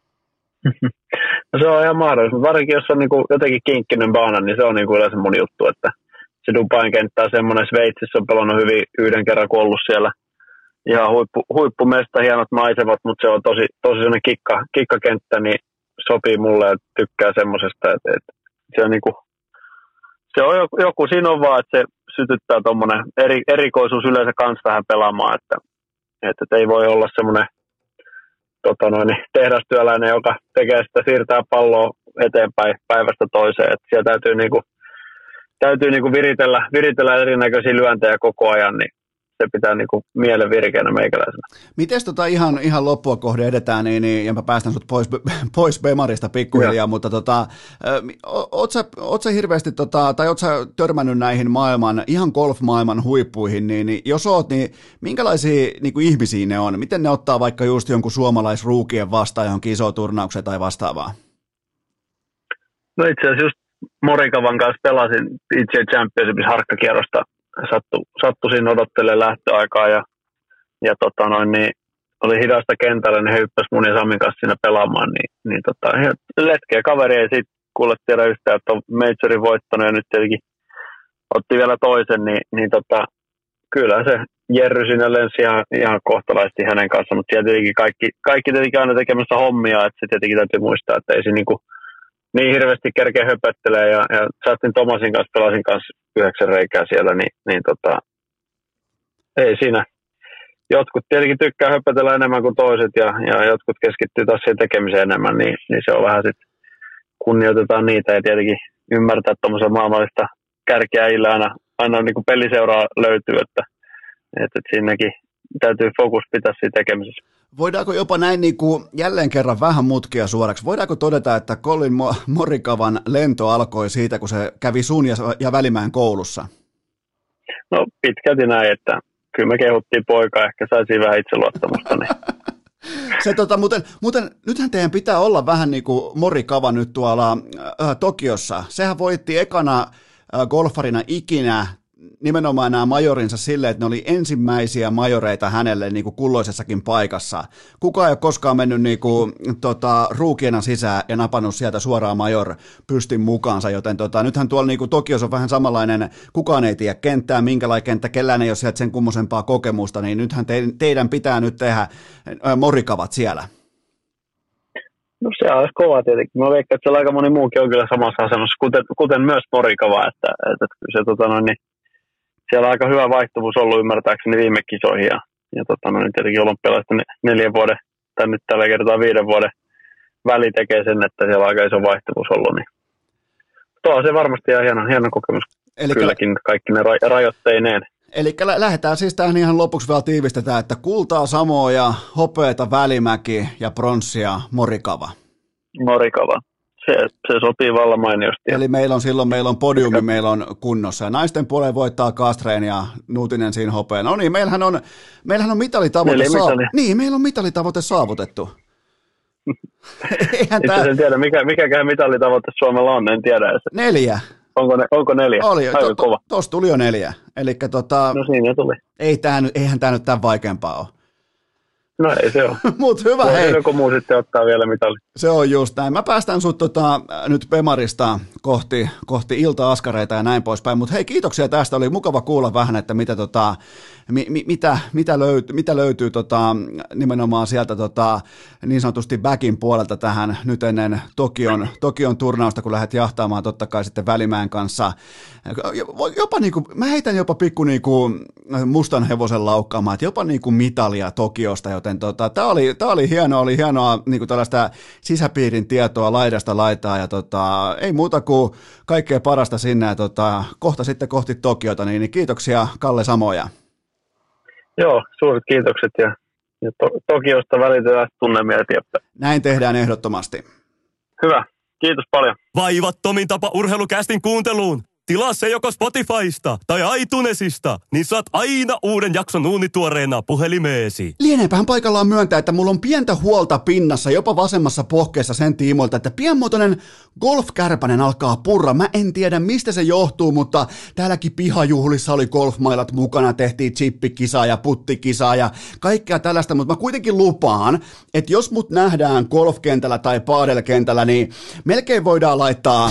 No se on ihan mahdollista, varsinkin jos on niin kuin jotenkin kinkkinen baana, niin se on niin kuin yleensä mun juttu, että se Dubain kenttä on semmoinen, Sveitsissä on pelannut hyvin yhden kerran, kun ollut siellä ihan huippu, huippumesta, hienot maisemat, mutta se on tosi, tosi sellainen kikka, kikkakenttä, niin sopii mulle ja tykkää semmoisesta, että, että se on niinku, se on joku, joku siinä on vaan, että se sytyttää tuommoinen eri, erikoisuus yleensä kans vähän pelaamaan, että, että, että ei voi olla semmoinen tota noin, tehdastyöläinen, joka tekee sitä, siirtää palloa eteenpäin päivästä toiseen, että siellä täytyy niinku, täytyy niinku viritellä, viritellä erinäköisiä lyöntejä koko ajan, niin se pitää niinku mielen virkeänä meikäläisenä. Mites tota ihan, ihan loppua kohde edetään, niin, niin, ja mä päästän sut pois, pois Bemarista pikkuhiljaa, ja. mutta tota, oot sä, oot sä hirveästi, tota, tai oot sä törmännyt näihin maailman, ihan golf-maailman huippuihin, niin, niin jos oot, niin minkälaisia niin kuin ihmisiä ne on? Miten ne ottaa vaikka just jonkun suomalaisruukien vastaan johonkin isoon turnaukseen tai vastaavaa? No itse asiassa just Morikavan kanssa pelasin P G A Championshipissa harkkakierrosta. Sattu, sattu siinä odottelemaan lähtöaikaa ja, ja tota noin, niin oli hidasta kentällä, niin he hyppäsivät mun ja Samin kanssa siinä pelaamaan, niin, niin tota, letkeä kaveri ei siitä kuule tiedä yhtään, että on majorin voittanut ja nyt tietenkin otti vielä toisen, niin, niin tota, kyllä se Jerry siinä lensi ihan, ihan kohtalaisesti hänen kanssaan, mutta siellä tietenkin kaikki, kaikki tietenkin aina tekemässä hommia, että se tietenkin täytyy muistaa, että ei se niinku niin hirveästi kerkeä höpöttelee ja, ja Justin Thomasin kanssa pelasin kanssa yhdeksän reikää siellä, niin, niin tota, ei siinä. Jotkut tietenkin tykkää höpötellä enemmän kuin toiset ja, ja jotkut keskittyy taas siihen tekemiseen enemmän, niin, niin se on vähän sitten, kunnioitetaan niitä ja tietenkin ymmärtää, että tuommoisen maailmallista kärkeäillä aina, aina niin kuin peliseuraa löytyy, että, että, että siinäkin täytyy fokus pitää siinä tekemisessä. Voidaanko jopa näin niin kuin jälleen kerran vähän mutkia suoraksi, voidaanko todeta, että Collin Morikavan lento alkoi siitä, kun se kävi sun ja, ja Välimäen koulussa? No pitkälti näin, että kyllä me kehuttiin poikaa, ehkä saisi vähän itseluottamusta. Niin. Se, tota, muuten, muuten, nythän teidän pitää olla vähän niin kuin Morikava nyt tuolla äh, Tokiossa. Sehän voitti ekana äh, golfarina ikinä nimenomaan nämä majorinsa silleen, että ne oli ensimmäisiä majoreita hänelle niin kuin kulloisessakin paikassa. Kukaan ei ole koskaan mennyt niin kuin, tota, ruukiena sisään ja napannut sieltä suoraan major pystin mukaansa, joten tota, nythän tuolla niin kuin Tokiossa on vähän samanlainen, kukaan ei tiedä kenttää, minkälainen kenttä, kellään ei ole sieltä sen kummosempaa kokemusta, niin nythän te, teidän pitää nyt tehdä ä, Morikavat siellä. No se olisi kova tietenkin. Mä veikkaan, että siellä aika moni muukin on kyllä samassa asemassa, kuten, kuten myös Morikava, että, että se tota noin, niin siellä on aika hyvä vaihtuvuus ollut ymmärtääkseni viime kisoihin ja, ja tota, no, tietenkin olympialaista neljän vuoden tai nyt tällä kertaa viiden vuoden väli tekee sen, että siellä on aika iso vaihtuvuus ollut. Niin. Tuo on se varmasti ihan hieno, hieno kokemus. Elikkä, kylläkin kaikki ne ra- rajoitteineen. Eli lähdetään siis tähän ihan lopuksi vielä tiivistetään, että kultaa Samoa, hopeata Välimäki ja pronssia Morikava. Morikava. Se, se sopii vallan mainiosti. Eli meillä on silloin, meillä on podiumi, meillä on kunnossa. Ja naisten puoleen voittaa Kastreen ja Nuutinen siinä hopea. No niin, meillähän on, meillähän on mitalitavoite, saav- niin, meillä on mitalitavoite saavutettu. Eihän tää... En tiedä, mikä, mikäkään mitalitavoite Suomella on, en tiedä. Neljä. Onko, ne, onko neljä? Oli, to, to, tuossa tuli jo neljä. Elikkä tota, no siinä tuli. Ei tää, eihän tämä nyt tämän vaikeampaa ole. No ei se ole. Mut hyvä, Voi hei. Joku muu sitten ottaa vielä mitali. Se on just näin. Mä päästän sut tota, nyt Bemarista kohti, kohti ilta-askareita ja näin poispäin. Mutta hei, kiitoksia tästä. Oli mukava kuulla vähän, että mitä, tota, mi, mi, mitä, mitä, löytyy, mitä löytyy tota, nimenomaan sieltä tota, niin sanotusti backin puolelta tähän nyt ennen Tokion, Tokion turnausta, kun lähdet jahtaamaan totta kai sitten Välimäen kanssa. Jopa niinku, mä heitän jopa pikku niinku mustan hevosen laukkaamaan, että jopa niinku mitalia Tokiosta, joten tota, tää oli, tää oli hienoa, oli hienoa niinku tällaista sisäpiirin tietoa laidasta laitaa, ja tota, ei muuta kuin kaikkea parasta sinne, ja tota, kohta sitten kohti Tokiota, niin, niin kiitoksia Kalle Samoja. Joo, suuret kiitokset, ja, ja to, Tokiosta välitetään tunnelmia eteenpäin. Näin tehdään ehdottomasti. Hyvä, kiitos paljon. Vaivattomin tapa urheilukästin kuunteluun. Tilaa se joko Spotifysta tai iTunesista, niin saat aina uuden jakson uunituoreena puhelimeesi. Lieneepähän paikallaan myöntää, että mulla on pientä huolta pinnassa, jopa vasemmassa pohkeessa sen tiimoilta, että pienmuotoinen golfkärpänen alkaa purra. Mä en tiedä, mistä se johtuu, mutta täälläkin pihajuhlissa oli golfmailat mukana, tehtiin chippikisaa ja puttikisaa ja kaikkea tällaista, mutta mä kuitenkin lupaan, että jos mut nähdään golfkentällä tai paadelkentällä, niin melkein voidaan laittaa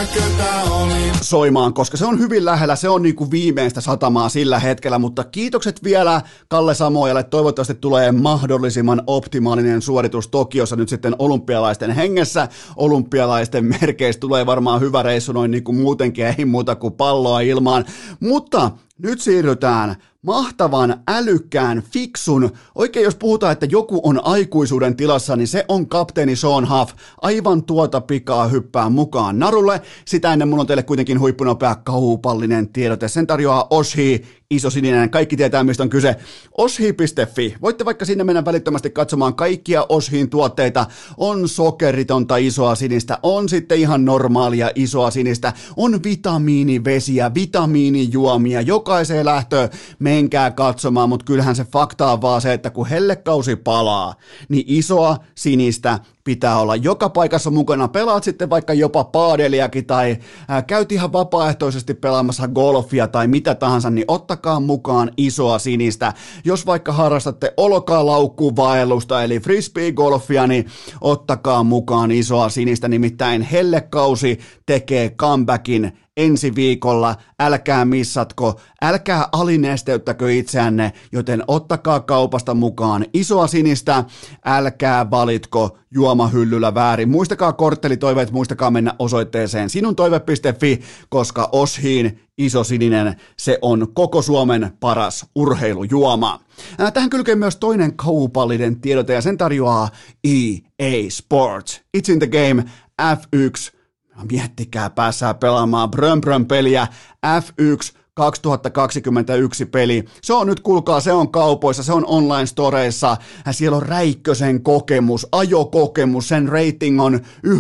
soimaan, koska se on hyvin lähellä, se on niinku viimeistä satamaa sillä hetkellä, mutta kiitokset vielä Kalle Samojalle, toivottavasti tulee mahdollisimman optimaalinen suoritus Tokiossa nyt sitten olympialaisten hengessä, olympialaisten merkeissä tulee varmaan hyvä reissu noin niinku muutenkin, ei muuta kuin palloa ilmaan, mutta nyt siirrytään mahtavan, älykkään, fiksun. Oikein jos puhutaan, että joku on aikuisuuden tilassa, niin se on kapteeni Sean Huff. Aivan tuota pikaa hyppää mukaan narulle. Sitä ennen mun on teille kuitenkin huippunopea kaupallinen tiedote. Sen tarjoaa Oshi, iso sininen. Kaikki tietää, mistä on kyse. Oshi piste fi. Voitte vaikka sinne mennä välittömästi katsomaan kaikkia Oshin tuotteita. On sokeritonta isoa sinistä, on sitten ihan normaalia isoa sinistä, on vitamiinivesiä, vitamiinijuomia, jokaiseen lähtöön menkää katsomaan, mutta kyllähän se fakta on vaan se, että kun hellekausi palaa, niin isoa sinistä pitää olla joka paikassa mukana. Pelaat sitten vaikka jopa paadeliakin tai ää, käyt ihan vapaaehtoisesti pelaamassa golfia tai mitä tahansa, niin ottakaa mukaan isoa sinistä. Jos vaikka harrastatte olkalaukkuvaellusta eli frisbee-golfia, niin ottakaa mukaan isoa sinistä. Nimittäin hellekausi tekee comebackin ensi viikolla, älkää missatko, älkää alinesteyttäkö itseänne, joten ottakaa kaupasta mukaan isoa sinistä, älkää valitko juomahyllyllä väärin. Muistakaa korttelitoiveet, muistakaa mennä osoitteeseen sinuntoive piste fi, koska Oshiin iso sininen, se on koko Suomen paras urheilujuoma. Tähän kylkee myös toinen kaupallinen tiedote ja sen tarjoaa E A Sports. It's in the game, F yksi. Miettikää, päässään pelaamaan Brön Brön peliä, F yksi kaksituhattakaksikymmentäyksi peli. Se on nyt, kuulkaa, se on kaupoissa, se on online storeissa, siellä on Räikkösen kokemus, ajokokemus, sen rating on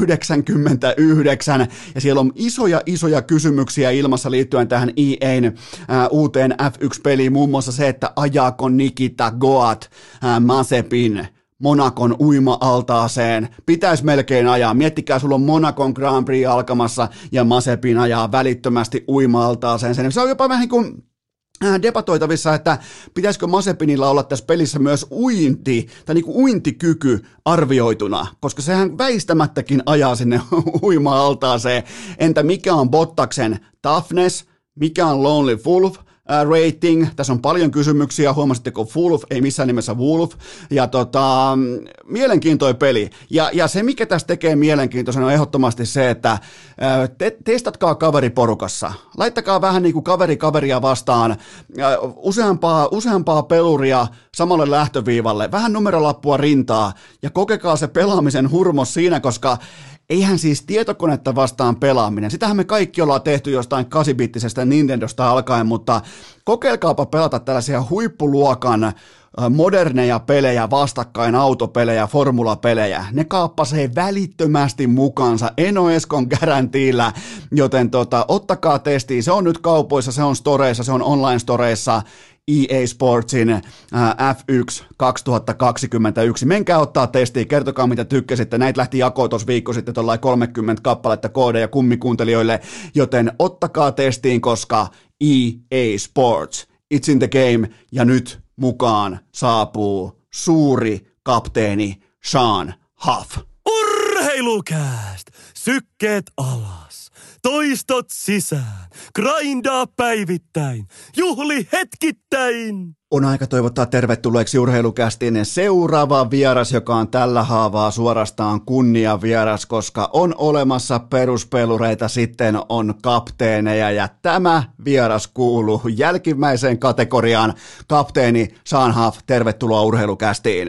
yhdeksänkymmentäyhdeksän, ja siellä on isoja, isoja kysymyksiä ilmassa liittyen tähän E A:n äh, uuteen F yksi peliin, muun muassa se, että ajaako Nikita Goat äh, Mazepin Monakon uima-altaaseen. Pitäisi melkein ajaa. Miettikää, sulla on Monakon Grand Prix alkamassa ja Mazepin ajaa välittömästi uima-altaaseen. Se on jopa vähän kuin debatoitavissa, että pitäisikö Mazepinilla olla tässä pelissä myös uinti, tai niin kuin uintikyky arvioituna, koska sehän väistämättäkin ajaa sinne uima-altaaseen. Entä mikä on Bottaksen toughness, mikä on Lonely Wolf rating, tässä on paljon kysymyksiä, huomasitteko Wolf, ei missään nimessä Wolf, ja tota, mielenkiintoinen peli, ja, ja se mikä tässä tekee mielenkiintoisen on ehdottomasti se, että te, testatkaa kaveriporukassa, laittakaa vähän niin kuin kaveri kaveria vastaan, useampaa, useampaa peluria samalle lähtöviivalle, vähän numerolappua rintaa, ja kokekaa se pelaamisen hurmos siinä, koska eihän siis tietokonetta vastaan pelaaminen. Sitähän me kaikki ollaan tehty jostain kahdeksanbittisestä Nintendosta alkaen, mutta kokeilkaapa pelata tällaisia huippuluokan moderneja pelejä, vastakkain autopelejä, formulapelejä. Ne kaappasee välittömästi mukaansa Eno Eskon garantiillä, joten tota, ottakaa testiin. Se on nyt kaupoissa, se on storeissa, se on online-storeissa. E A Sportsin äh, F yksi kaksituhattakaksikymmentäyksi. Menkää ottaa testiin, kertokaa mitä tykkäsitte. Näitä lähti jakoon tuossa viikko sitten tuollain kolmekymmentä kappaletta koodeja kummikuuntelijoille, joten ottakaa testiin, koska E A Sports, it's in the game, ja nyt mukaan saapuu suuri kapteeni Sean Huff. Urheilukääst! Sykkeet alas, toistot sisään, grindaa päivittäin, juhli hetkittäin! On aika toivottaa tervetulleeksi Urheilukästin seuraava vieras, joka on tällä haavaa suorastaan kunniavieras, koska on olemassa peruspelureita, sitten on kapteeneja, ja tämä vieras kuuluu jälkimmäiseen kategoriaan. Kapteeni Sean Huff, tervetuloa Urheilukästiin.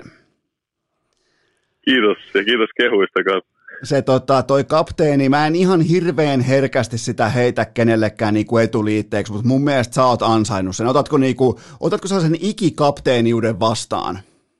Kiitos ja kiitos kehuista kanssa. Se tota, toi kapteeni, mä en ihan hirveän herkästi sitä heitä kenellekään niinku etuliitteeksi, mutta mun mielestä sä oot ansainnut sen. Otatko, niinku, otatko sellaisen ikikapteeniuden vastaan?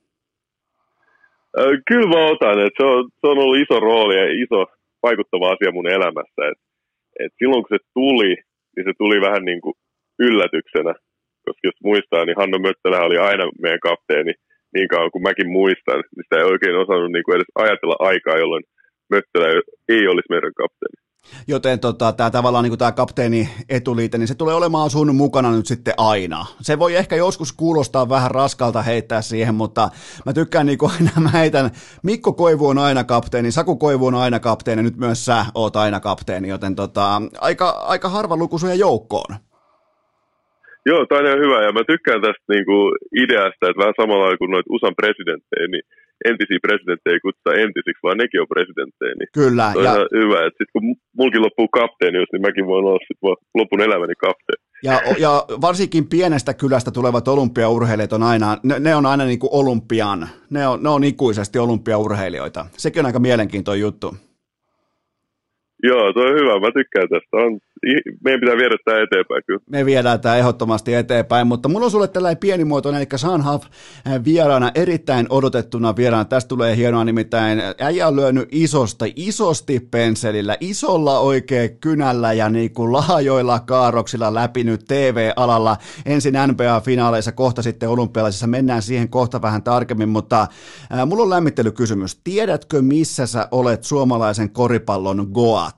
Äh, kyllä mä otan, että se on, se on ollut iso rooli ja iso vaikuttava asia mun elämässä. Et, et silloin kun se tuli, niin se tuli vähän niin kuin yllätyksenä, koska jos muistaa, niin Hannu Möttälä oli aina meidän kapteeni niin kauan kuin mäkin muistan, niin sitä ei oikein osannut niin kuin edes ajatella aikaa, jolloin Möttälä ei olisi meidän kapteeni. Joten tota, tämä tavallaan niin tämä kapteeni etuliite, niin se tulee olemaan sun mukana nyt sitten aina. Se voi ehkä joskus kuulostaa vähän raskalta heittää siihen, mutta mä tykkään niin kuin aina, mä heitän, Mikko Koivu on aina kapteeni, Saku Koivu on aina kapteeni, nyt myös sä oot aina kapteeni, joten tota, aika, aika harva luku sun joukkoon. Joo, tämä on ihan hyvä, ja mä tykkään tästä niinku ideasta, että vähän samalla kuin noita U S A:n presidenttejä, niin entisiä presidenttejä ei kutsuta entisiksi, vaan nekin on presidenttejä. Niin kyllä. Se on ja... ihan hyvä, että sitten kun mulkin loppuu kapteenius, niin mäkin voin olla sit lopun elämäni kapteeni. Ja, ja varsinkin pienestä kylästä tulevat olympiaurheilijat on aina, ne, ne on aina niinku olympian, ne on, ne on ikuisesti olympiaurheilijoita. Sekin on aika mielenkiintoinen juttu. Joo, toi on hyvä. Mä tykkään tästä. On, meidän pitää viedä tämä eteenpäin kyllä. Me viedään tämä ehdottomasti eteenpäin, mutta mulla on sulle tällainen pienimuotoinen, eli Sanhaf vieraana, erittäin odotettuna vieraana. Tästä tulee hienoa, nimittäin äijä on lyönyt isosti, isosti pensselillä, isolla oikein kynällä ja niin kuin laajoilla kaaroksilla läpinyt T V-alalla. Ensin N B A-finaaleissa, kohta sitten olympialaisissa. Mennään siihen kohta vähän tarkemmin, mutta ää, mulla on lämmittelykysymys. Tiedätkö, missä sä olet suomalaisen koripallon goat?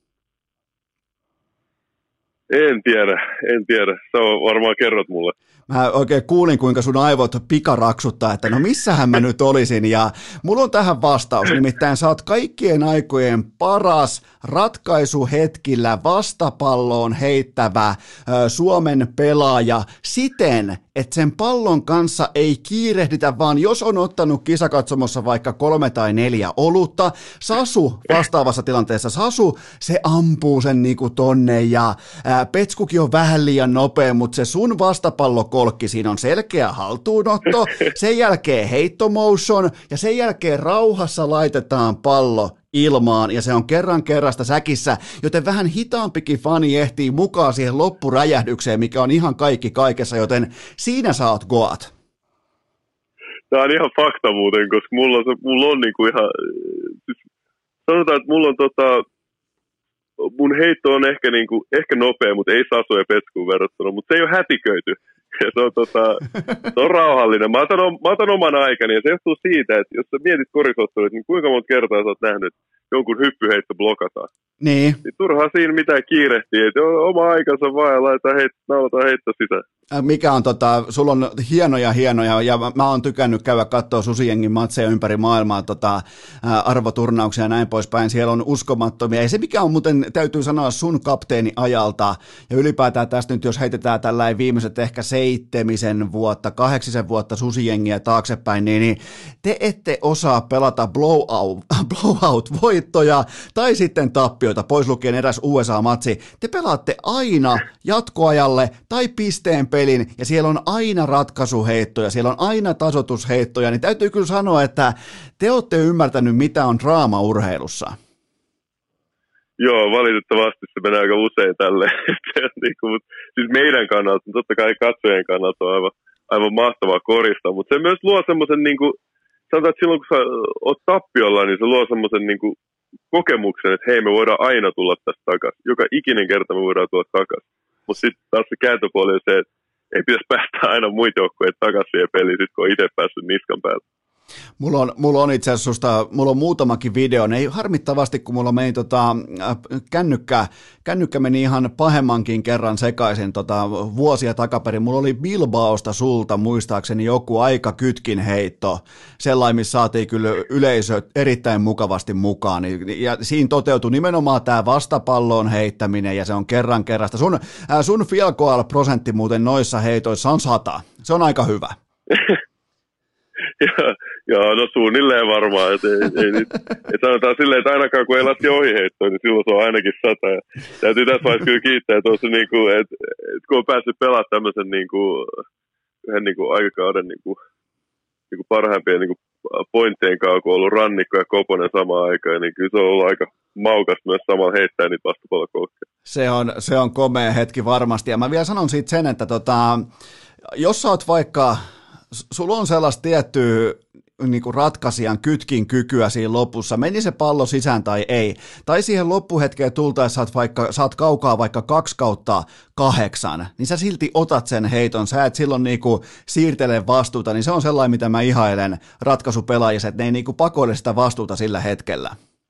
En tiedä, en tiedä. Sä varmaan kerrot mulle. Mä oikein kuulin, kuinka sun aivot pikaraksuttaa, että no missähän mä nyt olisin, ja mulla on tähän vastaus, nimittäin sä oot kaikkien aikojen paras ratkaisuhetkillä vastapalloon heittävä ö, Suomen pelaaja siten, että sen pallon kanssa ei kiirehditä, vaan jos on ottanut kisakatsomossa vaikka kolme tai neljä olutta, Sasu vastaavassa tilanteessa, Sasu, se ampuu sen niinku tonne, ja ää, Petskukin on vähän liian nopea, mutta se sun vastapallokolkki, siinä on selkeä haltuunotto, sen jälkeen heittomotion, ja sen jälkeen rauhassa laitetaan pallo ilmaan, ja se on kerran kerrasta säkissä, joten vähän hitaampikin fani ehtii mukaan siihen loppuräjähdykseen, mikä on ihan kaikki kaikessa, joten siinä sä oot goat. Tämä on ihan fakta muuten, koska mulla on, mulla on niinku ihan, siis sanotaan, että mulla on tota, mun heitto on ehkä, niinku, ehkä nopea, mutta ei Sasu ja Petskuun verrattuna, mutta se ei ole hätiköity. Ja se on, tota, se on rauhallinen. Mä otan, mä otan oman aikani, ja se johtuu siitä, että jos sä mietit korisotteluita, niin kuinka monta kertaa sä oot nähnyt, että jonkun hyppyheitto blokataan. Niin. Niin turhaa siinä mitään kiirehtiä, että oma aikansa vaan ja laitetaan heitto, naulataan heitto sisään. Mikä on, tota, sulla on hienoja, hienoja, ja mä, mä oon tykännyt käydä katsoa Susijengin matseja ympäri maailmaa, tota, ää, arvoturnauksia ja näin poispäin, siellä on uskomattomia, ja se mikä on muuten, täytyy sanoa sun kapteeni ajalta, ja ylipäätään tästä nyt, jos heitetään tällainen viimeiset ehkä seitsemisen vuotta, kahdeksisen vuotta Susijengiä taaksepäin, niin, niin te ette osaa pelata blowout, blowout-voittoja, tai sitten tappioita, pois lukien eräs U S A-matsi, te pelaatte aina jatkoajalle, tai pisteen pelin, ja siellä on aina ratkaisuheittoja, siellä on aina tasoitusheittoja, niin täytyy kyllä sanoa, että te olette ymmärtänyt, mitä on draama urheilussa. Joo, valitettavasti se menee aika usein tälleen. Siis meidän kannalta, totta kai katsojien kannalta on aivan, aivan mahtavaa korista, mutta se myös luo semmoisen, niin kuin, sanotaan, että silloin kun sä oot tappiolla, niin se luo semmoisen niin kuin, kokemuksen, että hei, me voidaan aina tulla tästä takaisin. Joka ikinen kerta me voidaan tulla takaisin. Mutta sitten taas se kääntöpuoli on se, että ei pitäisi päästä aina muita joukkoja takaisin siihen peliin, sit kun on itse päässyt niskan päälle. Mulla on, mulla on itse asiassa susta, mulla on muutamakin video, ne ei harmittavasti, kun mulla meni tota, kännykkä, kännykkä meni ihan pahemmankin kerran sekaisin tota, vuosia takaperin. Mulla oli Bilbaosta sulta muistaakseni joku aika kytkin heitto, sellainen, missä saatiin kyllä yleisö erittäin mukavasti mukaan. Ja siinä toteutui nimenomaan tämä vastapallon heittäminen, ja se on kerran kerrasta. Sun, äh, sun field goal prosentti muuten noissa heitoissa on sata, se on aika hyvä. Ja, joo, no suunnilleen varmaan. Et ei, ei, et sanotaan silleen, että ainakaan kun ei laski ohiheittoa, niin silloin se on ainakin sata. Ja täytyy tässä vaiheessa kyllä kiittää, että, niinku, et, et kun on päässyt pelaamaan tämmöisen niinku, yhden niinku, aikakauden niinku, niinku parhaimpien niinku, pointtien kanssa, kun on ollut Rannikko ja Koponen samaan aikaan, niin kyllä se on ollut aika maukas myös samalla heittää niitä vastapallokolkkeja. Se on, se on komea hetki varmasti. Ja mä vielä sanon siitä sen, että tota, jos sä oot vaikka... Sulla on sellaista tiettyä niin kuin ratkaisijan kytkin kykyä siinä lopussa, meni se pallo sisään tai ei, tai siihen loppuhetkeen tultaessa saat, vaikka, saat kaukaa vaikka kaksi kautta kahdeksan, niin sä silti otat sen heiton, sä et silloin niin kuin siirtele vastuuta, niin se on sellainen, mitä mä ihailen ratkaisupelaajissa, että ne ei niin kuin pakoile sitä vastuuta sillä hetkellä.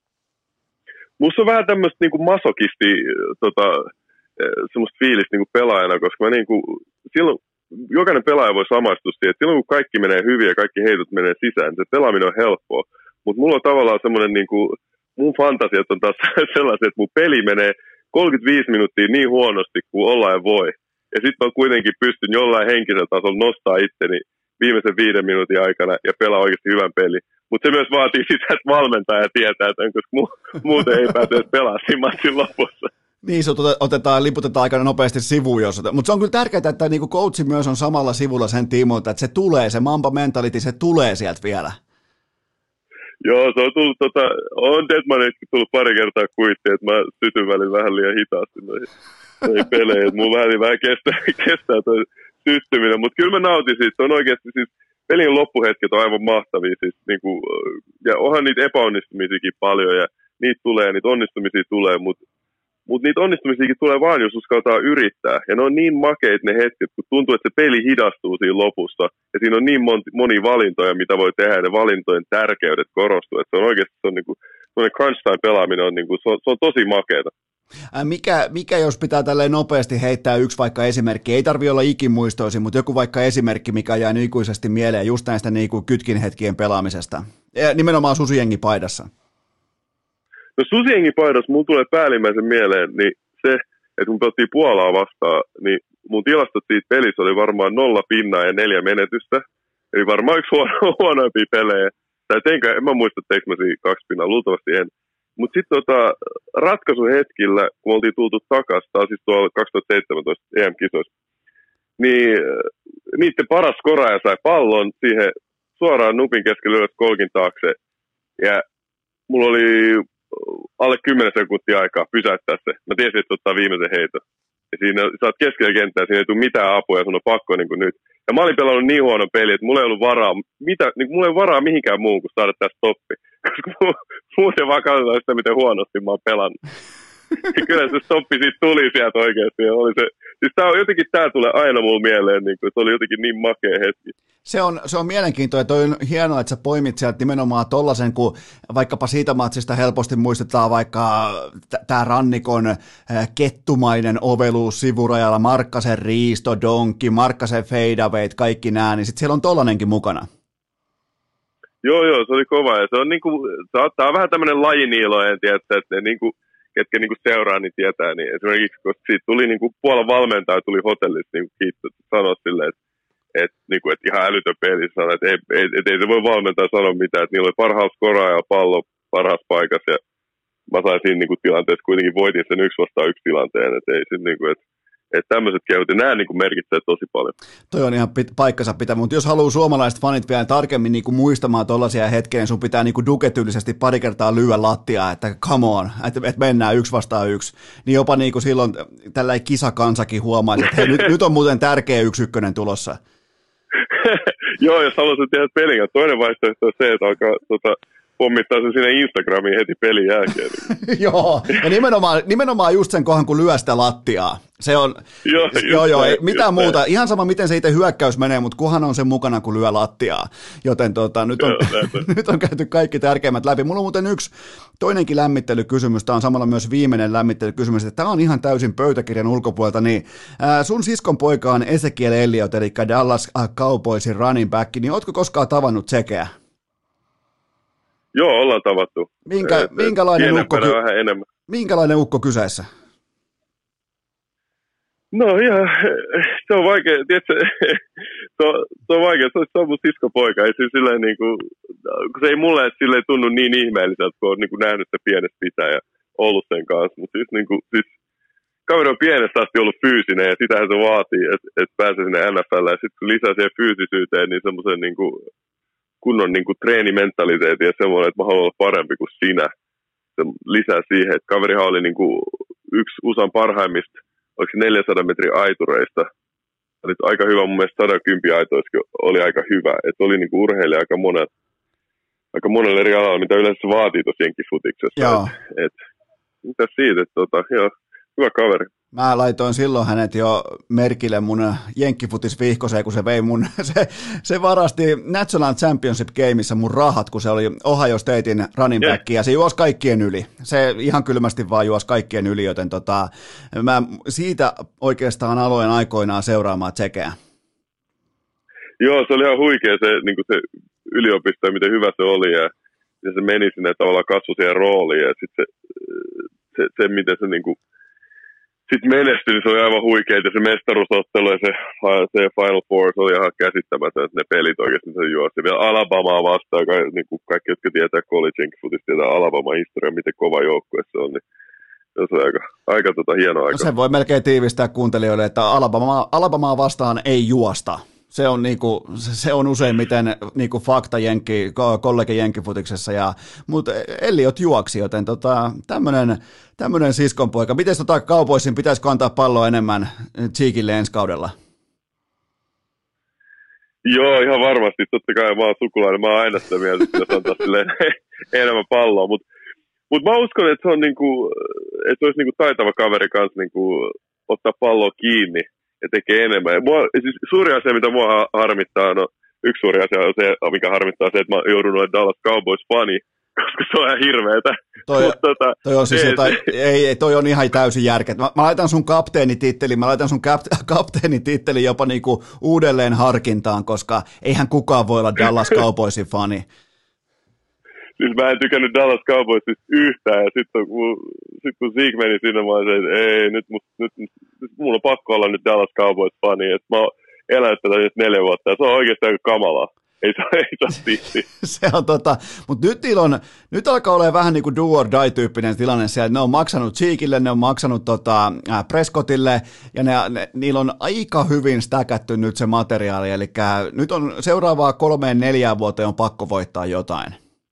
Musta on vähän tämmöistä niinku masokisti tota, semmoista fiilistä niinku pelaajana, koska mä niinku, silloin jokainen pelaaja voi samaistua siihen, että silloin kun kaikki menee hyvin ja kaikki heitot menee sisään, se pelaaminen on helppoa. Mutta mulla on tavallaan semmoinen, niinku, mun fantasiat on taas sellaisia, että mun peli menee kolmekymmentäviisi minuuttia niin huonosti kuin ollaan voi. Ja sitten mä kuitenkin pystyn jollain henkisellä tasolla nostaa itseni viimeisen viiden minuutin aikana ja pelaa oikeasti hyvän pelin. Mutta se myös vaatii sitä, että valmentaja tietää, että koska mu- muuten ei pääse edes pelaa siinä matsin lopussa. Niin, se otetaan, liputetaan aika nopeasti sivuun, jos mutta se on kyllä tärkeää, että niinku coachi myös on samalla sivulla sen tiimoilta, että se tulee, se Mamba mentality, se tulee sieltä vielä. Joo, se on tullut, tota, on Deadmanitkin tullut pari kertaa kuittiin, että mä sytyn välillä vähän liian hitaasti noihin, noihin peleihin, että mun vähän, vähän kestää, kestää toi syttyminen, mutta kyllä mä nautin siitä, se on oikeasti siis, pelin loppuhetket on aivan mahtavia, siis, niinku, ja onhan niitä epäonnistumisiakin paljon, ja niitä tulee, niitä onnistumisia tulee, mutta mut niitä onnistumisiakin tulee vaan, jos uskaltaa yrittää, ja ne on niin makeita ne hetket, kun tuntuu, että se peli hidastuu siinä lopussa, ja siinä on niin mon- monia valintoja, mitä voi tehdä, ja ne valintojen tärkeydet korostuu, että se on oikeasti, se on niinku, crunch time pelaaminen on, niinku, se on, se on tosi makeata. Mikä, mikä jos pitää tälleen nopeasti heittää yksi vaikka esimerkki, ei tarvitse olla ikimuistoisin, mutta joku vaikka esimerkki, mikä jää ikuisesti mieleen just näistä niinku kytkinhetkien pelaamisesta, ja nimenomaan Susijengi paidassa. No Susijengi paidassa mulla tulee päällimmäisen mieleen, niin se, että kun pelattiin Puolaa vastaan, niin mun tilastot siitä pelissä oli varmaan nolla pinnaa ja neljä menetystä, eli varmaan yksi huono, huonoimpia pelejä, tai teinkö, en mä muista, teikö mä siinä kaksi pinnaa, luultavasti en. Mutta sitten tota, ratkaisuhetkillä, kun oltiin tultu takaisin, taas siis tuolla kaksituhattaseitsemäntoista E M-kisoissa, niin niiden paras skoraaja sai pallon siihen suoraan nupin keskellä ylös kolkin taakse. Ja mulla oli alle kymmenen sekuntia aikaa pysäyttää se. Mä tiesin, että ottaa viimeisen heiton. Ja siinä sä oot keskellä kenttää, siinä ei tule mitään apua ja sun on pakko niin kuin nyt. Ja mä olin pelannut niin huono peli, että mulla ei ollut varaa, mitä, niin mulla ei ollut varaa mihinkään muuhun kuin saada tästä stoppi. Koska muuten vaan katsotaan sitä, miten huonosti mä oon pelannut. Ja kyllä se stoppi siitä tuli sieltä oikeasti. Ja oli se, siis tää on jotenkin, tää tulee aina mulle mieleen, niin kuin, se oli jotenkin niin makea hetki. Se on, se on mielenkiintoinen, toi on hienoa, että sä poimit sieltä nimenomaan tollasen, kun vaikkapa siitä matsista helposti muistetaan vaikka tämä rannikon kettumainen oveluus sivurajalla, Markkasen riisto, donkki, Markkasen fadeawayt, kaikki nää, niin sit siellä on tollanenkin mukana. Joo, joo, se oli kova, ja se on niinku, tää on vähän tämmönen lajiniilo, en tiedä, että ne niinku, ketkä niinku seuraa, niin tietää, niin esimerkiksi, koska siitä tuli niinku Puolan valmentaja tuli hotellissa niinku kiitos, sanoa silleen, että Että niinku, et ihan älytön peli sanoa, että ei, ei, et ei se voi valmentaa sanoa mitään, että niillä oli parhaassa skoraaja ja pallo parhaassa paikassa ja mä sain siinä niinku tilanteessa kuitenkin voitin sen yksi vastaan yksi tilanteen, että ei sit niinku, että et tämmöiset kevät, nämä niinku merkitsee tosi paljon. Toi on ihan pit, paikkansa pitää, mutta jos haluaa suomalaiset fanit vielä tarkemmin niinku muistamaan tollaisia hetkiä, niin sun pitää niinku duketyylisesti pari kertaa lyödä lattiaa, että come on, että et mennään yksi vastaan yksi, niin jopa niinku silloin tällainen kisakansakin huomaisi, että hei, nyt, nyt on muuten tärkeä yksi ykkönen tulossa. Joo, jos haluaisit tehdä pelin, toinen vaihtoehto on se, että alkaa tota, pommittaa sen sinne Instagramiin heti pelin jälkeen. Joo, ja nimenomaan, nimenomaan just sen kohan, kun lyö sitä lattiaa. Se on, joo, joo, joo ei mitään muuta. Näin. Ihan sama, miten se itse hyökkäys menee, mutta kuhan on sen mukana, kun lyö lattiaa. Joten tota, nyt, on, nyt on käyty kaikki tärkeimmät läpi. Mulla on muuten yksi toinenkin lämmittelykysymys. Tämä on samalla myös viimeinen lämmittelykysymys. Tämä on ihan täysin pöytäkirjan ulkopuolelta. Niin, ää, sun siskon poika on Ezekiel Elliott, eli Dallas Cowboysin running back. Niin ootko koskaan tavannut Tsekeä? Joo, ollaan tavattu. Minkä, et, minkälainen, ukko, vähän enemmän. minkälainen ukko kyseessä? No ihan, se on vaikea, tiedätkö, se on, se on vaikea, se on, se on mun siskopoika, ei siis silleen niinku, kun se ei mulle silleen tunnu niin ihmeelliseltä, kun on niinku nähnyt se pienestä pitää ja ollut sen kanssa, mutta siis niinku, siis kaveri on pienestä asti ollut fyysinen ja sitähän se vaatii, että et pääsee sinne N F L ja sitten kun lisää siihen fyysisyyteen, niin semmoisen niinku kunnon niinku treenimentaliteetin ja semmoinen, että mä haluan olla parempi kuin sinä, se lisää siihen, että kaverihan oli niinku yksi U S A:n parhaimmista, oliko se neljänsadan metrin aitureista. Oli aika hyvä, mun mielestä sata kymmenen aitoissakin oli aika hyvä. Että oli niinku urheilija aika monet, aika monella eri alalla, mitä yleensä vaatii tuossa jenkkifutiksessa. Et, et, mitä siitä, että tota, joo, hyvä kaveri. Mä laitoin silloin hänet jo merkille mun jenkkifutisvihkoseen, kun se vei mun, se, se varasti National Championship Gameissa mun rahat, kun se oli Ohio Statein running back, ja se juosi kaikkien yli. Se ihan kylmästi vaan juosi kaikkien yli, joten tota, mä siitä oikeastaan aloin aikoinaan seuraamaan tsekeä. Joo, se oli ihan huikea se, niin se yliopisto ja miten hyvä se oli, ja, ja se meni sinne tavallaan kasvoi siihen rooliin, ja sitten se, se, se, miten se niin kuin sitten menestyi, niin se oli aivan huikea, ja se mestaruusottelu ja se, se Final Four, se oli ihan käsittämätön, että ne pelit oikeasti se juosi. Vielä Alabamaa vastaan, joka, niin kuin kaikki, jotka tietää college jenkifutista, tietää Alabaman historiaa, miten kova joukkue se on, niin se on aika, aika tota, hieno aika. Se voi melkein tiivistää kuuntelijoille, että Alabamaa, Alabamaa vastaan ei juosta. Se on, niinku, se on useimmiten niinku fakta jenki, kollege jenkkifutiksessa, ja, mutta Elliot juoksi, joten tota, tämmöinen siskonpoika. Miten tota Cowboysin, pitäisikö antaa palloa enemmän Cheekille ensi kaudella? Joo, ihan varmasti. Totta kai mä oon sukulainen, mä oon aina sitä mieltä, että pitäisi antaa silleen enemmän palloa, mutta mut mä uskon, että se on niinku, että se olisi niinku taitava kaveri kanssa niinku ottaa palloa kiinni ja tekee enemmän. Ja mua, siis suuri asia, mitä mua harmittaa, no yksi suuri asia on se, mikä harmittaa se, että mä joudun olemaan Dallas Cowboys-fani, koska se on ihan hirveetä. Toi, Mut, tota, toi on siis jotain, ei, toi on ihan täysin järkeä. Mä, mä laitan sun kapteenitittelin, mä laitan sun kap, kapteenitittelin jopa niinku uudelleen harkintaan, koska eihän kukaan voi olla Dallas Cowboysin fani. Siis mä en tykännyt Dallas Cowboysista yhtään, ja sitten kun, sit kun Zeke meni sinne, mä olin että ei, nyt, must, nyt, nyt mun on pakko olla nyt Dallas Cowboys-fani, että mä oon elänyt tätä nyt neljä vuotta, ja se on oikeasti aika kamalaa. Ei saa, ei saa tiisti. Se on tota, mutta nyt, on, nyt alkaa olla vähän niin kuin do or die -tyyppinen tilanne siellä, ne on maksanut Cheekille, ne on maksanut tota, äh, Prescottille, ja ne, ne, niillä on aika hyvin stäkätty nyt se materiaali, eli nyt on seuraavaa kolmeen neljään vuoteen on pakko voittaa jotain.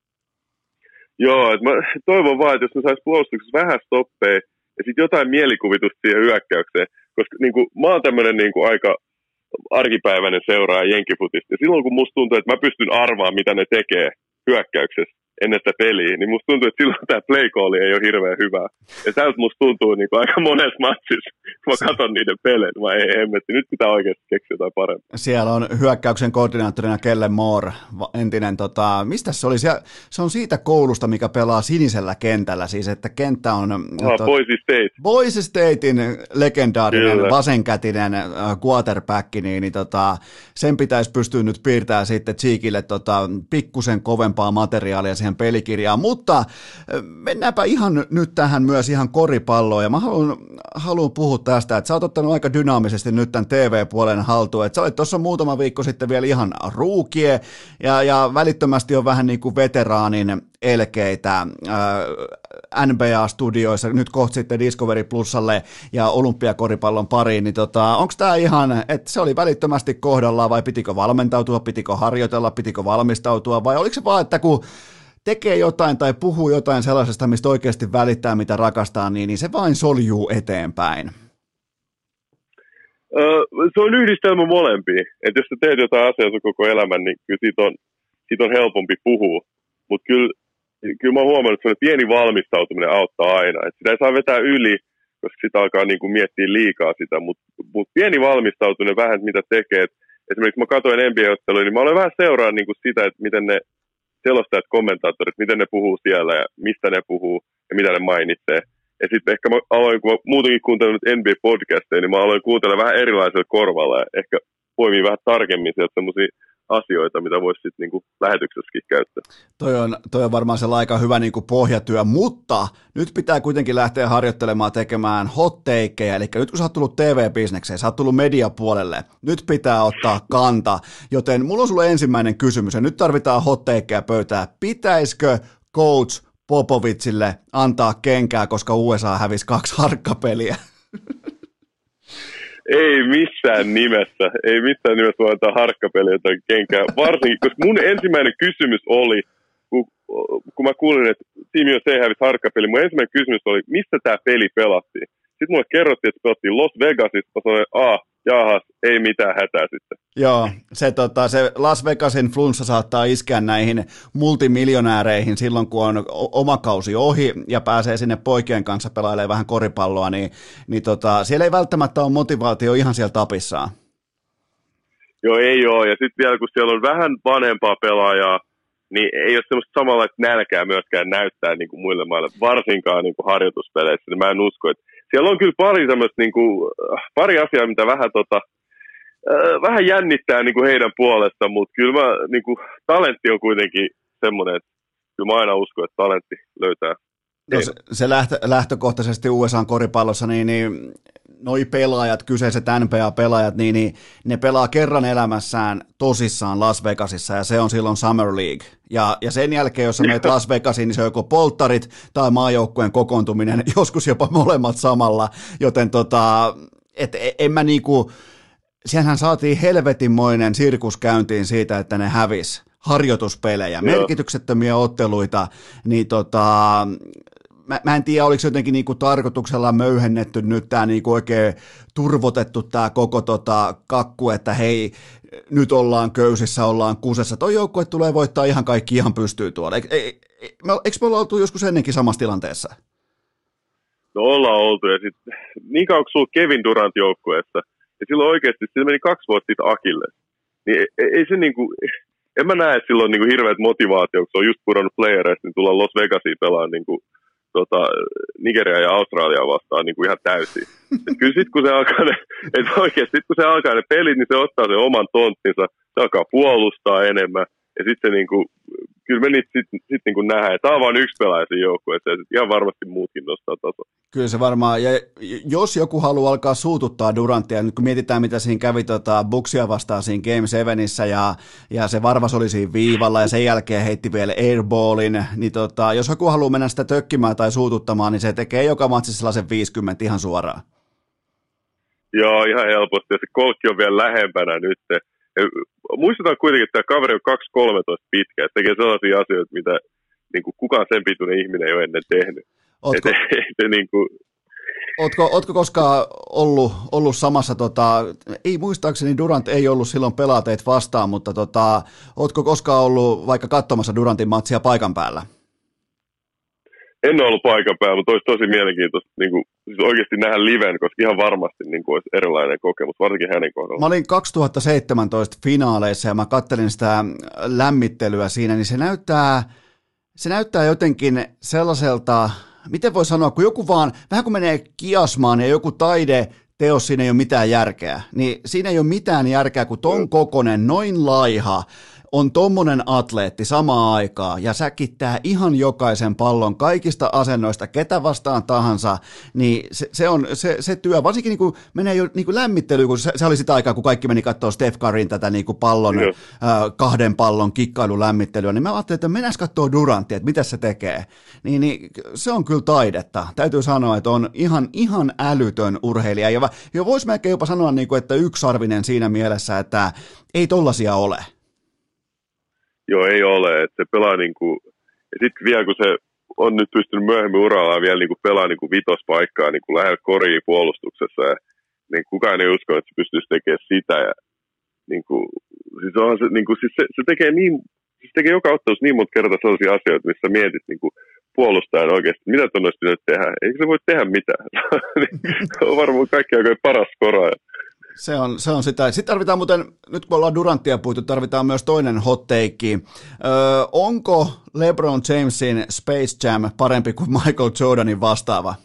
Joo, että mä toivon vaan, että jos ne sais puolustuksessa vähän stoppeja ja sitten jotain mielikuvitusta siihen hyökkäykseen, koska niin kuin, mä oon tämmöinen niin kuin, aika arkipäiväinen seuraaja jenkifutista, ja silloin kun musta tuntuu, että mä pystyn arvaamaan, mitä ne tekee hyökkäyksessä ennen sitä peliä, niin musta tuntuu, että silloin tämä play call ei ole hirveän hyvää. Ja tältä musta tuntuu niin kuin aika monessa matsissa, kun mä katson niiden pelejä, mä ei hemmetti, nyt pitää oikeasti keksiä jotain parempaa. Siellä on hyökkäyksen koordinaattorina Kellen Moore, entinen, tota, mistä se oli? Se on siitä koulusta, mikä pelaa sinisellä kentällä, siis että kenttä on... Ah, to, Boise State. Boise Statein legendaarinen, Kyllä. vasenkätinen uh, quarterback, niin, niin tota, sen pitäisi pystyä nyt piirtämään sitten Cheekille tota, pikkusen kovempaa materiaalia siihen pelikirjaan, mutta mennäänpä ihan nyt tähän myös ihan koripalloon, ja mä haluan, haluan puhua tästä, että sä oot ottanut aika dynaamisesti nyt tämän T V-puolen haltuun, että sä olit tuossa muutama viikko sitten vielä ihan ruukie, ja, ja välittömästi on vähän niin kuin veteraanin elkeitä äh, N B A-studioissa, nyt kohta sitten Discovery Plusalle ja olympiakoripallon pariin, niin tota, onko tämä ihan, että se oli välittömästi kohdallaan, vai pitikö valmentautua, pitikö harjoitella, pitikö valmistautua, vai oliko se vaan, että kun tekee jotain tai puhuu jotain sellaisesta, mistä oikeasti välittää, mitä rakastaa, niin, niin se vain soljuu eteenpäin? Öö, se on yhdistelmä molempia. Että jos sä teet jotain asiaa sun koko elämän, niin kyllä siitä on, siitä on helpompi puhua. Mutta kyllä, kyllä mä oon huomannut, että se pieni valmistautuminen auttaa aina. Et sitä ei saa vetää yli, koska sitä alkaa niinku miettiä liikaa sitä. Mutta mut pieni valmistautuminen vähän, mitä tekee. Et esimerkiksi mä katsoin N B A-otteluja, niin mä olen vähän seuraan niinku sitä, että miten ne selostajat, kommentaattorit, miten ne puhuu siellä ja mistä ne puhuu ja mitä ne mainitsee. Ja sitten ehkä mä aloin, kun mä muutenkin kuuntelin N B A-podcasteja, niin mä aloin kuuntella vähän erilaisella korvalla ja ehkä poimii vähän tarkemmin sieltä semmoisia asioita, mitä voisi sitten niinku lähetyksessäkin käyttää. Toi on, toi on varmaan sellainen aika hyvä niinku pohjatyö, mutta nyt pitää kuitenkin lähteä harjoittelemaan tekemään hot takeja, eli nyt kun sä oot tullut T V-bisnekseen, sä oot tullut mediapuolelle, nyt pitää ottaa kanta, joten mulla on sulle ensimmäinen kysymys, ja nyt tarvitaan hot takeja pöytään. Pitäisikö coach Popovicille antaa kenkää, koska U S A hävisi kaksi harkkapeliä? Ei missään nimessä, ei missään nimessä voi antaa harkkapeliä tai kenkää, varsinkin, koska mun ensimmäinen kysymys oli, kun, kun mä kuulin, että Team U S A hävisi harkkapeli, mun ensimmäinen kysymys oli, mistä tämä peli pelattiin. Sitten mulle kerrottiin, että se pelattiin Las Vegasissa, mä sanoin, a, jahas, ei mitään hätää sitten. Joo, se, tota, se Las Vegasin flunssa saattaa iskeä näihin multimiljonääreihin silloin, kun on oma kausi ohi ja pääsee sinne poikien kanssa pelailemaan vähän koripalloa, niin, niin tota, siellä ei välttämättä ole motivaatio ihan siellä tapissaan. Joo, ei ole. Ja sitten vielä, kun siellä on vähän vanhempaa pelaajaa, niin ei ole semmoista samanlaista nälkää myöskään näyttää niin kuin muille maille, varsinkaan niin kuin harjoituspeleissä. Niin mä en usko, että siellä on kyllä pari semmoista, niin kuin, pari asiaa, mitä vähän, tota, äh, vähän jännittää niin kuin heidän puolestaan, mutta kyllä mä, niin kuin, talentti on kuitenkin semmoinen, että kyllä mä aina uskon, että talentti löytää. No se, se lähtö, lähtökohtaisesti U S A:n koripallossa, niin, niin noi pelaajat, kyseiset N B A-pelaajat, niin, niin ne pelaa kerran elämässään tosissaan Las Vegasissa, ja se on silloin Summer League. Ja, ja sen jälkeen, jos sä menet Las Vegasiin, niin se on joko polttarit tai maajoukkueen kokoontuminen, joskus jopa molemmat samalla, joten tota, et, en mä niinku, siellähän saatiin helvetinmoinen sirkus käyntiin siitä, että ne hävis harjoituspelejä, Joo. merkityksettömiä otteluita, niin tota, Mä, mä en tiedä, oliko se jotenkin niinku tarkoituksella möyhennetty nyt tämä niinku oikein turvotettu tämä koko tota kakku, että hei, nyt ollaan köysissä, ollaan kusessa. Toi joukkue tulee voittaa ihan kaikki, ihan pystyy tuolla. Eikö e, e, eikö me olla oltu joskus ennenkin samassa tilanteessa? No ollaan oltu, ja sitten niin kauan kun sulla Kevin Durant joukkueessa, ja silloin oikeasti, sillä meni kaksi vuotta siitä Akille, niin ei, ei se niinku, en mä näe, että sillä on niinku hirveät motivaatio, kun se on just pudonnut playereista, niin tullaan Los Vegasiin pelaamaan niinku Tota, Nigeria ja Australia vastaan niin kuin ihan täysin. Et kyllä sitten kun se alkaa ne, et oikeasti sit kun se alkaa ne pelit, niin se ottaa sen oman tonttinsa, se alkaa puolustaa enemmän, ja sitten se niin kuin, kyllä me niitä sitten sit niin kuin nähdään, että tämä on vain yksi pelaaja siinä joukkueessa, ja ihan varmasti muutkin nostaa tasoa. Kyllä se varmaan, ja jos joku haluaa alkaa suututtaa Durantia, nyt kun mietitään mitä siinä kävi tota, Bucksia vastaan siinä Game seitsemänissä, ja, ja se Varvas oli siinä viivalla, ja sen jälkeen heitti vielä airballin, niin tota, jos joku haluaa mennä sitä tökkimään tai suututtamaan, niin se tekee joka matsissa sellaisen viisikymmentä ihan suoraan. Joo, ihan helposti, ja se kolkki on vielä lähempänä nyt. Ja muistetaan kuitenkin, että tämä kaveri on kaksi kolmetoista pitkä, että tekee sellaisia asioita, mitä niin kuin kukaan sen pituinen ihminen ei ole ennen tehnyt. Ootko, et, et, niin kuin... ootko, ootko koskaan ollut, ollut samassa, tota, ei muistaakseni Durant ei ollut silloin pelaateet vastaan, mutta tota, ootko koskaan ollut vaikka katsomassa Durantin matsia paikan päällä? En ole ollut paikan päällä, mutta olisi tosi mielenkiintoista niin kuin, siis oikeasti nähdä liven, koska ihan varmasti niin kuin, olisi erilainen kokemus, varsinkin hänen kohdallaan. Mä olin kaksituhattaseitsemäntoista finaaleissa ja mä kattelin sitä lämmittelyä siinä, niin se näyttää, se näyttää jotenkin sellaiselta, miten voi sanoa, kun joku vaan, vähän kun menee kiasmaan ja joku taideteos, siinä ei ole mitään järkeä, niin siinä ei ole mitään järkeä, kun ton kokonen, noin laiha, on tommonen atleetti samaan aikaan ja säkittää ihan jokaisen pallon kaikista asennoista, ketä vastaan tahansa, niin se, se on se, se työ, varsinkin niin kuin menee jo niin kuin lämmittelyyn, kun se, se oli sitä aikaa, kun kaikki meni katsoa Steph Curryn tätä niin kuin pallon, äh, kahden pallon kikkailulämmittelyä, niin mä ajattelin, että mennäs katsoa Durantia, että mitä se tekee. Niin, niin se on kyllä taidetta. Täytyy sanoa, että on ihan, ihan älytön urheilija. Ja, ja voisi melkein jopa sanoa, niin kuin, että yksarvinen siinä mielessä, että ei tollasia ole. Joo, ei ole. Että se pelaa niin kuin, ja sitten vielä kun se on nyt pystynyt myöhemmin urallaan vielä niin kuin pelaa niin kuin vitospaikkaa niin kuin lähellä koria puolustuksessa, ja niin kukaan ei usko, että se pystyisi tekemään sitä. Ja, niin kuin, siis onhan se, niin kuin, siis se, se tekee niin, siis tekee joka ottelussa niin monta kertaa sellaisia asioita, missä mietit niin kuin puolustajan oikeasti, mitä tuon olisi pitänyt tehdä. Eikö se voi tehdä mitään? On varmaan kaikki aikojen paras skoraaja. Se on, se on sitä. Sitten tarvitaan muuten, nyt kun ollaan Duranttia puhuttu, tarvitaan myös toinen hot take. Öö, onko LeBron Jamesin Space Jam parempi kuin Michael Jordanin vastaava?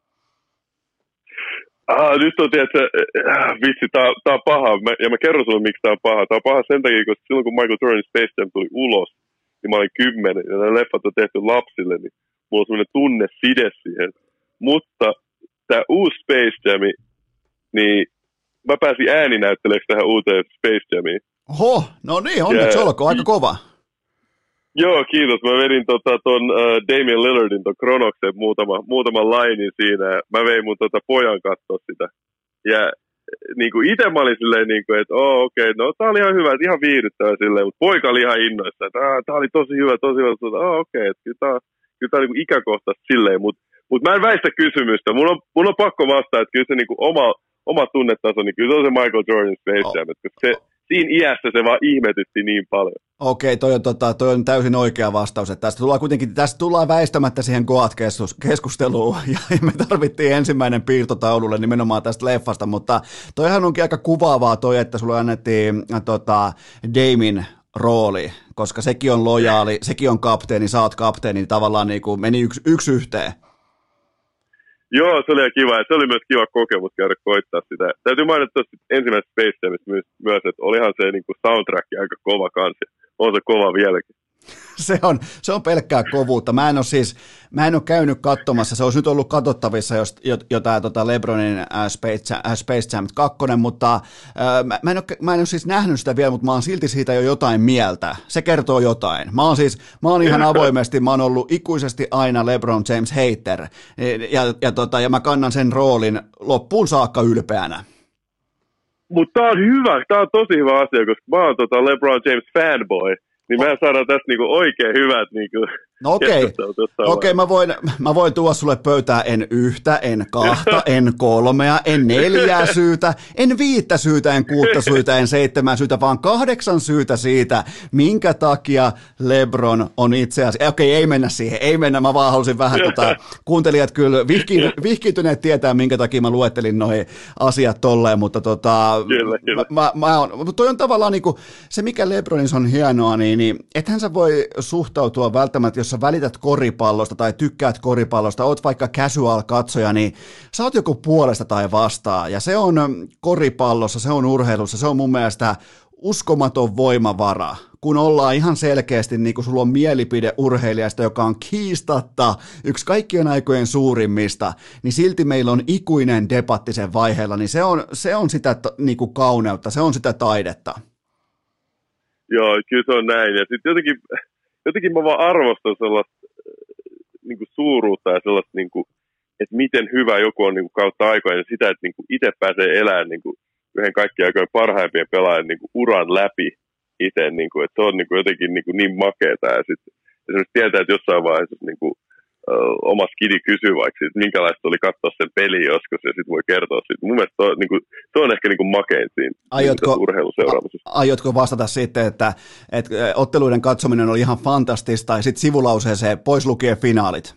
Ah, nyt on tietysti, vitsi, tää, tää on paha. Mä, ja mä kerron sulle, miksi tää on paha. Tää on paha sen takia, koska silloin kun Michael Jordanin Space Jam tuli ulos, niin mä olin kymmenen, ja nämä leffat on tehty lapsille, niin mulla on semmoinen tunne side siihen. Mutta tää uusi Space Jam, niin mä pääsin ääninäytteleeksi tähän uuteen Space Jamiin. Oho, no niin, onneksi olkoon, aika kova. Joo, kiitos. Mä vedin tota, ton uh, Damian Lillardin ton Kronoksen muutama, muutaman lainin siinä. Mä vein mun tota, pojan katsoa sitä. Ja niin kuin ite mä olin silleen, niin kuin, että oh, okei, okay, no tää oli ihan hyvä, ihan viihdyttävä silleen, mutta poika oli ihan innoissa, että tää oli tosi hyvä, tosi hyvä, että oh, okei, okay, että kyllä tää, kyllä tää on niin ikäkohtaisesti silleen, mutta mut mä en väistä kysymystä. Mun on, mun on pakko vastata, että kyllä se niin kuin oma, oma tunnetaso, niin kyllä se on se Michael Jordan Space Jam, koska se, siinä iässä se vaan ihmetytti niin paljon. Okei, toi on, tota, toi on täysin oikea vastaus. Että tästä tullaan kuitenkin, tästä tullaan väistämättä siihen Goat-keskusteluun, ja me tarvittiin ensimmäinen piirtotaululle nimenomaan tästä leffasta, mutta toihan onkin aika kuvaavaa toi, että sulle annettiin tota, Damin rooli, koska sekin on lojaali, sekin on kapteeni, sä oot kapteeni, niin tavallaan niin kuin meni yksi, yksi yhteen. Joo, se oli kiva, ja se oli myös kiva kokemus käydä koittaa sitä. Täytyy mainita tuossa ensimmäisessä Space Jamissa myös, myös, että olihan se niin kuin soundtrack aika kova kanssa. On se kova vieläkin. Se on, se on pelkkää kovuutta. Mä en ole siis, mä en ole käynyt katsomassa, se olisi nyt ollut katsottavissa jos, jo, jotain tota LeBronin äh, Space, äh, Space Jam kaksi, mutta äh, mä, mä, en ole, mä en ole siis nähnyt sitä vielä, mutta mä oon silti siitä jo jotain mieltä. Se kertoo jotain. Mä oon siis, mä oon ihan avoimesti, mä oon ollut ikuisesti aina LeBron James hater, ja, ja, tota, ja mä kannan sen roolin loppuun saakka ylpeänä. Mutta tää on hyvä, tää on tosi hyvä asia, koska mä oon tota LeBron James fanboy. Niin me saadaan tästä niinku oikein hyvät niinku no okei, okay. okay, mä, voin, mä voin tuoda sulle pöytää en yhtä, en kahta, en kolmea, en neljää syytä, en viittä syytä, en kuutta syytä, en seitsemää syytä, vaan kahdeksan syytä siitä, minkä takia LeBron on itse asiassa, okei okay, ei mennä siihen, ei mennä, mä vaan halusin vähän tota, kuuntelijat kyllä vihki, vihkiytyneet tietää, minkä takia mä luettelin noihin asiat tolleen, mutta tota, kyllä, kyllä. Mä, mä on, mutta toi on tavallaan niinku, se mikä LeBronissa on hienoa, niin niin ethän sä voi suhtautua välttämättä, jos sä välität koripallosta tai tykkäät koripallosta, oot vaikka casual-katsoja, niin sä oot joku puolesta tai vastaan. Ja se on koripallossa, se on urheilussa, se on mun mielestä uskomaton voimavara, kun ollaan ihan selkeästi, niin kun sulla on mielipide urheilijasta, joka on kiistatta yksi kaikkien aikojen suurimmista, niin silti meillä on ikuinen debatti sen vaiheella, niin se on, se on sitä niin kuin kauneutta, se on sitä taidetta. Joo, kyllä se on näin. Ja sitten jotenkin, jotenkin mä vaan arvostan sellaista niin kuin suuruutta ja sellaista, niin kuin, että miten hyvä joku on niin kuin kautta aikojen. Ja sitä, että niin kuin itse pääsee elämään niin kuin yhden kaikkien aikojen parhaimpien pelaajien niin kuin uran läpi itse. Niin kuin, että se on niin kuin jotenkin niin, kuin niin makeeta. Ja sitten esimerkiksi tietää, että jossain vaiheessa niin kuin, oma skidi kysyy vaikka siitä, minkälaista oli katsoa sen peli joskus, ja sitten voi kertoa siitä. Mun mielestä se on, niin kuin, se on ehkä niin kuin makein siinä aiotko, urheiluseuraamisessa. Aiotko vastata sitten, että, että otteluiden katsominen oli ihan fantastista, ja sitten sivulauseeseen pois lukien finaalit?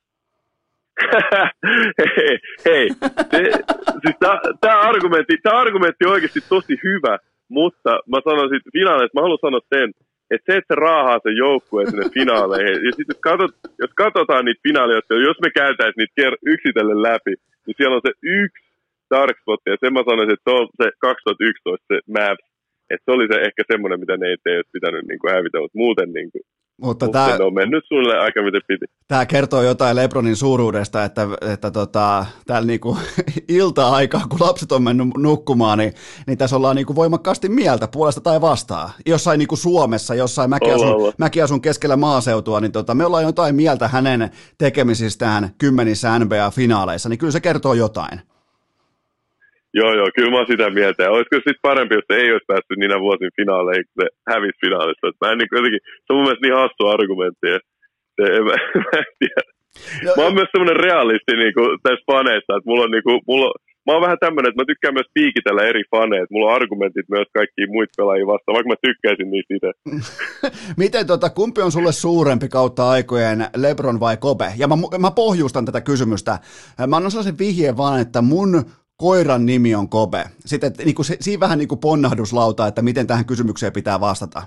hei, hei. Siis tämä argumentti, argumentti on oikeasti tosi hyvä, mutta mä sanon sitten finaaleista, mä haluan sanoa sen, että se, että se raahaa sen joukkueen sinne finaaleihin, ja sitten jos, katsot, jos katsotaan niitä finaaleja, jos me käytäisiin niitä yksitellen läpi, niin siellä on se yksi dark spot, ja sen mä sanoisin, että se on se kaksituhattayksitoista se Mavs, että se oli se ehkä semmoinen, mitä ne ei tee, olisi pitänyt niin kuin hävitä, mutta muuten niin kuin, mutta mutta tämä, ne on mennyt suunnilleen aika miten piti. Tämä kertoo jotain LeBronin suuruudesta, että, että tota, täällä niinku ilta-aikaa, kun lapset on mennyt nukkumaan, niin, niin tässä ollaan niinku voimakkaasti mieltä puolesta tai vastaan. Jossain niinku Suomessa, jossain mäkin asun, mäkin asun keskellä maaseutua, niin tota, me ollaan jotain mieltä hänen tekemisistään kymmenissä N B A-finaaleissa, niin kyllä se kertoo jotain. Joo, joo, kyllä mä oon sitä mieltä. Ja olisiko sitten parempi, jos se ei olisi päässyt niinä vuosin finaaleihin, kun se hävisi finaalissa. Mä en niin jotenkin, se on mun mielestä niin hassu argumentti. Se, en, mä, mä en tiedä. No, mä oon myös semmoinen realisti niin kuin tässä faneissa, että mulla on niin kuin, mulla on, mä oon vähän tämmöinen, että mä tykkään myös piikitellä eri faneita. Mulla on argumentit myös kaikkia muita pelaajia vastaan, vaikka mä tykkäisin niistä itse. Miten tota, kumpi on sulle suurempi kautta aikojen, LeBron vai Kobe? Ja mä, mä pohjustan tätä kysymystä. Mä annan sellaisen vihjeen vaan, että mun koiran nimi on Kobe. Sitten niin kuin, siinä vähän niin kuin ponnahduslauta, että miten tähän kysymykseen pitää vastata.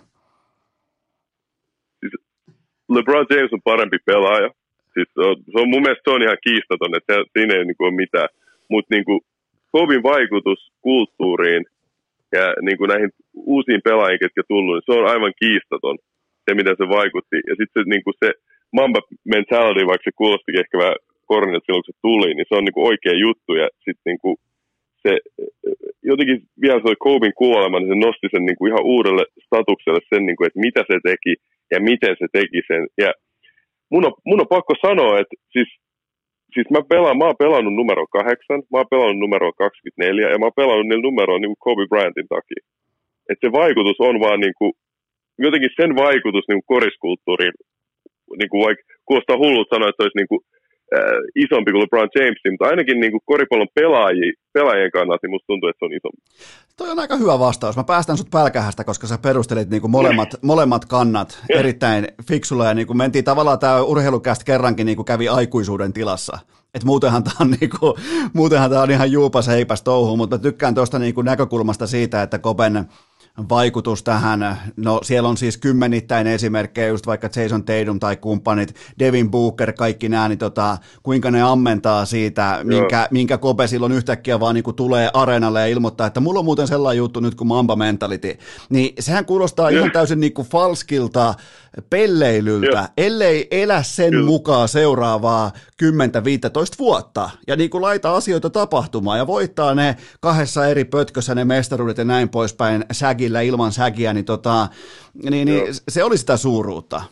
Siis LeBron James on parempi pelaaja. Siis se on, se on, mun mielestä se on ihan kiistaton, että siinä ei niin kuin ole mitään. Mutta niin Koben vaikutus kulttuuriin ja niin kuin näihin uusiin pelaajiin, ketkä tullut, niin se on aivan kiistaton, se miten se vaikutti. Ja sitten se, niin kuin se Mamba mentality, vaikka se kuulostikin ehkä vähän kornin, että silloin kun se tuli, niin se on niin kuin oikea juttu. Ja sitten niin kuin se, jotenkin vielä se oli Koben kuolema, niin se nosti sen niin kuin ihan uudelle statukselle sen, niin kuin, että mitä se teki ja miten se teki sen. Ja mun on, mun on pakko sanoa, että siis, siis mä, pelaan, mä oon pelannut numero kahdeksan, mä oon pelannut numero kaksikymmentäneljä ja mä oon pelannut niillä numeroilla niin kuin Kobe Bryantin takia. Että se vaikutus on vaan niin kuin, jotenkin sen vaikutus niin kuin koriskulttuuriin, niin kuin vaikka kuulostaa hullut sanoa, että se olisi niin kuin äh, isompi kuin LeBron Jamesin, mutta ainakin niin kuin koripallon pelaajien, pelaajien kannalta niin musta tuntuu, että se on isompi. Toi on aika hyvä vastaus. Mä päästän sut pälkähästä, koska sä perustelit niinku molemmat, molemmat kannat erittäin fiksulla ja niinku mentiin tavallaan tää urheilukästä kerrankin niinku kävi aikuisuuden tilassa. Et muutenhan tää on niinku, muutenhan tää on ihan juupas heipäs touhu, mutta mä tykkään tuosta niinku näkökulmasta siitä, että Koben vaikutus tähän, no siellä on siis kymmenittäin esimerkkejä, just vaikka Jason Tatum tai kumppanit, Devin Booker, kaikki nämä, niin tota, kuinka ne ammentaa siitä, minkä, minkä Kobe silloin yhtäkkiä vaan niin kuin tulee areenalle ja ilmoittaa, että mulla on muuten sellainen juttu nyt kuin Mamba Mentality, niin sehän kuulostaa Joo. ihan täysin niin kuin falskilta pelleilyltä, Joo. ellei elä sen Joo. mukaan seuraavaa kymmenen viisitoista vuotta ja niin kuin laita asioita tapahtumaan ja voittaa ne kahdessa eri pötkössä ne mestaruudet ja näin poispäin sägillä ilman sägiä, niin, tota, niin, niin se oli sitä suuruutta.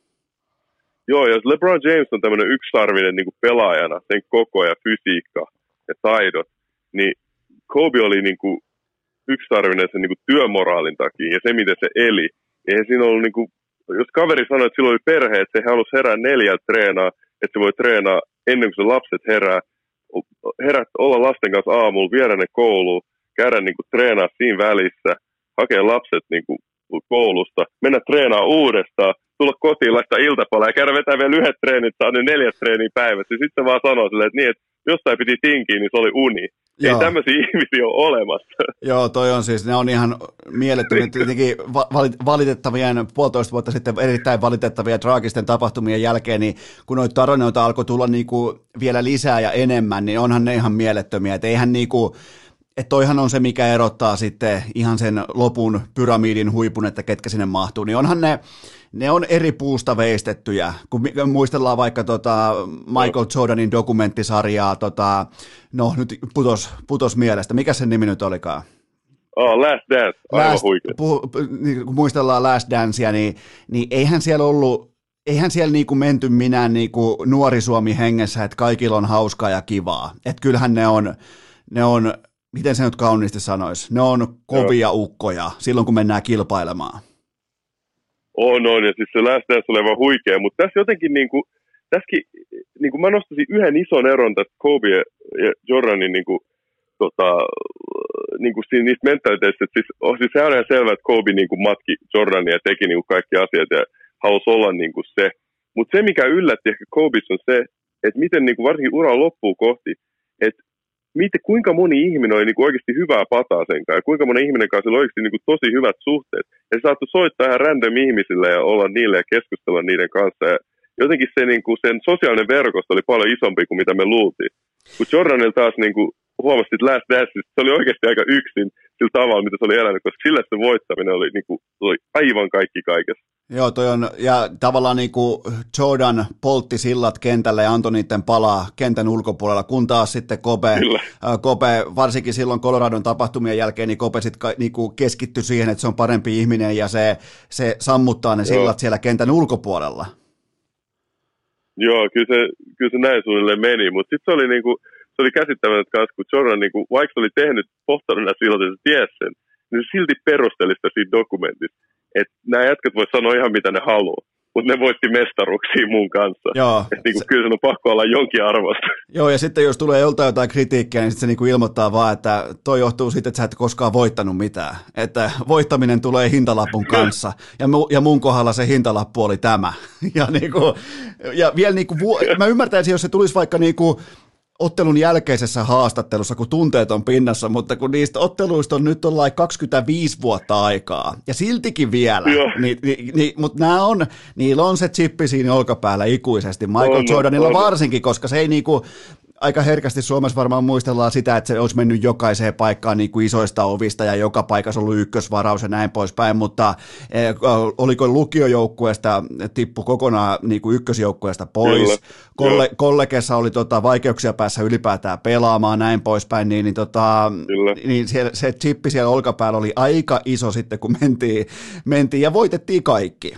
Joo, ja LeBron James on tämmöinen yksisarvinen niin kuin pelaajana, sen koko ja fysiikka ja taidot, niin Kobe oli niin kuin yksisarvinen sen niin kuin työmoraalin takia ja se, miten se eli. Eihän siinä ollut niin kuin, jos kaveri sanoi, että sillä oli perhe, että se halusi herää neljältä treenaa, että se voi treenaa ennen kuin se lapset herää, herät, olla lasten kanssa aamulla, viedä ne kouluun, käydä niin kuin treenaa siinä välissä, hakea lapset niin kuin koulusta, mennä treenaa uudestaan, tulla kotiin, laittaa iltapalaa ja käydä vetää vielä yhdet treenit, saa ne neljät treeniä päivässä. Ja sitten se vaan sanoo silleen, että niin, että jostain piti tinkiä, niin se oli uni. Joo. Ei tämmöisiä ihmisiä ole olemassa. Joo, toi on siis, ne on ihan mielettömiä, tietenkin valitettavien, puolitoista vuotta sitten erittäin valitettavia traagisten tapahtumien jälkeen, niin kun noita tarinoita alkoi tulla niinku vielä lisää ja enemmän, niin onhan ne ihan mielettömiä, että eihän niinku, että toihan on se, mikä erottaa sitten ihan sen lopun pyramidin huipun, että ketkä sinne mahtuu, niin onhan ne, ne on eri puusta veistettyjä, kun muistellaan vaikka tota Michael Jordanin dokumenttisarjaa, tota, no nyt putos, putos mielestä, mikä sen nimi nyt olikaan? Oh, Last Dance, aivan Last, huikea. Puh, kun muistellaan Last Dancea, niin, niin eihän siellä ollut, eihän siellä niinku menty minään niinku nuori Suomi hengessä, että kaikilla on hauskaa ja kivaa, että kyllähän ne on, ne on, miten se nyt kauniisti sanoisi, ne on kovia Joo. ukkoja silloin, kun mennään kilpailemaan. On, on, ja siis se Last Dance oli aivan huikea, mutta tässä jotenkin, niin kuin, tässäkin, niin kuin mä nostaisin yhden ison eron tästä Kobe ja Jordanin niin kuin, tota, niin kuin siinä, niistä mentaliteista, että siis, oh, siis se on ihan selvä, että Kobe niin kuin matki Jordania ja teki niin kuin kaikki asiat ja halusi olla niin kuin se, mutta se mikä yllätti ehkä Kobeissa on se, että miten niin kuin varsinkin ura loppuu kohti, että miten, kuinka moni ihminen oli niin kuin oikeasti hyvää pataa sen kanssa, ja kuinka moni ihminen kanssa oli oikeasti niin kuin tosi hyvät suhteet. Ja se saattoi soittaa ihan random ihmisille ja olla niille ja keskustella niiden kanssa. Ja jotenkin se, niin kuin, sen sosiaalinen verkosto oli paljon isompi kuin mitä me luultiin. Kun Jordanilla taas niin kuin, huomasi, että Last Dance, se oli oikeasti aika yksin sillä tavalla, mitä se oli elänyt, koska sillä se voittaminen oli, niin kuin, oli aivan kaikki kaikessa. Joo, toi on, ja tavallaan niin kuin Jordan poltti sillat kentälle ja antoi niiden palaa kentän ulkopuolella, kun taas sitten Kobe, Kobe varsinkin silloin Coloradon tapahtumien jälkeen, niin Kobe sitten niin kuin keskittyi siihen, että se on parempi ihminen ja se, se sammuttaa ne Joo. sillat siellä kentän ulkopuolella. Joo, kyllä se, kyllä se näin suunnilleen meni, mutta sitten se oli, niin kuin, se oli käsittämätöntä kanssa, kun Jordan, niin kuin, vaikka se oli tehnyt, pohtanut nämä sillat ja se ties sen, niin se silti perusteli sitä siinä dokumentissa. Että nämä jätkät vois sanoa ihan mitä ne haluaa, mutta ne voitti mestaruksia mun kanssa. Että niinku, kyllä sen on pakko olla jonkin arvosta. Joo, ja sitten jos tulee joltain jotain kritiikkiä, niin sitten se niinku ilmoittaa vaan, että toi johtuu siitä, että sä et koskaan voittanut mitään. Että voittaminen tulee hintalapun kanssa, ja, mu- ja mun kohdalla se hintalappu oli tämä. Ja, niinku, ja vielä niinku, mä ymmärtäisin, jos se tulisi vaikka niinku ottelun jälkeisessä haastattelussa, kun tunteet on pinnassa, mutta kun niistä otteluista on nyt ollaan kaksikymmentäviisi vuotta aikaa, ja siltikin vielä, niin, niin, niin, mutta nämä on, niillä on se chippi siinä olkapäällä ikuisesti, Michael on, Jordanilla on. varsinkin, koska se ei niinku, aika herkästi Suomessa varmaan muistellaan sitä, että se olisi mennyt jokaiseen paikkaan niin kuin isoista ovista ja joka paikassa ollut ykkösvaraus ja näin poispäin, mutta eh, oliko lukiojoukkueesta tippu kokonaan niin kuin ykkösjoukkueesta pois, Kolle, kollegessa oli tota, vaikeuksia päässä ylipäätään pelaamaan näin poispäin, niin, niin, tota, niin siellä, se chippi siellä olkapäällä oli aika iso sitten, kun mentiin, mentiin ja voitettiin kaikki.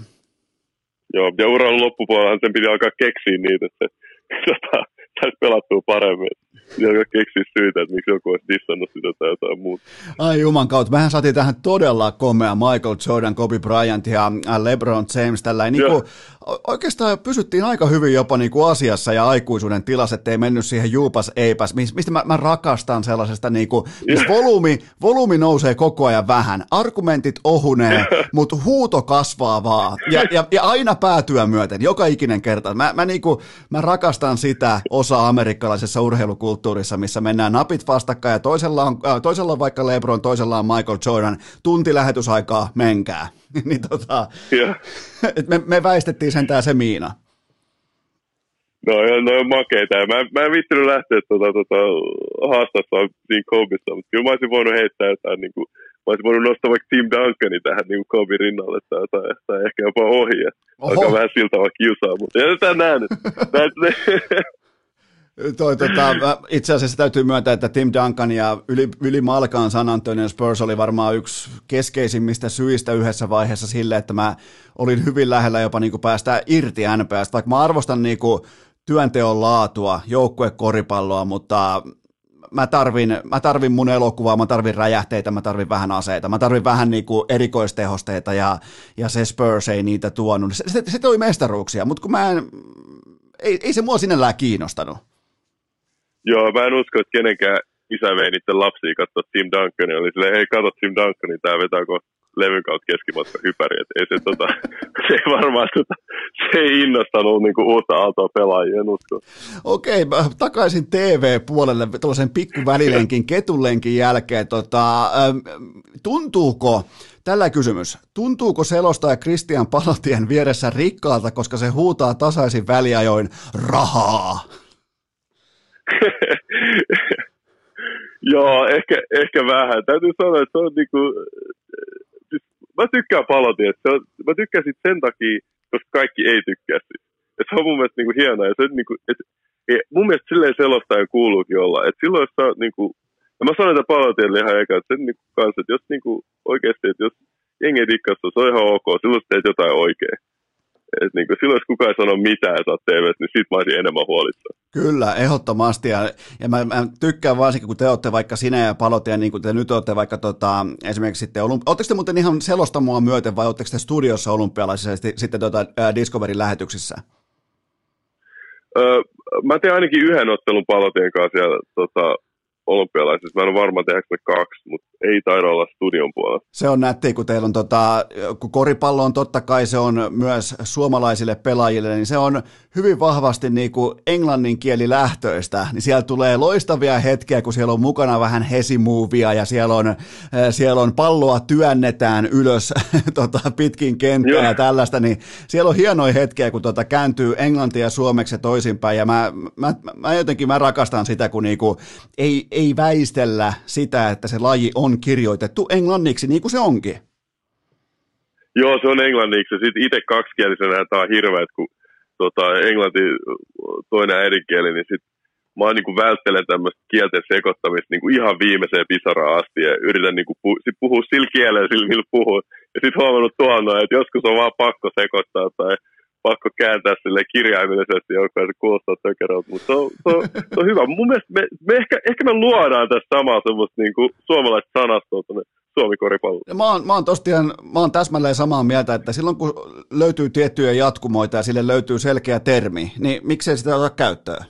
Joo, ja uran loppupuolella sen piti alkaa keksiä niitä, että se, saisi pelattua paremmin. joka keksii syitä, että miksi joku olisi dissannut sitä tai jotain muuta. Ai juman kautta. Mehän saatiin tähän todella komea Michael Jordan, Kobe Bryant ja LeBron James. Tällä niin kuin, oikeastaan pysyttiin aika hyvin jopa niin kuin asiassa ja aikuisuuden tilassa, ettei mennyt siihen juupas eipäs, mistä mä, mä rakastan sellaisesta, niin kuin, missä volyymi, volyymi nousee koko ajan vähän, argumentit ohunee, mutta huuto kasvaa vaan ja, ja, ja aina päätyä myöten, joka ikinen kerta. Mä, mä, niin kuin, mä rakastan sitä osaa amerikkalaisessa urheilukulttuurissa, missä mennään napit vastakkain ja toisella on, äh, toisella on vaikka LeBron, toisella on Michael Jordan, tunti lähetysaikaa, menkää. niin tota, me, me väistettiin sentään se Miina. No, no on makeita. Mä, mä en viittinyt lähteä tota, tota, haastassa siinä Kobessa, mutta kyllä mä olisin voinut heittää jotain, niin kuin, mä olisin voinut nostaa vaikka Tim Duncanin tähän niin Kobe rinnalle tai, tai, tai ehkä jopa ohi. Alkaa vähän siltä vaan kiusaa, mutta jätetään nää nyt. Toi, tota, itse asiassa täytyy myöntää, että Tim Duncan ja yli, yli Malkaan San Antonio Spurs oli varmaan yksi keskeisimmistä syistä yhdessä vaiheessa sille, että mä olin hyvin lähellä jopa niin kuin päästä irti N B A:stä, vaikka mä arvostan niin kuin työnteon laatua, joukkuekoripalloa, mutta mä tarvin, mä tarvin mun elokuvaa, mä tarvin räjähteitä, mä tarvin vähän aseita, mä tarvin vähän niin kuin erikoistehosteita ja, ja se Spurs ei niitä tuonut. Se, se, se toi mestaruuksia, mutta kun mä en, ei, ei se mua sinällään kiinnostanut. Joo, mä en usko, että kenenkään isä vei niiden lapsia katsoa Tim Duncania. Oli silleen, hei, katso Tim Duncania, tää vetää kun levyn kautta keskimatka hypäri. Et ei se, tota, se ei varmaan tota, se ei innostanut niinku uutta aaltoa pelaajia, en usko. Okei, takaisin T V-puolelle tuollaisen pikkuvälilenkin, ketunlenkin jälkeen. Tota, tuntuuko, tällä kysymys, tuntuuko selostaja Christian Palotien vieressä rikkaalta, koska se huutaa tasaisin väliajoin rahaa? Joo, ehkä, ehkä vähän. Täytyy sanoa, että se on niinku, siis mä tykkään Palotia. Mä tykkään sit sen takia, koska kaikki ei tykkää siitä. Et se on mun mielestä niinku hienoa. Ja se, niinku, et, et, mun mielestä silleen selostajan kuuluukin olla. Et silloin jos sä niinku, ja mä sanon tätä Palotille ihan eka, että sen niinku kanssa, että jos niinku oikeesti, että jos jengi ei dikkaa, se on ihan ok. Silloin teet jotain oikein. Että niin silloin, jos kukaan ei sano mitään, että olet T V:ssä, niin sit mä olisin enemmän huolissaan. Kyllä, ehdottomasti. Ja, ja mä, mä tykkään varsinkin, kun te olette vaikka sinä ja Palotia, niin kuin te nyt olette vaikka tota, esimerkiksi sitten, oletteko te muuten ihan selostamoa myöten vai oletteko te studiossa olympialaisissa sitten tota, ää, Discoverin lähetyksissä? Öö, mä teen ainakin yhden ottelun Palotien kanssa siellä tota, olympialaisissa. Mä en ole varma tehdäänkö me kaksi, mutta ei taida olla studion puolella. Se on nättiä, kun teillä on, tota, kun koripallo on totta kai se on myös suomalaisille pelaajille, niin se on hyvin vahvasti niin kuin englanninkielilähtöistä, niin siellä tulee loistavia hetkiä, kun siellä on mukana vähän hesimuuvia ja siellä on, siellä on palloa työnnetään ylös tota, pitkin kenttää Joo. ja tällaista, niin siellä on hienoja hetkiä, kun tota, kääntyy englantia suomeksi ja toisinpäin, ja mä, mä, mä jotenkin mä rakastan sitä, kun niinku, ei, ei väistellä sitä, että se laji on kirjoitettu englanniksi, niin kuin se onkin. Joo, se on englanniksi. Sitten itse kaksikielisenä tämä on hirveä, kun tota, englanti toinen äidinkieli, niin sit mä oon niinku välttelen tämmöistä kielten sekoittamista niinku ihan viimeiseen pisaraan asti ja yritän niinku pu- sit puhua sillä kielellä, sillä millä puhuu. Ja sitten huomannut tuonnoin, että joskus on vaan pakko sekoittaa tai pakko kääntää sille kirjaimellisesti, joka se kuulostaa tökerältä, mutta se on, se, on, se on hyvä. Mun mielestä me, me ehkä, ehkä me luodaan tässä samaa semmoista niinku suomalaista sanastoa tuonne Suomi-koripalloon. Mä oon, mä, oon tostiaan, mä oon täsmälleen samaa mieltä, että silloin kun löytyy tiettyjä jatkumoita ja sille löytyy selkeä termi, niin miksei sitä ota käyttöön?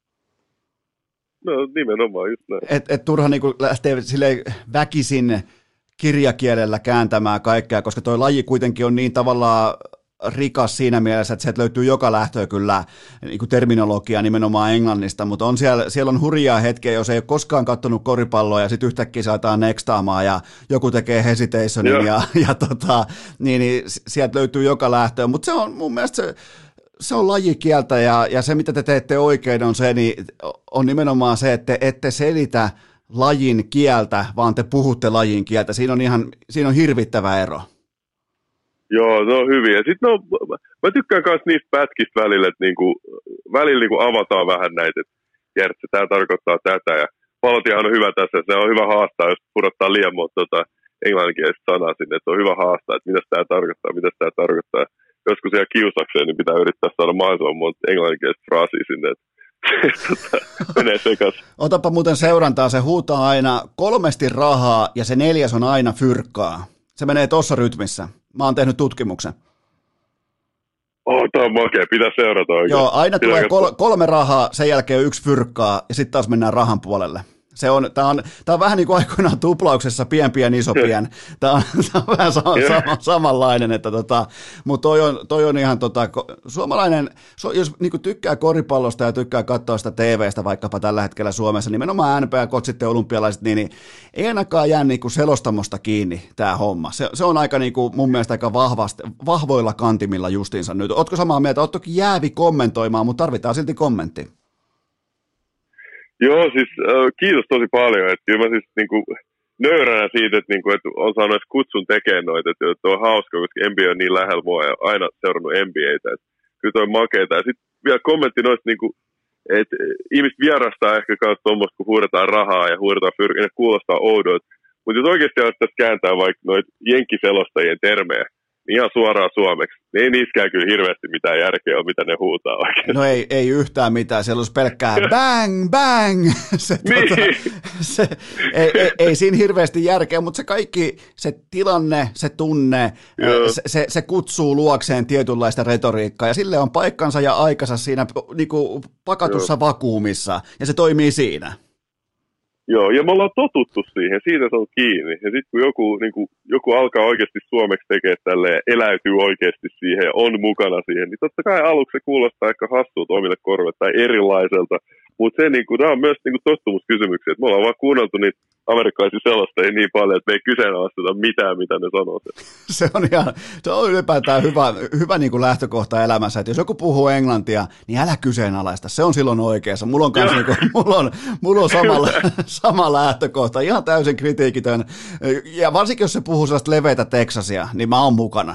No nimenomaan, just näin. Et, et turha niinku lähtee silleen väkisin kirjakielellä kääntämään kaikkea, koska toi laji kuitenkin on niin tavallaan rikas siinä mielessä, että sieltä löytyy joka lähtöä kyllä niin kuin terminologia nimenomaan englannista, mutta on siellä, siellä on hurjaa hetkeä, jos ei ole koskaan katsonut koripalloa ja sitten yhtäkkiä saadaan nextaamaan ja joku tekee hesitationin ja, ja, ja tota, niin, niin sieltä löytyy joka lähtöä, mutta se on mun mielestä se, se on lajikieltä ja, ja se mitä te teette oikein on se, niin on nimenomaan se, että ette selitä lajin kieltä, vaan te puhutte lajin kieltä. Siinä on ihan, siinä on hirvittävä ero. Joo, ne on hyviä. Sitten no, mä tykkään myös niistä pätkistä välillä, että niinku, välillä niinku avataan vähän näitä, että Jertsi, tämä tarkoittaa tätä. Ja Palotiahan on hyvä tässä, se on hyvä haastaa, jos pudottaa liian monta tota, englanninkielistä sanaa sinne, että on hyvä haastaa, että mitä tämä tarkoittaa, mitä tämä tarkoittaa. Joskus ihan kiusakseen, niin pitää yrittää saada mahdollisimman monta englanninkielistä fraasia sinne, että tota, menee sekaisin. Otapa muuten seurantaa, se huutaa aina kolmesti rahaa ja se neljäs on aina fyrkkaa. Se menee tuossa rytmissä. Mä oon tehnyt tutkimuksen. Oh, tää on makea, pitää seurata oikein. Joo, aina tulee kol- kolme rahaa, sen jälkeen yksi fyrkkaa ja sitten taas mennään rahan puolelle. Se on, tää on, tää on vähän niin kuin aikoinaan tuplauksessa pien pien iso pien. Tää on, tää on vähän sama, sama, samanlainen, että tota, mutta toi on, toi on ihan tota, suomalainen, jos niin kuin tykkää koripallosta ja tykkää katsoa sitä T V:stä vaikkapa tällä hetkellä Suomessa, nimenomaan N B A, sitten olympialaiset, niin, niin ei ainakaan jää niin kuin selostamosta kiinni tää homma. Se, se on aika niin kuin mun mielestä aika vahvasti, vahvoilla kantimilla justiinsa nyt. Ootko samaa mieltä? Oot toki jäävi kommentoimaan, mutta tarvitaan silti kommentti. Joo, siis äh, kiitos tosi paljon, että kyllä mä siis niinku nöyränä siitä, että, niinku, että on saanut edes kutsun tekemään noita, että, että on hauska, koska N B A on niin lähellä mua ja aina seurannut N B A:tä, että kyllä toi on makeeta. Ja sitten vielä kommentti noista, niinku, että ihmiset vierastaa ehkä kanssa tuommoista, kun huudetaan rahaa ja huudetaan fyrkää, ne kuulostaa oudolta. Mutta jos oikeasti alettaisiin kääntää vaikka noita jenkkiselostajien termejä, niin ihan suoraan suomeksi. Ei niiskään kyllä hirveästi mitään järkeä ole, mitä ne huutaa oikein. No ei, ei yhtään mitään, siellä olisi pelkkää bang, bang. Se, niin. tota, se, ei, ei, ei siinä hirveästi järkeä, mutta se kaikki, se tilanne, se tunne, se, se, se kutsuu luokseen tietynlaista retoriikkaa ja sille on paikkansa ja aikansa siinä niin kuin pakatussa Joo. vakuumissa ja se toimii siinä. Joo, ja me ollaan totuttu siihen, siitä se on kiinni. Ja sitten kun joku, niin kun joku alkaa oikeasti suomeksi tekemään tälleen, eläytyy oikeasti siihen ja on mukana siihen, niin totta kai aluksi se kuulostaa ehkä hassulta omille korville tai erilaiselta. Mutta se niin kun, nämä on myös niin kun tottumuskysymyksiä, että me ollaan vaan kuunneltu niitä amerikkalaisia selostajia niin paljon, että me ei kyseenalaisteta mitään, mitä ne sanoo. Se on ihan, se on ylipäätään hyvä, hyvä niin kuin lähtökohta elämässä, että jos joku puhuu englantia, niin älä kyseenalaista, se on silloin oikeassa. Mulla on, kans, niin kuin, mulla on, mulla on sama, sama lähtökohta, ihan täysin kritiikitön, ja varsinkin jos se puhuu sellaista leveitä Teksasia, niin mä oon mukana.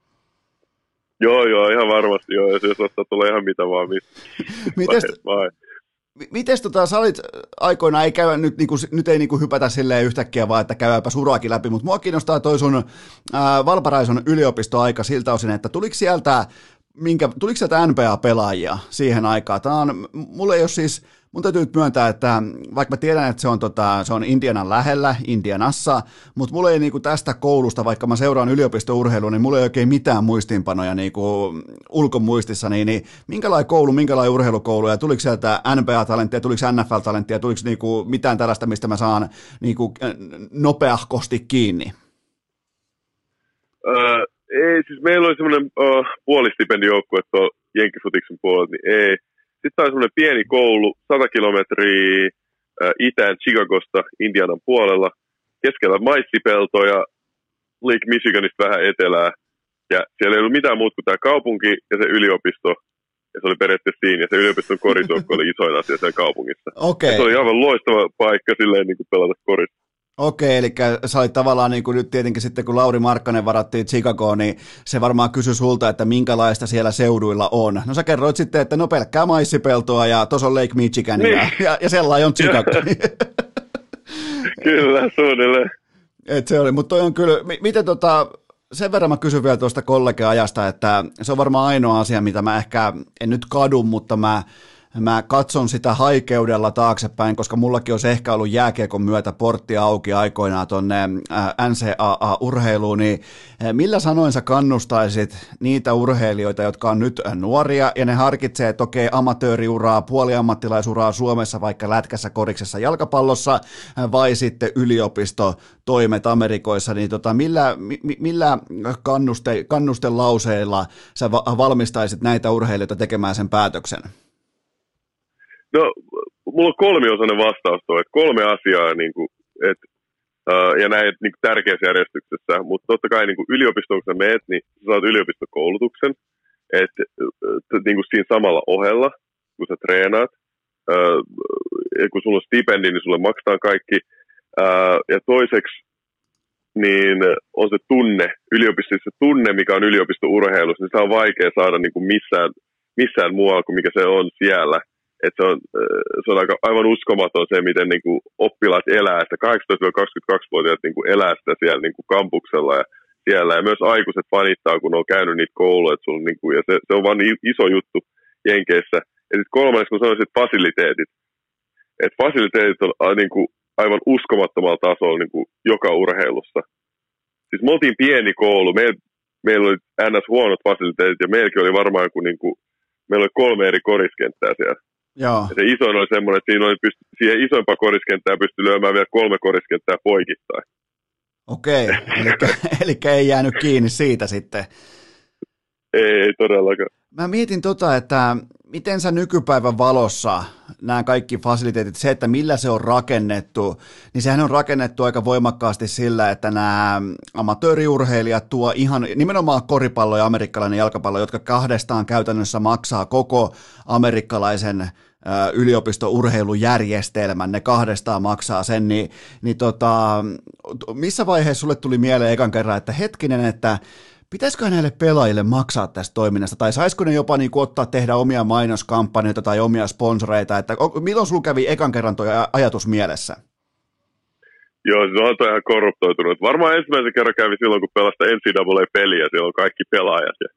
Joo, joo, ihan varmasti joo, jos ostaa tulee ihan mitä vaan. Mites, Mites tota, sä olit aikoinaan, ei käy, nyt, niinku, nyt ei niinku hypätä silleen yhtäkkiä vaan, että käydäänpä suraakin läpi, mutta mua kiinnostaa toi sun ää, Valparaison yliopistoaika siltä osin, että tuliko sieltä, minkä, tuliko sieltä N B A-pelaajia siihen aikaan? Tää on, mulle ei ole siis, mun täytyy nyt myöntää, että vaikka mä tiedän, että se on, tota, se on Indianan lähellä, Indianassa, mutta mulla ei niinku tästä koulusta, vaikka mä seuraan yliopistourheilua, niin mulla ei oikein mitään muistiinpanoja niinku ulkomuistissa, niin, niin minkälainen koulu, minkälainen urheilukoulu, ja tuliko sieltä N B A-talenttia, tuliko N F L-talenttia, tuliko niinku mitään tällaista, mistä mä saan niinku nopeahkosti kiinni? Öö, ei, siis meillä oli semmoinen uh, puolistipendijoukkue tuolla Jenkkifutiksen puolella, niin ei. Sitten on semmoinen pieni koulu, sata kilometriä äh, itään Chicagosta, Indianan puolella, keskellä maissipeltoja, Lake Michiganista vähän etelää. Ja siellä ei ollut mitään muuta kuin tämä kaupunki ja se yliopisto. Ja se oli periaatteessa siinä, ja se yliopiston korisuokko oli isoin asia siellä kaupungissa. Okay. Ja se oli aivan loistava paikka silleen niin kuin pelata korista. Okei, eli sä olit tavallaan niin kuin nyt tietenkin sitten, kun Lauri Markkanen varattiin Chicagoon, niin se varmaan kysyi sulta, että minkälaista siellä seuduilla on. No sä kerroit sitten, että no pelkkää maissipeltoa ja tuossa on Lake Michigan niin. ja, ja, ja sellainen on Chicago. Kyllä, suunnilleen. Et se oli, mutta toi on kyllä, miten tota, sen verran mä kysyn vielä tuosta kollegeajasta, että se on varmaan ainoa asia, mitä mä ehkä, en nyt kadu, mutta mä Mä katson sitä haikeudella taaksepäin, koska mullakin olisi ehkä ollut jääkiekon myötä portti auki aikoinaan tuonne N C A A-urheiluun, niin millä sanoin sä kannustaisit niitä urheilijoita, jotka on nyt nuoria ja ne harkitsee, että okei, amatööriuraa, puoliammattilaisuraa Suomessa, vaikka lätkässä, koriksessa, jalkapallossa vai sitten yliopistotoimet Amerikoissa, niin tota, millä, millä kannuste, kannustelauseilla sä valmistaisit näitä urheilijoita tekemään sen päätöksen? No, mulla on kolmiosainen vastaus tuo, että kolme asiaa, niin kuin, et, uh, ja näin niin kuin tärkeässä järjestyksessä, mutta totta kai niin kuin yliopistoon, kun sä meet, niin sä saat yliopistokoulutuksen, että niin kuin siinä samalla ohella, kun sä treenaat, uh, kun sulla on stipendi, niin sulle maksetaan kaikki, uh, ja toiseksi niin on se tunne, yliopistossa se tunne, mikä on yliopistourheilussa, niin sitä on vaikea saada niin kuin missään, missään muualla kuin mikä se on siellä. Että se on, se on aika, aivan uskomaton se, miten niin kuin oppilaat elää, että kahdeksantoista–kaksikymmentäkaksi-vuotiaat niin kuin elää sitä siellä niin kuin kampuksella ja siellä. Ja myös aikuiset fanittaa, kun on käynyt niitä kouluja. Että sulla, niin kuin, ja se, se on vaan niin iso juttu Jenkeissä. Ja sitten kolmanneksi mä sanoisin, että fasiliteetit. Että fasiliteetit on a, niin kuin, aivan uskomattomalla tasolla niin kuin joka urheilussa. Siis me oltiin pieni koulu, meillä, meillä oli ns. Huonot fasiliteetit ja meilläkin oli varmaan kuin, niin kuin, meillä oli kolme eri koriskenttää siellä. Joo. Ja se isoin oli semmoinen, että siinä oli pysty, siihen isoimpaan koriskenttään pystyi lyömään vielä kolme koriskenttää poikittain. Okei, eli ei jäänyt kiinni siitä sitten. Ei, ei todellakaan. Mä mietin tota, että miten sä nykypäivän valossa nämä kaikki fasiliteetit, se, että millä se on rakennettu, niin sehän on rakennettu aika voimakkaasti sillä, että nämä amatööriurheilijat tuo ihan, nimenomaan koripallo ja amerikkalainen jalkapallo, jotka kahdestaan käytännössä maksaa koko amerikkalaisen yliopistourheilujärjestelmän, ne kahdestaan maksaa sen, niin, niin tota, missä vaiheessa sulle tuli mieleen ekan kerran, että hetkinen, että pitäisikö näille pelaajille maksaa tästä toiminnasta, tai saisiko ne jopa niin kuin ottaa tehdä omia mainoskampanjoita tai omia sponsoreita, että milloin sulla kävi ekan kerran tuo ajatus mielessä? Joo, se on toi ihan korruptoitunut. Varmaan ensimmäisen kerran kävi silloin, kun pelasta N C A A-peliä, siellä on kaikki pelaajat, ja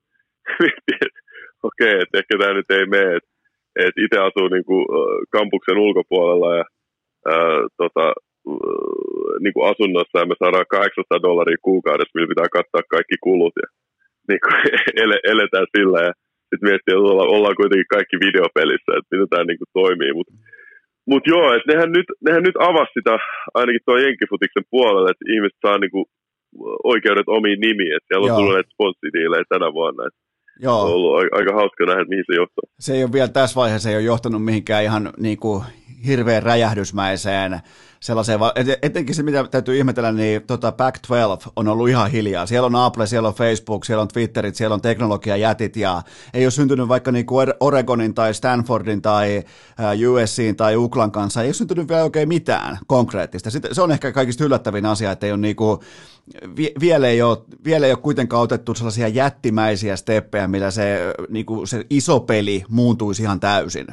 okei, okay, että ehkä tämä nyt ei mene, että et itse asuu niin kuin kampuksen ulkopuolella, ja ää, tota, niin kuin asunnossa, ja me saadaan kahdeksansataa dollaria kuukaudessa, millä pitää kattaa kaikki kulut, ja niin kuin ele, eletään sillä, ja sitten miettii, että olla, ollaan kuitenkin kaikki videopelissä, että miten tämä niin kuin toimii, mutta mut joo, että nehän nyt, nehän nyt avasi sitä ainakin tuo Jenkkifutiksen puolelle, että ihmiset saa niin kuin oikeudet omiin nimiin, että siellä on joo. tullut näitä sponssidiilejä tänä vuonna, että joo. On ollut aika, aika hauska nähdä, mihin se johtaa. Se ei ole vielä tässä vaiheessa, ei ole johtanut mihinkään ihan niin kuin hirveän räjähdysmäiseen sellaiseen, etenkin se, mitä täytyy ihmetellä, niin tota Pac twelve on ollut ihan hiljaa. Siellä on Apple, siellä on Facebook, siellä on Twitterit, siellä on teknologiajätit, ja ei ole syntynyt vaikka niin kuin Oregonin tai Stanfordin tai U S C:in tai Uklan kanssa, ei ole syntynyt vielä oikein mitään konkreettista. Sitten se on ehkä kaikista yllättävin asia, että ei ole niin kuin, vielä, ei ole, vielä ei ole kuitenkaan otettu sellaisia jättimäisiä steppejä, millä se, niin kuin se iso peli muuntuisi ihan täysin.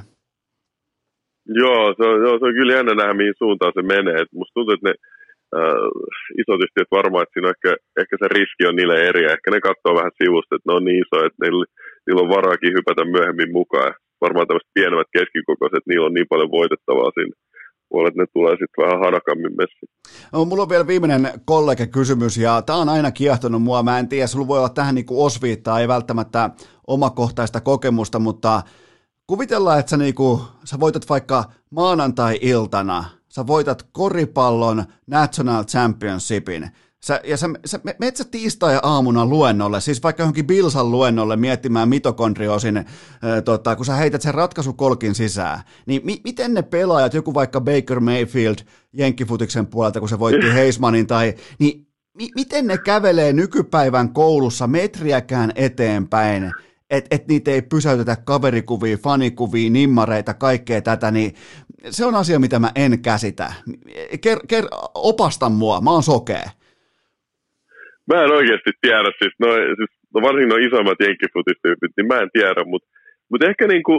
Joo, se on, joo, se on kyllä jännä nähdä, mihin suuntaan se menee. Et musta tuntuu, että ne äh, isot yhtiöt varmaan, että siinä on ehkä, ehkä se riski on niille eri. Ehkä ne katsoo vähän sivusta, että ne on niin iso, että niillä, niillä on varaakin hypätä myöhemmin mukaan. Varmaan tämmöiset pienemmät keskikokoiset, niillä on niin paljon voitettavaa siinä puolella, että ne tulee sitten vähän hanakammin messiin. No, mulla on vielä viimeinen kollega-kysymys, ja tämä on aina kiehtonut mua. Mä en tiedä, sulla voi olla tähän niin kuin osviittaa, ei välttämättä omakohtaista kokemusta, mutta kuvitellaan, että sä, niinku, sä voitat vaikka maanantai-iltana, sä voitat koripallon National Championshipin, sä, ja sä, sä menet sä tiistai-aamuna luennolle, siis vaikka johonkin Bilsan luennolle miettimään mitokondriosin, äh, tota, kun sä heität sen ratkaisukolkin sisään, niin mi- miten ne pelaajat, joku vaikka Baker Mayfield Jenkkifutiksen puolelta, kun se voitti Heismanin, tai, niin mi- miten ne kävelee nykypäivän koulussa metriäkään eteenpäin, että et niitä ei pysäytetä kaverikuvia, fanikuvia, nimmareita, kaikkea tätä, niin se on asia, mitä mä en käsitä. Ker, ker, opasta mua, mä oon sokea. Mä en oikeasti tiedä, siis, no, siis no varsinkin nuo isommat jenkkifutistyypit, niin mä en tiedä, mutta mut ehkä niinku,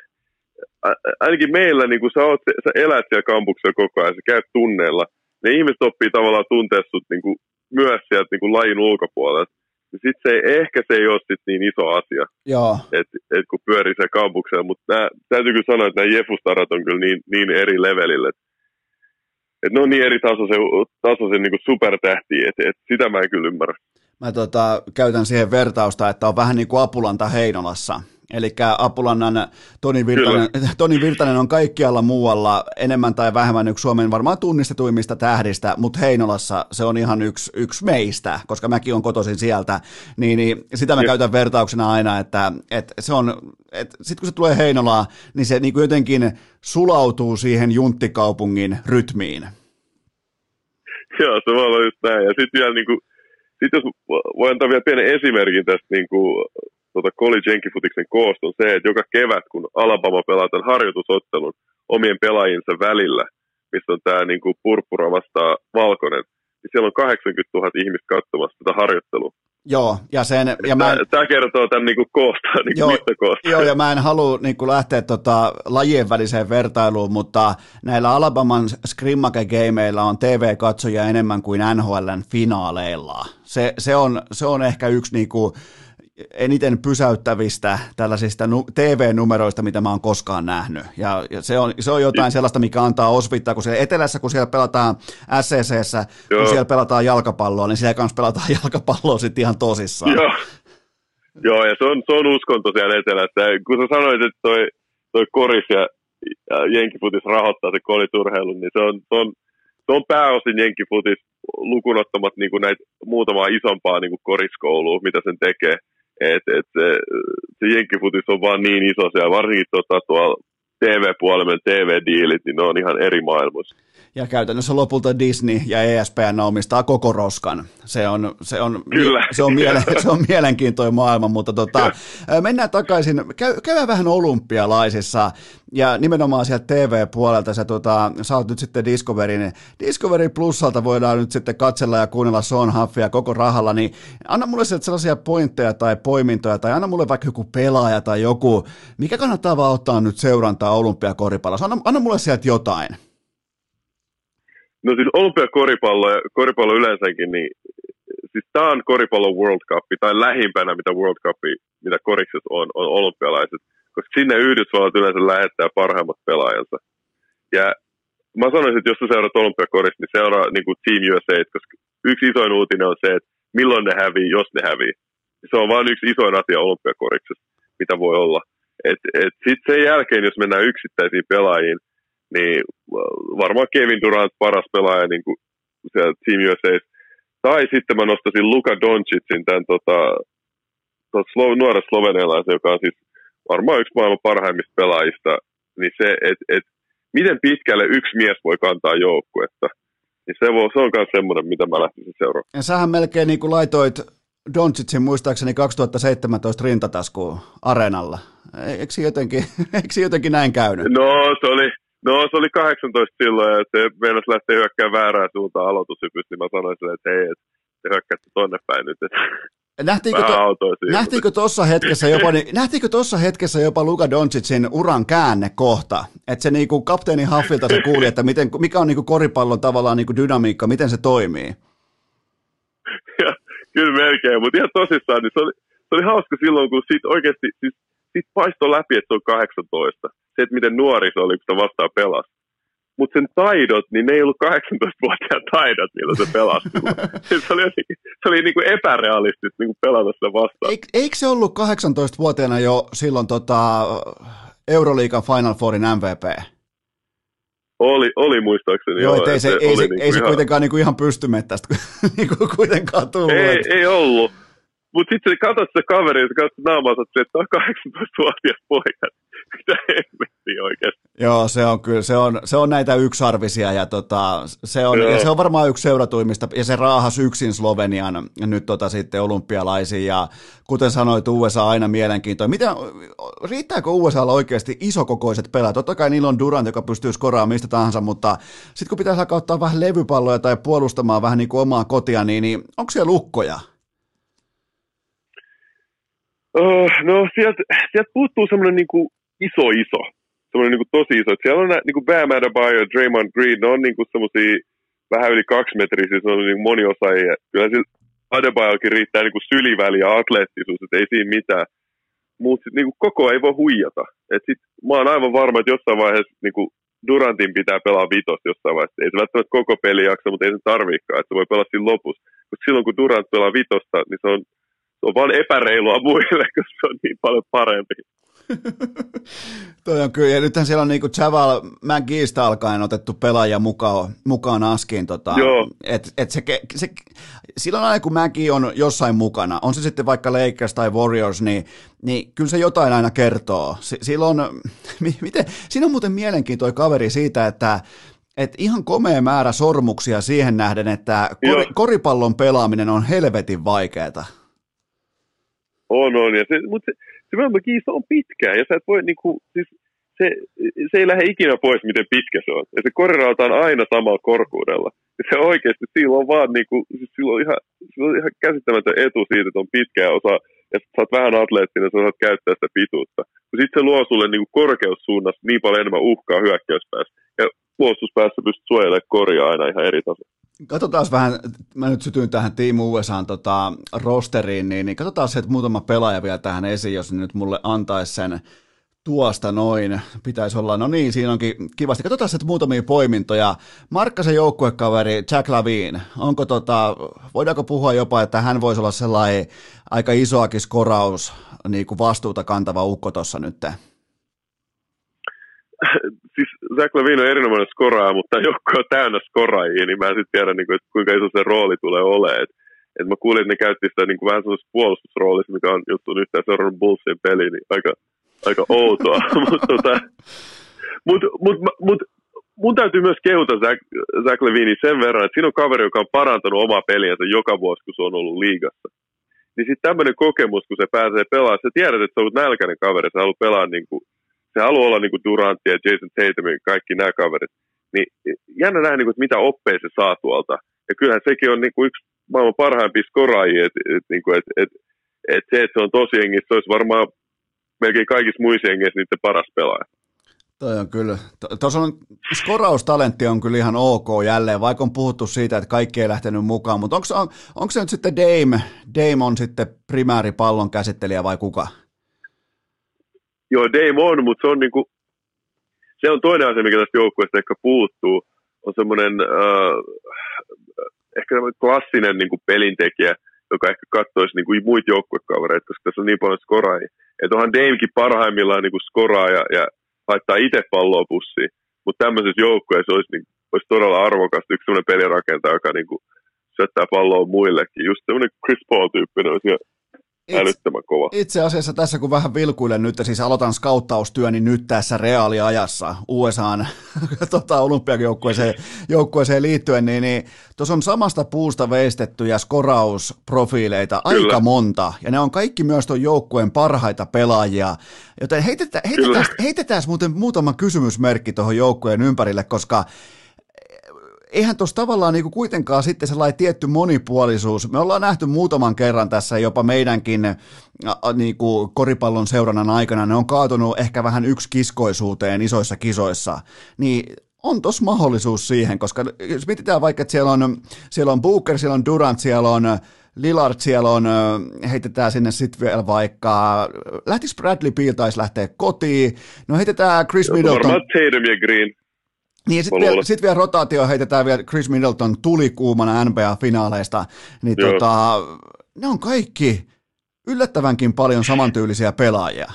ainakin meillä, niinku, sä, oot, sä elät siellä kampuksella koko ajan, sä käyt tunneilla, ne ihmiset oppii tavallaan tuntea sut niinku, myös sieltä niinku, lajin ulkopuolelta. Sitten se, ehkä se ei ole sit niin iso asia, että et kun pyörii se kampuksella, mutta täytyy kyllä sanoa, että nämä Jefustarat on kyllä niin, niin eri levelillä, että et ne on niin eri tasoisen, tasoisen niin supertähtiä, että et sitä mä en kyllä ymmärrä. Mä tota, käytän siihen vertausta, että on vähän niin kuin Apulanta Heinolassa. Eli Apulannan Toni Virtanen, Toni Virtanen on kaikkialla muualla enemmän tai vähemmän yksi Suomen varmaan tunnistetuimmista tähdistä, mutta Heinolassa se on ihan yksi, yksi meistä, koska mäkin on kotoisin sieltä, niin, niin sitä mä ja. käytän vertauksena aina, että, että se on, että sit kun se tulee Heinolaan, niin se niin kuin jotenkin sulautuu siihen junttikaupungin rytmiin. Joo, se voi olla just näin, ja sitten vielä niin kuin, sit jos voi antaa vielä pienen esimerkin tästä niin kuin Tota college jenkkifutiksen koosta on se, että joka kevät, kun Alabama pelaa tämän harjoitusottelun omien pelaajinsa välillä, missä on tämä niin kuin purppura vastaan valkoinen, niin siellä on kahdeksankymmentätuhatta ihmistä katsomassa tätä harjoittelua. Joo, ja sen... Ja tämä, mä en, tämä kertoo tämän niin kuin koosta, niin joo, kuin mittakoosta. Joo, ja mä en halua niin kuin lähteä tota, lajien väliseen vertailuun, mutta näillä Alabaman scrimmage-gameilla on T V-katsojia enemmän kuin N H L:n finaaleilla. Se, se, on, se on ehkä yksi... Niin kuin, eniten pysäyttävistä tällaisista T V-numeroista, mitä mä oon koskaan nähnyt. Ja, ja se, on, se on jotain sellaista, mikä antaa osvittaa, kun siellä etelässä, kun siellä pelataan S C C:ssä, kun siellä pelataan jalkapalloa, niin siellä kanssa pelataan jalkapalloa sitten ihan tosissaan. Joo, Joo ja se on, se on uskonto siellä etelässä. Kun sä sanoit, että toi, toi koris ja, ja jenkifutis rahoittaa se koliturheilun, niin se on, se on, se on pääosin jenkifutis lukunottamat niin kuin näitä muutamaa isompaa niin kuin koriskoulua, mitä sen tekee. Et, et se, se jenkkifutis on vaan niin iso siellä, varsinkin tota, tuolla T V-puolella T V-diilit, niin ne on ihan eri maailmassa. Ja käytännössä lopulta Disney ja E S P N omistaa koko roskan. Se on, se on, Kyllä. Se on, miele, se on mielenkiintoinen maailma, mutta tota, mennään takaisin. Käy, käydään vähän olympialaisissa ja nimenomaan sieltä T V-puolelta. Sä, tota, sä oot nyt sitten Discoverin. Discovery Plusalta voidaan nyt sitten katsella ja kuunnella Sean Huffia koko rahalla. Niin anna mulle sieltä sellaisia pointteja tai poimintoja tai anna mulle vaikka joku pelaaja tai joku, mikä kannattaa vaan ottaa nyt seurantaa olympiakoripallossa. Anna, anna mulle sieltä jotain. No siis olympiakoripallo ja koripallo yleensäkin, niin siis tämä on koripallon World Cup, tai lähimpänä mitä World Cup, mitä korikset on, on olympialaiset, koska sinne Yhdysvallat yleensä lähettää parhaimmat pelaajansa. Ja mä sanoisin, että jos sä seuraat olympiakorista, niin seuraa niin kuin Team U S A, koska yksi isoin uutinen on se, että milloin ne hävii, jos ne hävii. Se on vain yksi isoin asia olympiakoriksessa, mitä voi olla. Sitten sen jälkeen, jos mennään yksittäisiin pelaajiin, niin varmaan Kevin Durant paras pelaaja niin kuin siellä Team U S A. Tai sitten mä nostaisin Luka Doncicin, tämän tota, tota, nuoren slovenialaisen, joka on siis varmaan yksi maailman parhaimmista pelaajista. Niin se, että et, miten pitkälle yksi mies voi kantaa joukkuetta, niin se, voi, se on myös semmoinen, mitä mä lähtisin seuraamaan. Ja sähän melkein niin kuin laitoit Doncicin muistaakseni kaksituhattaseitsemäntoista rintataskuun areenalla. Eikö jotenkin, eikö jotenkin näin käynyt? No se oli... No se oli kahdeksantoista silloin, ja se meinasi lähteä hyökkäämään väärään suuntaan aloitushypystä, niin mä sanoin sille, että hei, että te hyökkäätte tonne päin nyt. Nähtiinkö, to, nähtiinkö tuossa hetkessä jopa, niin, nähtiinkö tuossa hetkessä jopa Luka Doncicin uran käännekohta? Että se niinku kapteeni Huffilta se kuuli, että miten, mikä on niinku koripallon tavallaan niinku dynamiikka, miten se toimii? Ja, kyllä melkein, mutta ihan tosissaan, niin se oli, se oli hauska silloin, kun siitä oikeasti, siis, siitä paistoi läpi, että se on kahdeksantoista. Se, että miten nuori se oli, kun se vastaan pelasi. Mutta sen taidot, niin ne ei ollut kahdeksantoistavuotiaan taidot, millä se pelasi. se oli, jotenkin, se oli niinku epärealistista niinku pelata sitä vastaan. Eik, eikö se ollut kahdeksantoistavuotiaana jo silloin tota, Euroliigan Final Fourin M V P? Oli, oli muistaakseni. Joo, joo ei se, ei se, niinku ei se ihan... kuitenkaan niinku ihan pystymettäistä niinku kuitenkaan tullut. Ei, ei ollut. Mutta sitten katsot se kaveri, ja katsot naamaa, että tämä on kahdeksantoistavuotias poika. Mitä hemmettiä oikeasti. Joo, se on kyllä, se on, se on näitä yksiarvisia, ja, tota, se on, ja se on varmaan yksi seuratuimmista, ja se raahas yksin Slovenian nyt tota, sitten olympialaisiin, ja kuten sanoit, U S A aina mielenkiintoinen. Miten, riittääkö U S A:lla oikeasti isokokoiset pelaajat? Totta kai niillä on Durant, joka pystyy skoraamaan mistä tahansa, mutta sitten kun pitäisi alkaa ottaa vähän levypalloja tai puolustamaan vähän niin kuin omaa kotia, niin, niin onko siellä lukkoja? Uh, no sieltä sielt puuttuu semmoinen niinku iso iso, semmoinen niinku tosi iso. Et siellä on nää, niinku Bam Adebayo ja Draymond Green, ne on niinku semmoisia vähän yli kaksimetrisiä, se on niinku moniosaajia. Kyllä sillä Adebayokin riittää niinku syliväli ja atleettisuus, että ei siinä mitään. Mutta niinku koko ei voi huijata. Et sit, mä oon aivan varma, että jossain vaiheessa niinku Durantin pitää pelaa vitosta jossain vaiheessa. Ei se välttämättä koko peli jaksa, mutta ei se tarviikaan, että se voi pelaa siinä lopussa. Koska silloin kun Durant pelaa vitosta, niin se on Se on vaan epäreilua muille, koska se on niin paljon parempi. Toi on kyllä, ja nythän siellä on niinku Javal McGeestä alkaen otettu pelaaja mukaan, mukaan askiin. Tota, et, et se, se, silloin aina kun McGee on jossain mukana, on se sitten vaikka Lakers tai Warriors, niin, niin kyllä se jotain aina kertoo. S- silloin, miten, siinä on muuten mielenkiintoinen kaveri siitä, että et ihan komea määrä sormuksia siihen nähden, että kor, koripallon pelaaminen on helvetin vaikeaa. On, on. Ja se, mutta se, se McGee on pitkää, ja sä et voi niinku, siis se, se ei lähde ikinä pois, miten pitkä se on. Ja se korirauta on aina samalla korkuudella. Ja se oikeasti, sillä on vaan niinku, siis sillä on ihan, sillä on ihan käsittämätön etu siitä, että on pitkä ja osaa, ja sä oot vähän atleettinen, sä osaat käyttää sitä pituutta. Ja sit se luo sulle niinku korkeussuunnassa niin paljon enemmän uhkaa hyökkäyspäässä. Ja puolustuspäässä pystyt suojelemaan koria aina ihan eri tasolla. Katsotaan vähän, mä nyt sytyin tähän Team U S A:n tota, rosteriin, niin, niin katsotaan se, että muutama pelaaja vielä tähän esiin, jos nyt mulle antaisi sen tuosta noin, pitäisi olla, no niin, siinä onkin kivasti. Katsotaan se, että muutamia poimintoja. Markkasen joukkuekaveri Jack Lavine, onko tota, voidaanko puhua jopa, että hän voisi olla sellainen aika isoakin skoraus, niin kuin vastuuta kantava ukko tuossa nyt? Siis Zach Lavine on erinomainen skoraaja, mutta joukko on täynnä skoraajia, niin mä en sitten tiedä, niin kuin, että kuinka iso se rooli tulee olemaan. Et, et mä kuulin, että ne käytti sitä niin kuin vähän sellaisessa puolustusroolissa, mikä on juttu nyt tämä seurannut Bullsin peli, niin aika, aika outoa. Mutta tota, mut, mut, mut, mun täytyy myös kehuta Zach, Zach Lavine sen verran, että siinä on kaveri, joka on parantanut omaa peliänsä joka vuosi, kun se on ollut liigassa. Niin sitten tämmöinen kokemus, kun se pääsee pelaamaan, sä tiedät, että sä olet nälkäinen kaveri, sä haluat pelaa niin kuin se haluaa olla niin kuin Durant ja Jason Tatum ja kaikki nämä kaverit. Niin jännä nähdä, niin kuin, että mitä oppeja se saa tuolta. Ja kyllähän sekin on niin kuin yksi maailman parhaimpia skoraajia. Että et, niin et, et, et se, että se on tosi jengissä, se olisi varmaan melkein kaikissa muissa jengeissä niiden paras pelaaja. Toi on kyllä. Tuossa on skoraustalentti on kyllä ihan ok jälleen, vaikka on puhuttu siitä, että kaikki ei lähtenyt mukaan. Mutta onko, on, onko se nyt sitten Dame? Dame on sitten primääripallon käsittelijä vai kuka? Joo, Dame on, mutta se on, niinku, se on toinen asia, mikä tästä joukkueesta ehkä puuttuu. On semmoinen äh, ehkä klassinen niinku pelintekijä, joka ehkä katsoisi niinku muita joukkuekavereita, koska tässä on niin paljon skoraajia. Että onhan Damekin parhaimmillaan niinku skoraa ja, ja laittaa itse palloa pussiin. Mutta tämmöisessä joukkueessa olisi, niinku, olisi todella arvokasta yksi semmoinen pelirakentaja, joka niinku syöttää palloa muillekin. Just semmoinen Chris Paul-tyyppinen olisi älyttömän kova. Itse asiassa tässä kun vähän vilkuilen nyt, siis aloitan skauttaustyöni nyt tässä reaaliajassa U S A:n tota, olympiajoukkueeseen joukkueeseen liittyen, niin, niin tuossa on samasta puusta veistettyjä skorausprofiileita Kyllä. aika monta, ja ne on kaikki myös tuon joukkueen parhaita pelaajia, joten heitetään, heitetään, heitetään muuten muutama kysymysmerkki tuohon joukkueen ympärille, koska eihän tuossa tavallaan niinku kuitenkaan sitten sellainen tietty monipuolisuus. Me ollaan nähty muutaman kerran tässä jopa meidänkin ä, niinku koripallon seurannan aikana, ne on kaatunut ehkä vähän yksikiskoisuuteen isoissa kisoissa, niin on tuossa mahdollisuus siihen, koska jos mietitään vaikka, että siellä on, siellä on Booker, siellä on Durant, siellä on Lillard, siellä on, heitetään sinne sitten vielä vaikka, lähtis Bradley Beal taisi lähteä kotiin, no heitetään Chris Middleton. Varmaan Tatum ja Green. Niin, sitten vielä, sit vielä rotaatio heitetään vielä Chris Middleton tulikuumana N B A-finaaleista, niin tota, ne on kaikki yllättävänkin paljon samantyylisiä pelaajia.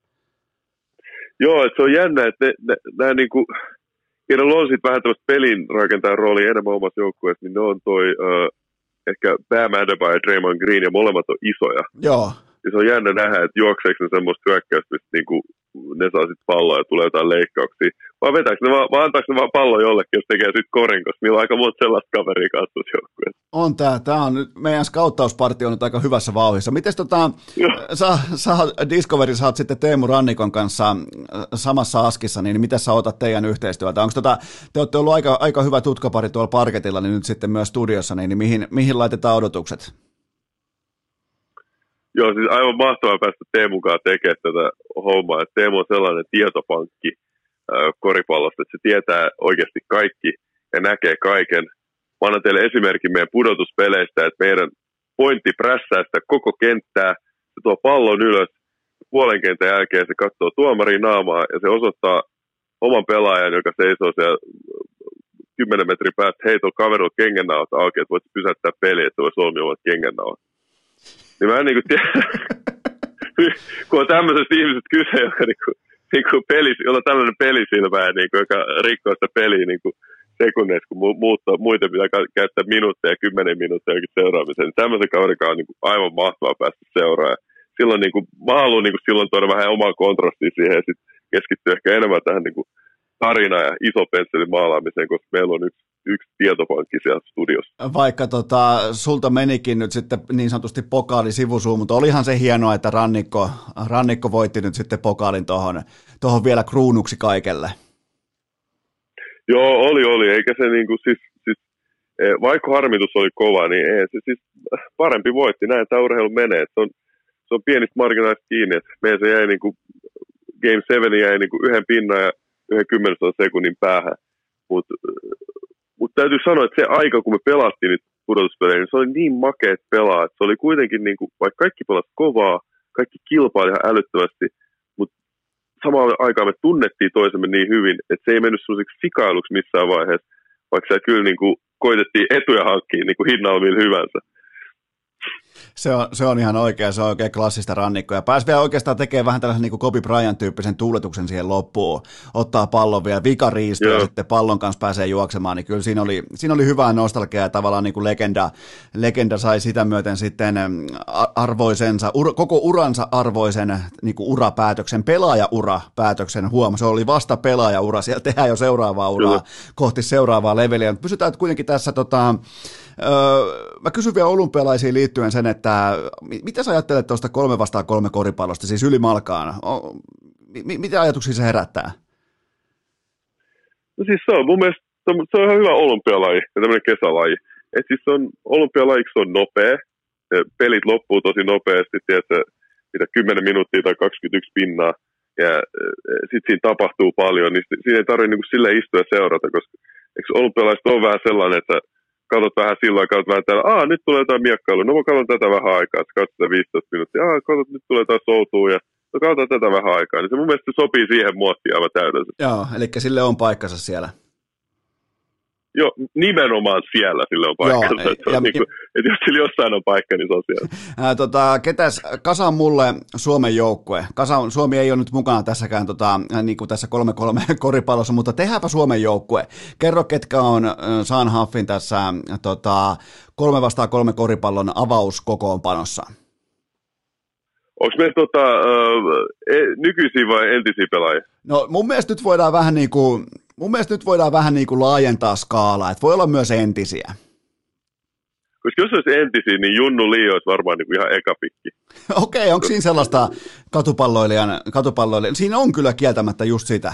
Joo, että se on jännä, että ne, ne, nämä niinku, kenellä on sitten vähän tämmöistä pelin rakentajan roolia enemmän omassa joukkueessa, niin ne on toi uh, ehkä Bam Adebayo ja Draymond Green, ja molemmat on isoja. Joo. Ja se on jännä nähdä, että juokseeko ne semmoista hyökkäystä, mistä niinku ne saa sitten palloa ja tulee jotain leikkauksia. Vai vetääkö ne vaan, vai antaako ne vaan pallon jollekin, jos tekee sitten korin, koska niillä on aika monta sellaista kaveria kanssa joukkueessa. On tää, tää on nyt, meidän skauttausparti on nyt aika hyvässä vauhdissa. Mites tota, sä, sä Discovery, sä oot sitten Teemu Rannikon kanssa samassa askissa, niin mitä sä otat teidän yhteistyötä? Onko tota, te olette ollut aika, aika hyvä tutkapari tuolla parketilla, niin nyt sitten myös studiossa, niin mihin, mihin laitetaan odotukset? Joo, siis aivan mahtavaa päästä Teemun kanssa tekemään tätä hommaa. Et Teemu on sellainen tietopankki äh, koripallosta, että se tietää oikeasti kaikki ja näkee kaiken. Mä annan teille esimerkin meidän pudotuspeleistä, että meidän pointti prässää sitä koko kenttää. Se tuo pallon ylös, puolen kentän jälkeen se katsoo tuomarin naamaa ja se osoittaa oman pelaajan, joka seisoo siellä kymmenen metrin päästä, hei tuolla kaverilla kengännauhat auki, että voit pysäyttää peliä, että voi solmia omat kengännauhat. Niin mä en niinku tiedä, kun on tämmöisestä ihmisestä kyse, joka niinku, niinku pelis, jolla on tällainen pelisilmä, niinku, joka rikkoo sitä peliä niinku sekunneissa, kun muutta, muita pitää käyttää minuutteja ja kymmenen minuuttia jokin seuraamiseen. Niin tämmöisen kaverikaan on niinku aivan mahtavaa päästä seuraamaan. Silloin niinku, mä haluan niinku silloin tuoda vähän omaa kontrastia siihen ja sitten keskittyä ehkä enemmän tähän niinku tarina ja iso pensselin maalaamiseen, koska meillä on yksi, yksi tietopankki siellä studiossa. Vaikka tota, sulta menikin nyt sitten niin sanotusti pokaali sivusuun, mutta olihan se hienoa, että Rannikko, Rannikko voitti nyt sitten pokaalin tohon, tohon vielä kruunuksi kaikelle. Joo, oli, oli. Eikä se niinku siis, siis vaikka harmitus oli kova, niin ei se siis parempi voitti. Näin tämä urheilu menee. Se on, se on pienistä marginaalista kiinni. Meidän se jäi niinku, Game seven jäi niinku yhden pinnan ja yhden kymmenesosan sekunnin päähän. Mutta mutta täytyy sanoa, että se aika, kun me pelattiin nyt pudotuspelejä, niin se oli niin makeet pelaa, että se oli kuitenkin, niin kuin, vaikka kaikki pelasi kovaa, kaikki kilpaili ihan älyttömästi, mutta samaan aikaan me tunnettiin toisemme niin hyvin, että se ei mennyt sellaiseksi sikailuksi missään vaiheessa, vaikka se kyllä niin kuin, koitettiin etuja hankkia niin kuin hinnalla millä hyvänsä. Se on, se on ihan oikea, se on oikein klassista rannikkoa. Ja pääsi vielä oikeastaan tekemään vähän tällaisen niin kuin Kobe Bryant-tyyppisen tuuletuksen siihen loppuun. Ottaa pallon vielä vikariisto ja sitten pallon kanssa pääsee juoksemaan. Niin kyllä siinä oli, siinä oli hyvää nostalgiaa ja tavallaan niin kuin legenda, legenda sai sitä myöten sitten arvoisensa, ur, koko uransa arvoisen niin kuin urapäätöksen, pelaajaurapäätöksen huom. Se oli vasta pelaajaura, siellä tehdään jo seuraavaa uraa kyllä. Kohti seuraavaa leveliä. Pysytään kuitenkin tässä tota, Öö, mä kysyn vielä olympialaisiin liittyen sen, että mitä sä ajattelet tuosta kolme vastaan kolme koripallosta, siis ylimalkaan? O, mi, mitä ajatuksia se herättää? No siis se on mun mielestä se on ihan hyvä olympialaji ja tämmöinen kesälaji. Et siis se on olympialajiksi se on nopea, ja pelit loppuu tosi nopeasti, tiedätkö, mitä kymmenen minuuttia tai kaksikymmentäyksi pinnaa, ja sitten siinä tapahtuu paljon, niin siinä ei tarvitse niinku silleen istua ja seurata, koska eikö olympialaiset on vähän sellainen, että katsot vähän silloin, katsot vähän täällä, aa nyt tulee jotain miekkailua, no mä katson tätä vähän aikaa, että katsot sitä viisitoista minuuttia, aa katsot nyt tulee jotain soutua ja no katsotaan tätä vähän aikaa, niin se mun mielestä sopii siihen muottiin aivan täydellisesti. Joo, eli sille on paikkansa siellä. Joo, nimenomaan siellä sille on paikkansa, Joo, että, ja, niin kuin, että jos sillä jossain on paikka, niin se on siellä. Ää, tota, ketäs, Kasa on mulle Suomen joukkue. Kasa, Suomi ei ole nyt mukana tässäkään tota, niin kuin tässä kolme kolme koripallossa, mutta tehdäänpä Suomen joukkue. Kerro, ketkä on Sean Huffin tässä tota, kolme vastaan kolme koripallon avauskokoonpanossa. Onko meillä tota, äh, nykyisiä vai entisiä pelaajia? No mun mielestä nyt voidaan vähän niin kuin, mun mielestä nyt voidaan vähän niin kuin laajentaa skaalaa, että voi olla myös entisiä. Koska jos olisi entisiä, niin Junnu Lii olisi varmaan niin kuin ihan ekapikki. Okei, onko siinä sellaista katupalloilijan, katupalloilijan, siinä on kyllä kieltämättä just sitä.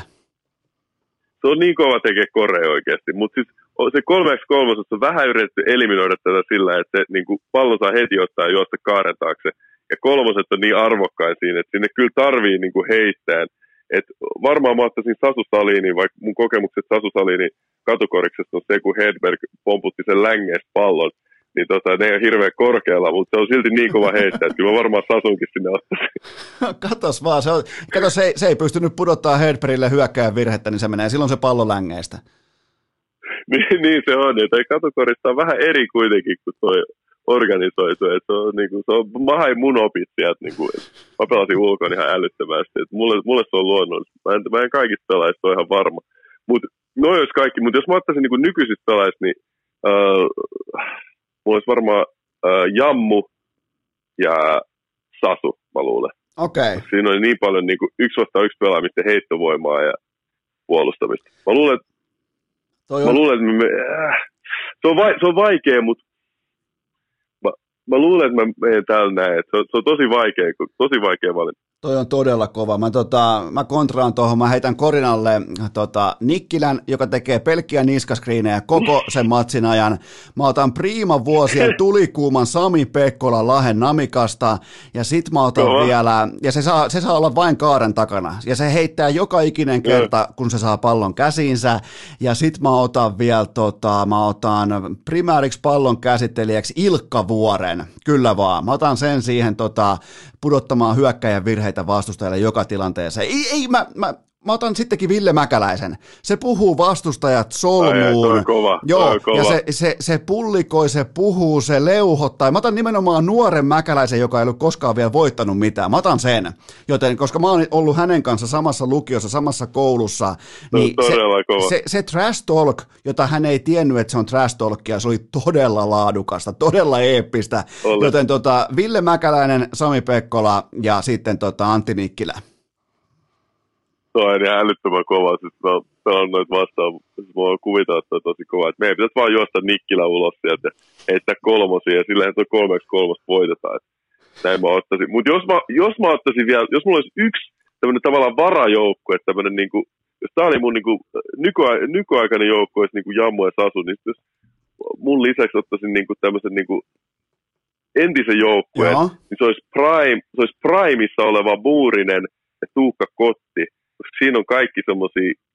Se on niin kova tekee korea oikeasti, mutta siis se kolmeksi kolmosessa on vähän yritetty eliminoida tätä sillä, että se niin kuin pallon saa heti ottaa ja juosta kaaren taakse. Ja kolmoset on niin arvokkain siinä, että sinne kyllä tarvii niin kuin heittää. Et varmaan mä ottaisin Sasu Salinin, vaikka mun kokemukset Sasu Salinin katukoriksesta on se, kun Hedberg pomputti sen längeistä pallon. Niin tota, ne ei ole hirveän korkealla, mutta se on silti niin kova heittää, että kyllä mä varmaan Sasunkin sinne ottaisin. Katos vaan, se, on, kato, se, ei, se ei pystynyt pudottaa Hedbergille hyökkääjän virhettä, niin se menee silloin se pallo längeistä. niin, niin se on, että katukorista on vähän eri kuitenkin kuin toi organisoitu, että se on, niinku, se on, mä hain mun opit sieltä, niinku, mä pelasin ulkoon ihan älyttömästi, että mulle, mulle se on luonnollista, mä en, mä en kaikista pelaajista ole ihan varma, mutta no jos kaikki, mutta jos mä ottaisin niinku nykyisistä pelaajista, niin äh, mulla olisi varmaan äh, Jammu ja Sasu, mä luulen. Okei. Okay. Siinä oli niin paljon niinku, yksi vastaan yksi pelaamista, heittovoimaa ja puolustamista. Mä luulen, että, on... mä luulen, että me, äh, se, on vai, se on vaikea, mutta Mä luulen, että mä menen täällä näin. Se on, se on tosi vaikea, tosi vaikea valinta. Toi on todella kova. Mä, tota, mä kontraan tuohon, mä heitän Korinalle tota, Nikkilän, joka tekee pelkkiä niskaskriinejä koko sen matsin ajan. Mä otan priiman vuosien tulikuuman Sami Pekkola Lahen Namikasta, ja sit mä otan Kova. vielä, ja se saa, se saa olla vain kaaren takana, ja se heittää joka ikinen kerta, ja. kun se saa pallon käsiinsä, ja sit mä otan vielä, tota, mä otan primääriksi pallon käsittelijäksi Ilkka Vuoren, kyllä vaan. Mä otan sen siihen tota, pudottamaan hyökkäjän virheitä vastustajalle joka tilanteeseen. Ei, ei mä, mä, mä otan sittenkin Ville Mäkäläisen. Se puhuu vastustajat solmuun. Ai, kova. Joo, kova. ja se, se, se pullikoi, se puhuu, se leuhottaa. Mä otan nimenomaan nuoren Mäkäläisen, joka ei ollut koskaan vielä voittanut mitään. Mä otan sen. Joten, koska mä oon ollut hänen kanssa samassa lukiossa, samassa koulussa, niin se, se, se, se trash talk, jota hän ei tiennyt, että se on trash talkia, se oli todella laadukasta, todella eeppistä. Oli. Joten tota, Ville Mäkäläinen, Sami Pekkola ja sitten tota, Antti Nikkilä. Se on ihan älyttömän kova. Siis mä oon noita vastaan. Siis mä oon kuvitella, että on tosi kova. Et meidän pitäisi vaan juosta Nikkilä ulos sieltä ja heittää kolmosia. Ja sillähän tuo kolmeksi kolmosta voitetaan. Et näin mä ottaisin. Mutta jos mä, jos mä ottaisin vielä, jos mulla olisi yksi tämmöinen tavallaan varajoukkue, tämmöinen niinku, jos tää oli mun niinku nykyaik- nykyaikainen joukkue, olisi niinku Jammu ja Sasu, niin jos mun lisäksi ottaisin niinku tämmöisen niinku entisen joukkueen, niin se olisi, prime, se olisi Primeissa oleva Buurinen ja Tuukka Kotti. Koska siinä on kaikki semmosia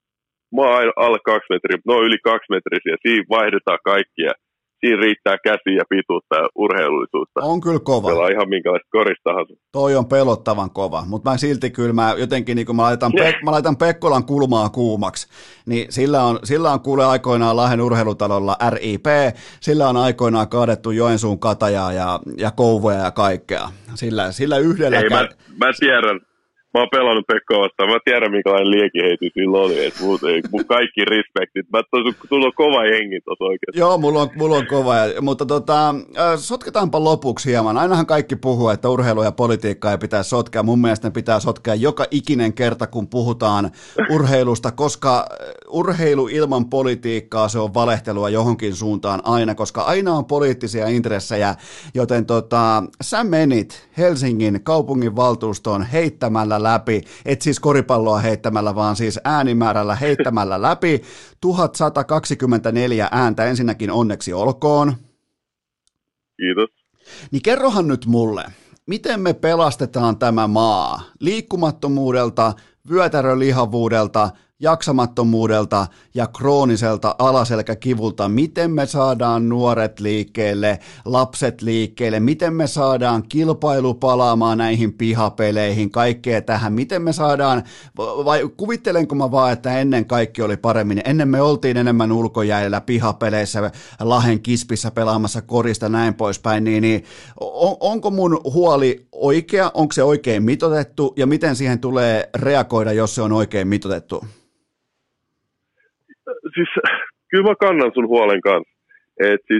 mä oon alle kaksi metriä, mutta ne on yli kaksi metrisiä. Siinä vaihdetaan kaikkia. Siinä riittää käsiä ja pituutta ja urheilullisuutta. On kyllä kova. Meillä on ihan minkälaista koristahansa. Toi on pelottavan kova, mutta mä silti kyllä mä jotenkin, niin kun mä laitan, Pek- mä laitan Pekkolan kulmaa kuumaksi, niin sillä on, sillä on kuule aikoinaan Lahden urheilutalolla R I P, sillä on aikoinaan kaadettu Joensuun katajaa ja, ja kouvoja ja kaikkea. Sillä, sillä yhdellä... Ei, kä- mä, mä tiedän. Mä oon pelannut Pekkoa vastaan. Mä tiedän, minkälainen liekiheitys sillä oli. Et muut ei, mun kaikki respektit. Mä toisin, tulla on kova jengi tuossa oikeasti. Joo, mulla on, mulla on kova. Ja, mutta tota, sotketaanpa lopuksi hieman. Ainahan kaikki puhuu, että urheilu ja politiikkaa ei pitäisi sotkea. Mun mielestä ne pitää sotkea joka ikinen kerta, kun puhutaan urheilusta, koska urheilu ilman politiikkaa, se on valehtelua johonkin suuntaan aina, koska aina on poliittisia intressejä. Joten tota, sä menit Helsingin kaupungin valtuustoon heittämällä läpi, et siis koripalloa heittämällä, vaan siis äänimäärällä heittämällä läpi, tuhatsata kaksikymmentäneljä ääntä, ensinnäkin onneksi olkoon. Kiitos. Niin kerrohan nyt mulle, miten me pelastetaan tämä maa liikkumattomuudelta, vyötärölihavuudelta, jaksamattomuudelta ja krooniselta alaselkäkivulta, miten me saadaan nuoret liikkeelle, lapset liikkeelle, miten me saadaan kilpailu palaamaan näihin pihapeleihin, kaikkea tähän, miten me saadaan, vai kuvittelenko mä vaan, että ennen kaikki oli paremmin, ennen me oltiin enemmän ulkojäillä, pihapeleissä, Lahden Kispissä pelaamassa korista, näin poispäin, niin, niin on, onko mun huoli oikea, onko se oikein mitoitettu ja miten siihen tulee reagoida, jos se on oikein mitoitettu? Siis kyllä mä kannan sun huolen kanssa. Et siis,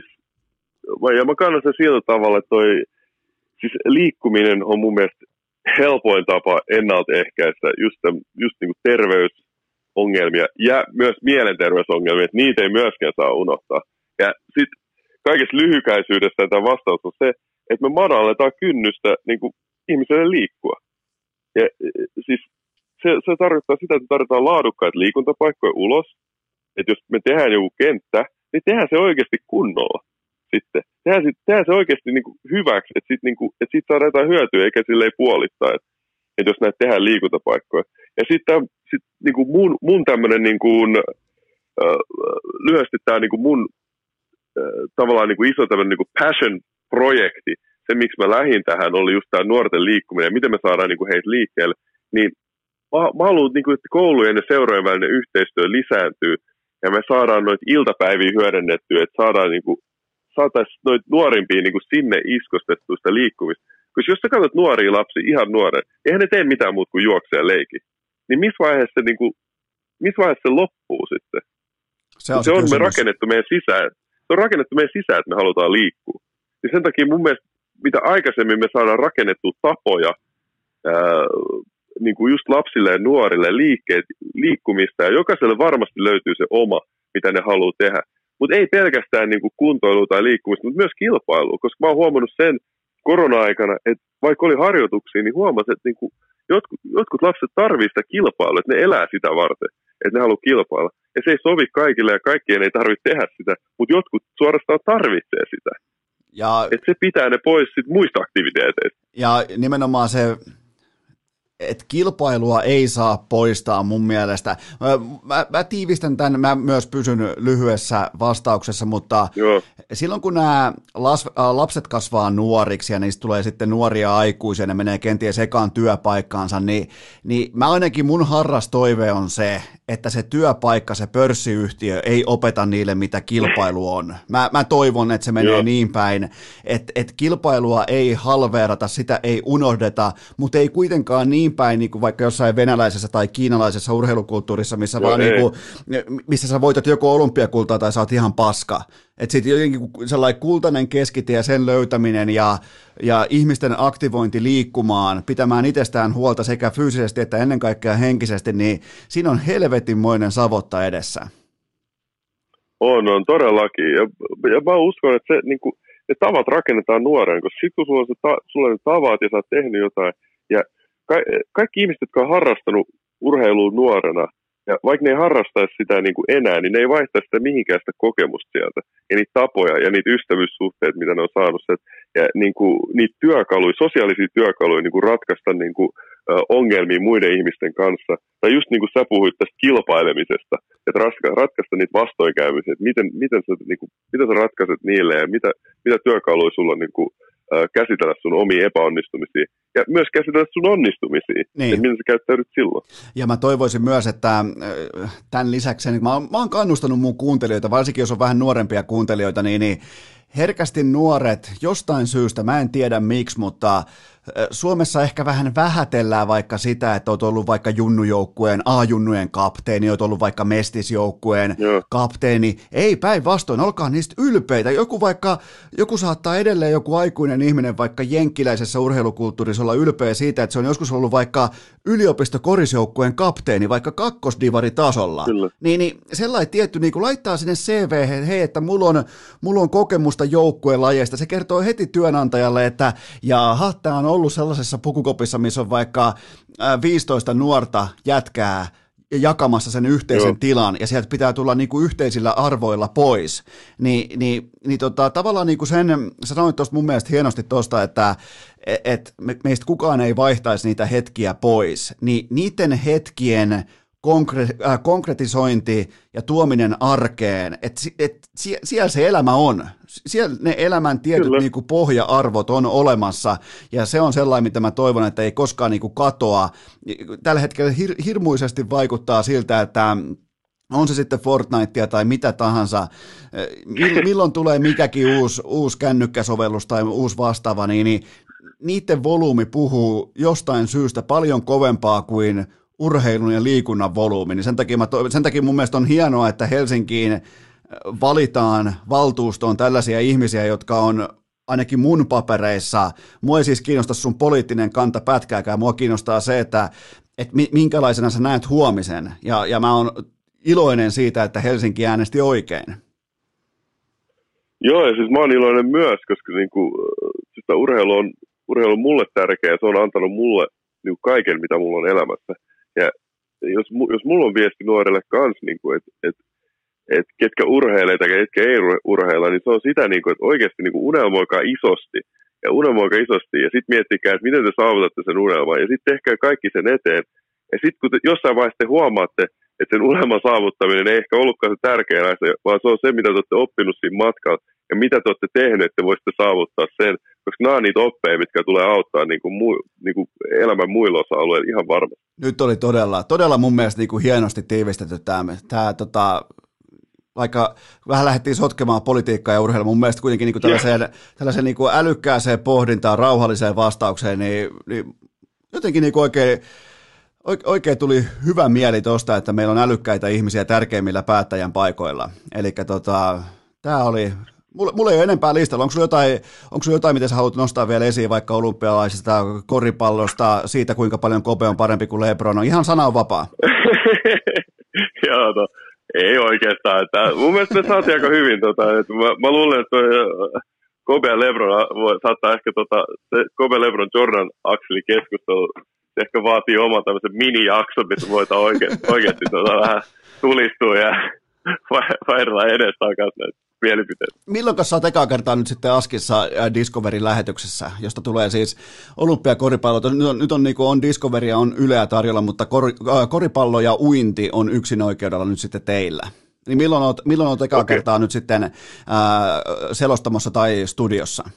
ja mä kannan sen sillä tavalla, että toi, siis liikkuminen on mun mielestä helpoin tapa ennaltaehkäistä just, just niin kuin terveysongelmia ja myös mielenterveysongelmia, että niitä ei myöskään saa unohtaa. Ja sitten kaikessa lyhykäisyydessä tämä vastaus on se, että me madalletaan kynnystä niin kuin ihmiselle liikkua. Ja siis se, se tarkoittaa sitä, että tarvitaan laadukkaita liikuntapaikkoja ulos. Että jos me tehdään joku kenttä, niin tehdään se oikeasti kunnolla sitten. Tehdään, tehdään se oikeasti niin kuin hyväksi, että siitä niin et sit saadaan jotain hyötyä, eikä silleen puolittaa, että et jos näitä tehdään liikuntapaikkoja. Ja sitten sit, niin kuin mun, mun tämmöinen niin kuin, äh, lyhyesti tämä niin kuin mun äh, tavallaan niin kuin iso tämmöinen niin kuin passion-projekti, se miksi mä lähdin tähän, oli just tämä nuorten liikkuminen, ja miten me saadaan niin kuin heitä liikkeelle, niin mä, mä haluan, niin kuin, että koulujen ja seurojen välinen yhteistyö lisääntyy, ja me saadaan noita iltapäiviä hyödynnettyä, että saadaan niin kuin, saataisiin noita nuorimpia niin kuin sinne iskostettua sitä liikkumista. Koska jos sä katsot nuoria lapsia, ihan nuoren, eihän ne tee mitään muuta kuin juoksee ja leiki. Niin missä vaiheessa se, niin kuin, missä vaiheessa se loppuu sitten? Se on, se on me rakennettu meidän sisään. Se on rakennettu meidän sisään, että me halutaan liikkua. Ja sen takia mun mielestä, mitä aikaisemmin me saadaan rakennettua tapoja, ää, niin kuin just lapsille ja nuorille liikkeet, liikkumista, ja jokaiselle varmasti löytyy se oma, mitä ne haluaa tehdä. Mutta ei pelkästään niin kuin kuntoilua tai liikkumista, mutta myös kilpailua, koska mä oon huomannut sen korona-aikana, että vaikka oli harjoituksia, niin huomasin, että niin kuin jotkut, jotkut lapset tarvitsevat sitä kilpailua, että ne elää sitä varten, että ne haluaa kilpailla. Ja se ei sovi kaikille ja kaikkien ei tarvitse tehdä sitä, mutta jotkut suorastaan tarvitsee sitä. Ja, että se pitää ne pois sit muista aktiviteeteista. Ja nimenomaan se... että kilpailua ei saa poistaa mun mielestä. Mä, mä tiivistän tämän, mä myös pysyn lyhyessä vastauksessa, mutta Joo. silloin kun nämä las, lapset kasvaa nuoriksi ja niistä tulee sitten nuoria aikuisia, ne menee kenties ekaan työpaikkaansa, niin, niin mä ainakin mun harras toive on se, että se työpaikka, se pörssiyhtiö ei opeta niille, mitä kilpailu on. Mä, mä toivon, että se menee Joo. niin päin, että, että kilpailua ei halveerata, sitä ei unohdeta, mutta ei kuitenkaan niin päin, niin kuin vaikka jossain venäläisessä tai kiinalaisessa urheilukulttuurissa, missä, Joo, vaan niin kuin, missä sä voitat joko olympiakultaa tai sä oot ihan paska. Että sitten jotenkin sellainen kultainen keskitie, sen löytäminen ja, ja ihmisten aktivointi liikkumaan, pitämään itsestään huolta sekä fyysisesti että ennen kaikkea henkisesti, niin siinä on helvetinmoinen savotta edessä. On, on todellakin. Ja, ja mä uskon, että se, niin kuin, ne tavat rakennetaan nuoreen, koska sitten kun sulla on, se ta, sulla on ne tavat ja sä oot tehnyt jotain, ja ka- kaikki ihmiset, jotka on harrastanut urheilua nuorena, ja vaikka ne ei harrastaisi sitä niin kuin enää, niin ne ei vaihtaisi sitä mihinkään sitä kokemusta sieltä. Ja niitä tapoja ja niitä ystävyyssuhteita, mitä ne on saanut. Ja niin kuin, niitä työkaluja, sosiaalisia työkaluja niin kuin ratkaista niin kuin ongelmia muiden ihmisten kanssa. Tai just niin kuin sä puhuit tästä kilpailemisesta, että ratka, ratkaista niitä vastoinkäymisiä, että miten, miten, sä, niin kuin, miten sä ratkaiset niille ja mitä, mitä työkaluja sulla on niin kuin, äh, käsitellä sun omia epäonnistumisia ja myös käsitellä sun onnistumisia, niin. Että miten sä käyttäydyt silloin. Ja mä toivoisin myös, että tämän lisäksi, niin mä, oon, mä oon kannustanut mun kuuntelijoita, varsinkin jos on vähän nuorempia kuuntelijoita, niin, niin herkästi nuoret, jostain syystä, mä en tiedä miksi, mutta Suomessa ehkä vähän vähätellään vaikka sitä, että oot ollut vaikka junnujoukkueen, A-junnujen kapteeni, oot ollut vaikka mestisjoukkueen Joo. kapteeni. Ei päinvastoin, olkaa niistä ylpeitä. Joku vaikka, joku saattaa edelleen joku aikuinen ihminen vaikka jenkkiläisessä urheilukulttuurissa olla ylpeä siitä, että se on joskus ollut vaikka yliopistokorisjoukkueen kapteeni, vaikka kakkosdivaritasolla. Niin, niin sellainen tietty, niin kun laittaa sinne C V, hei, että mulla on, mulla on kokemusta joukkueen lajeista, se kertoo heti työnantajalle, että jaha, tää on ollut sellaisessa pukukopissa, missä on vaikka viisitoista nuorta jätkää jakamassa sen yhteisen Joo. tilan, ja sieltä pitää tulla niinku yhteisillä arvoilla pois. Ni, niin, niin tota, tavallaan niinku sen, sanoit tuosta mun mielestä hienosti tuosta, että et meistä kukaan ei vaihtaisi niitä hetkiä pois, niin niiden hetkien Konkre- äh, konkretisointi ja tuominen arkeen, että et, sie- siellä se elämä on. Siellä ne elämän tietyt niinku pohja-arvot on olemassa, ja se on sellainen, mitä mä toivon, että ei koskaan niinku katoa. Tällä hetkellä hir- hirmuisesti vaikuttaa siltä, että on se sitten Fortnitea tai mitä tahansa, milloin tulee mikäkin uusi, uusi kännykkäsovellus tai uusi vastaava, niin, niin niiden volyymi puhuu jostain syystä paljon kovempaa kuin urheilun ja liikunnan volyymi, niin sen takia, mä to, sen takia mun mielestä on hienoa, että Helsinkiin valitaan valtuustoon tällaisia ihmisiä, jotka on ainakin mun papereissa, mua ei siis kiinnosta sun poliittinen kanta pätkääkään, mua kiinnostaa se, että, että minkälaisena sä näet huomisen, ja, ja mä oon iloinen siitä, että Helsinki äänesti oikein. Joo, ja siis mä oon iloinen myös, koska niinku, sitä urheilu on, urheilu on mulle tärkeä, se on antanut mulle niinku kaiken, mitä mulla on elämässä. Ja jos, jos mulla on viesti nuorelle kanssa, niin että et, et ketkä urheilee tai ketkä ei urheilla, niin se on sitä, niin kuin, että oikeasti niin kuin unelmoikaa isosti. Ja unelmoikaa isosti, ja sitten miettikää, että miten te saavutatte sen unelman. Ja sitten tehkää kaikki sen eteen. Ja sitten kun te jossain vaiheessa te huomaatte, että sen unelman saavuttaminen ei ehkä ollutkaan se tärkeä asia, vaan se on se, mitä te olette oppinut siinä matkalla. Ja mitä te olette tehneet, että te voisitte saavuttaa sen. Koska nämä on niitä oppeja, mitkä tulee auttaa niin kuin mu, niin kuin elämän muilla osa-alueilla ihan varmasti. Nyt oli todella, todella mun mielestä niin kuin hienosti tiivistetty tämä, tämä tota, vaikka vähän lähdettiin sotkemaan politiikkaa ja urheilua, mun mielestä kuitenkin niin kuin tällaiseen, tällaiseen niin kuin älykkääseen pohdintaan, rauhalliseen vastaukseen, niin, niin jotenkin niin kuin oikein, oikein tuli hyvä mieli tuosta, että meillä on älykkäitä ihmisiä tärkeimmillä päättäjän paikoilla. Eli tota, tämä oli... Mulla, mulla ei ole enempää listalla. Onko sulla jotain, onko sulla jotain, mitä sä haluat nostaa vielä esiin, vaikka olympialaisista, koripallosta, siitä, kuinka paljon Kobe on parempi kuin LeBron? Ihan sana on vapaa. Joo, no, ei oikeastaan. Että, mun mielestä me saatiin aika hyvin. Tota, että mä, mä luulen, että Kobe ja LeBron voi, saattaa ehkä tota, se Kobe, LeBron, Jordan akseli keskustelu. Se ehkä vaatii oman tämmöisen mini-jakson, missä voidaan oikeasti, oikeasti tota, vähän tulistua ja vaihdellaan edestakaisin näitä mielipiteitä. Milloin sä oot ekaa kertaa nyt sitten Askissa Discoverin lähetyksessä, josta tulee siis olympiakoripallo. Nyt on, nyt on, niin on Discovery ja on Yleä tarjolla, mutta kor, äh, koripallo ja uinti on yksin oikeudella nyt sitten teillä. Niin milloin oot, milloin oot ekaa okay. kertaa nyt sitten äh, selostamossa tai studiossa?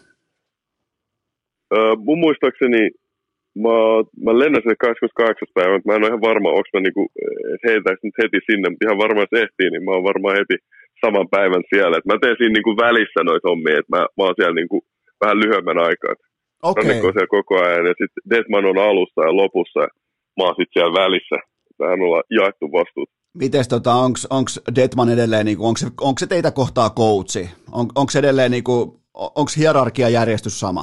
Äh, mun muistaakseni Mä, mä lennän sinne kahdeskymmeneskahdeksas päivä, mutta mä en ole ihan varma, onko mä niinku, heitäis nyt heti sinne, mutta ihan varmaan se ehtii, niin mä oon varmaan heti saman päivän siellä. Et mä teen siinä niinku välissä noita hommia, että mä, mä oon siellä niinku vähän lyhyemmän aikaa. Okei. Rannekko on siellä koko ajan, ja sitten Detman on alussa ja lopussa, ja mä oon sitten siellä välissä. Tähän ollaan jaettu vastuut. Mites tota, onko Detman edelleen, niinku, onko se, se teitä kohtaa coachi? On, onko edelleen, niinku, onko hierarkiajärjestys sama?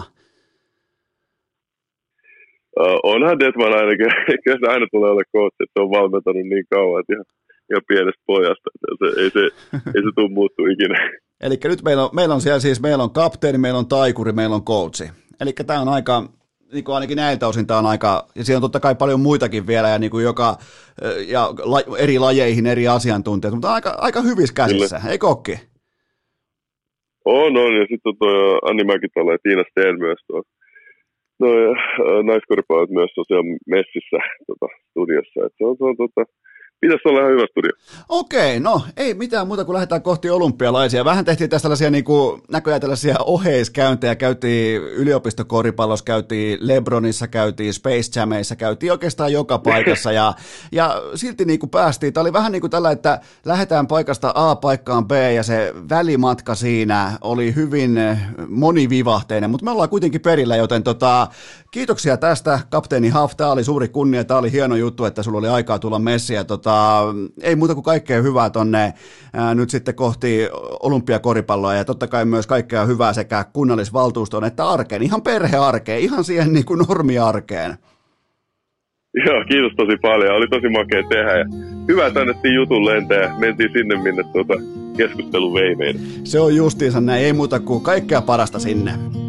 Uh, onhan Detman ainakin, kyllä se aina tulee olla coach, että se on valmentanut niin kauan, että ihan, ihan pienestä pojasta, että se, ei, se, ei se tule muuttua ikinä. Eli nyt meillä on, meillä on siellä siis, meillä on kapteeni, meillä on taikuri, meillä on coachi. Eli tämä on aika, niin kuin ainakin näiltä osin tämä on aika, ja siellä on totta kai paljon muitakin vielä, ja, niin kuin joka, ja la, eri lajeihin eri asiantuntijat, mutta aika, aika hyvissä käsissä, ei kokki? On, on, ja sitten on tuo Anni Mäkitalo ja Tiina Steen myös tuo. No ja naiskoripalot myös tosiaan messissä tota, studiossa. Et se on, se on tota, pitäisi olla ihan hyvä studio. Okei, no ei mitään muuta kuin lähdetään kohti olympialaisia. Vähän tehtiin tässä tällaisia niin kuin, näköjään tällaisia oheiskäyntejä. Käytiin yliopistokoripallossa, käytiin Lebronissa, käytiin Space Jameissa, käytiin oikeastaan joka paikassa. Ja, ja silti niin kuin päästiin. Tämä oli vähän niin kuin tällä, että lähdetään paikasta A paikkaan B ja se välimatka siinä oli hyvin monivivahteinen. Mutta me ollaan kuitenkin perillä, joten tota, kiitoksia tästä, kapteeni Huff. Tämä oli suuri kunnia. Tämä oli hieno juttu, että sulla oli aikaa tulla messiin. Tota, ei muuta kuin kaikkea hyvää tonne ää, nyt sitten kohti olympiakoripalloa ja totta kai myös kaikkea hyvää sekä kunnallisvaltuustoon että arkeen, ihan perhearkeen, ihan siihen niin kuin normiarkeen. Joo, kiitos tosi paljon. Oli tosi makea tehdä ja hyvä, että annettiin jutun lentää ja mentiin sinne, minne tuota keskustelu vei meidän. Se on justiinsa näin, ei muuta kuin kaikkea parasta sinne.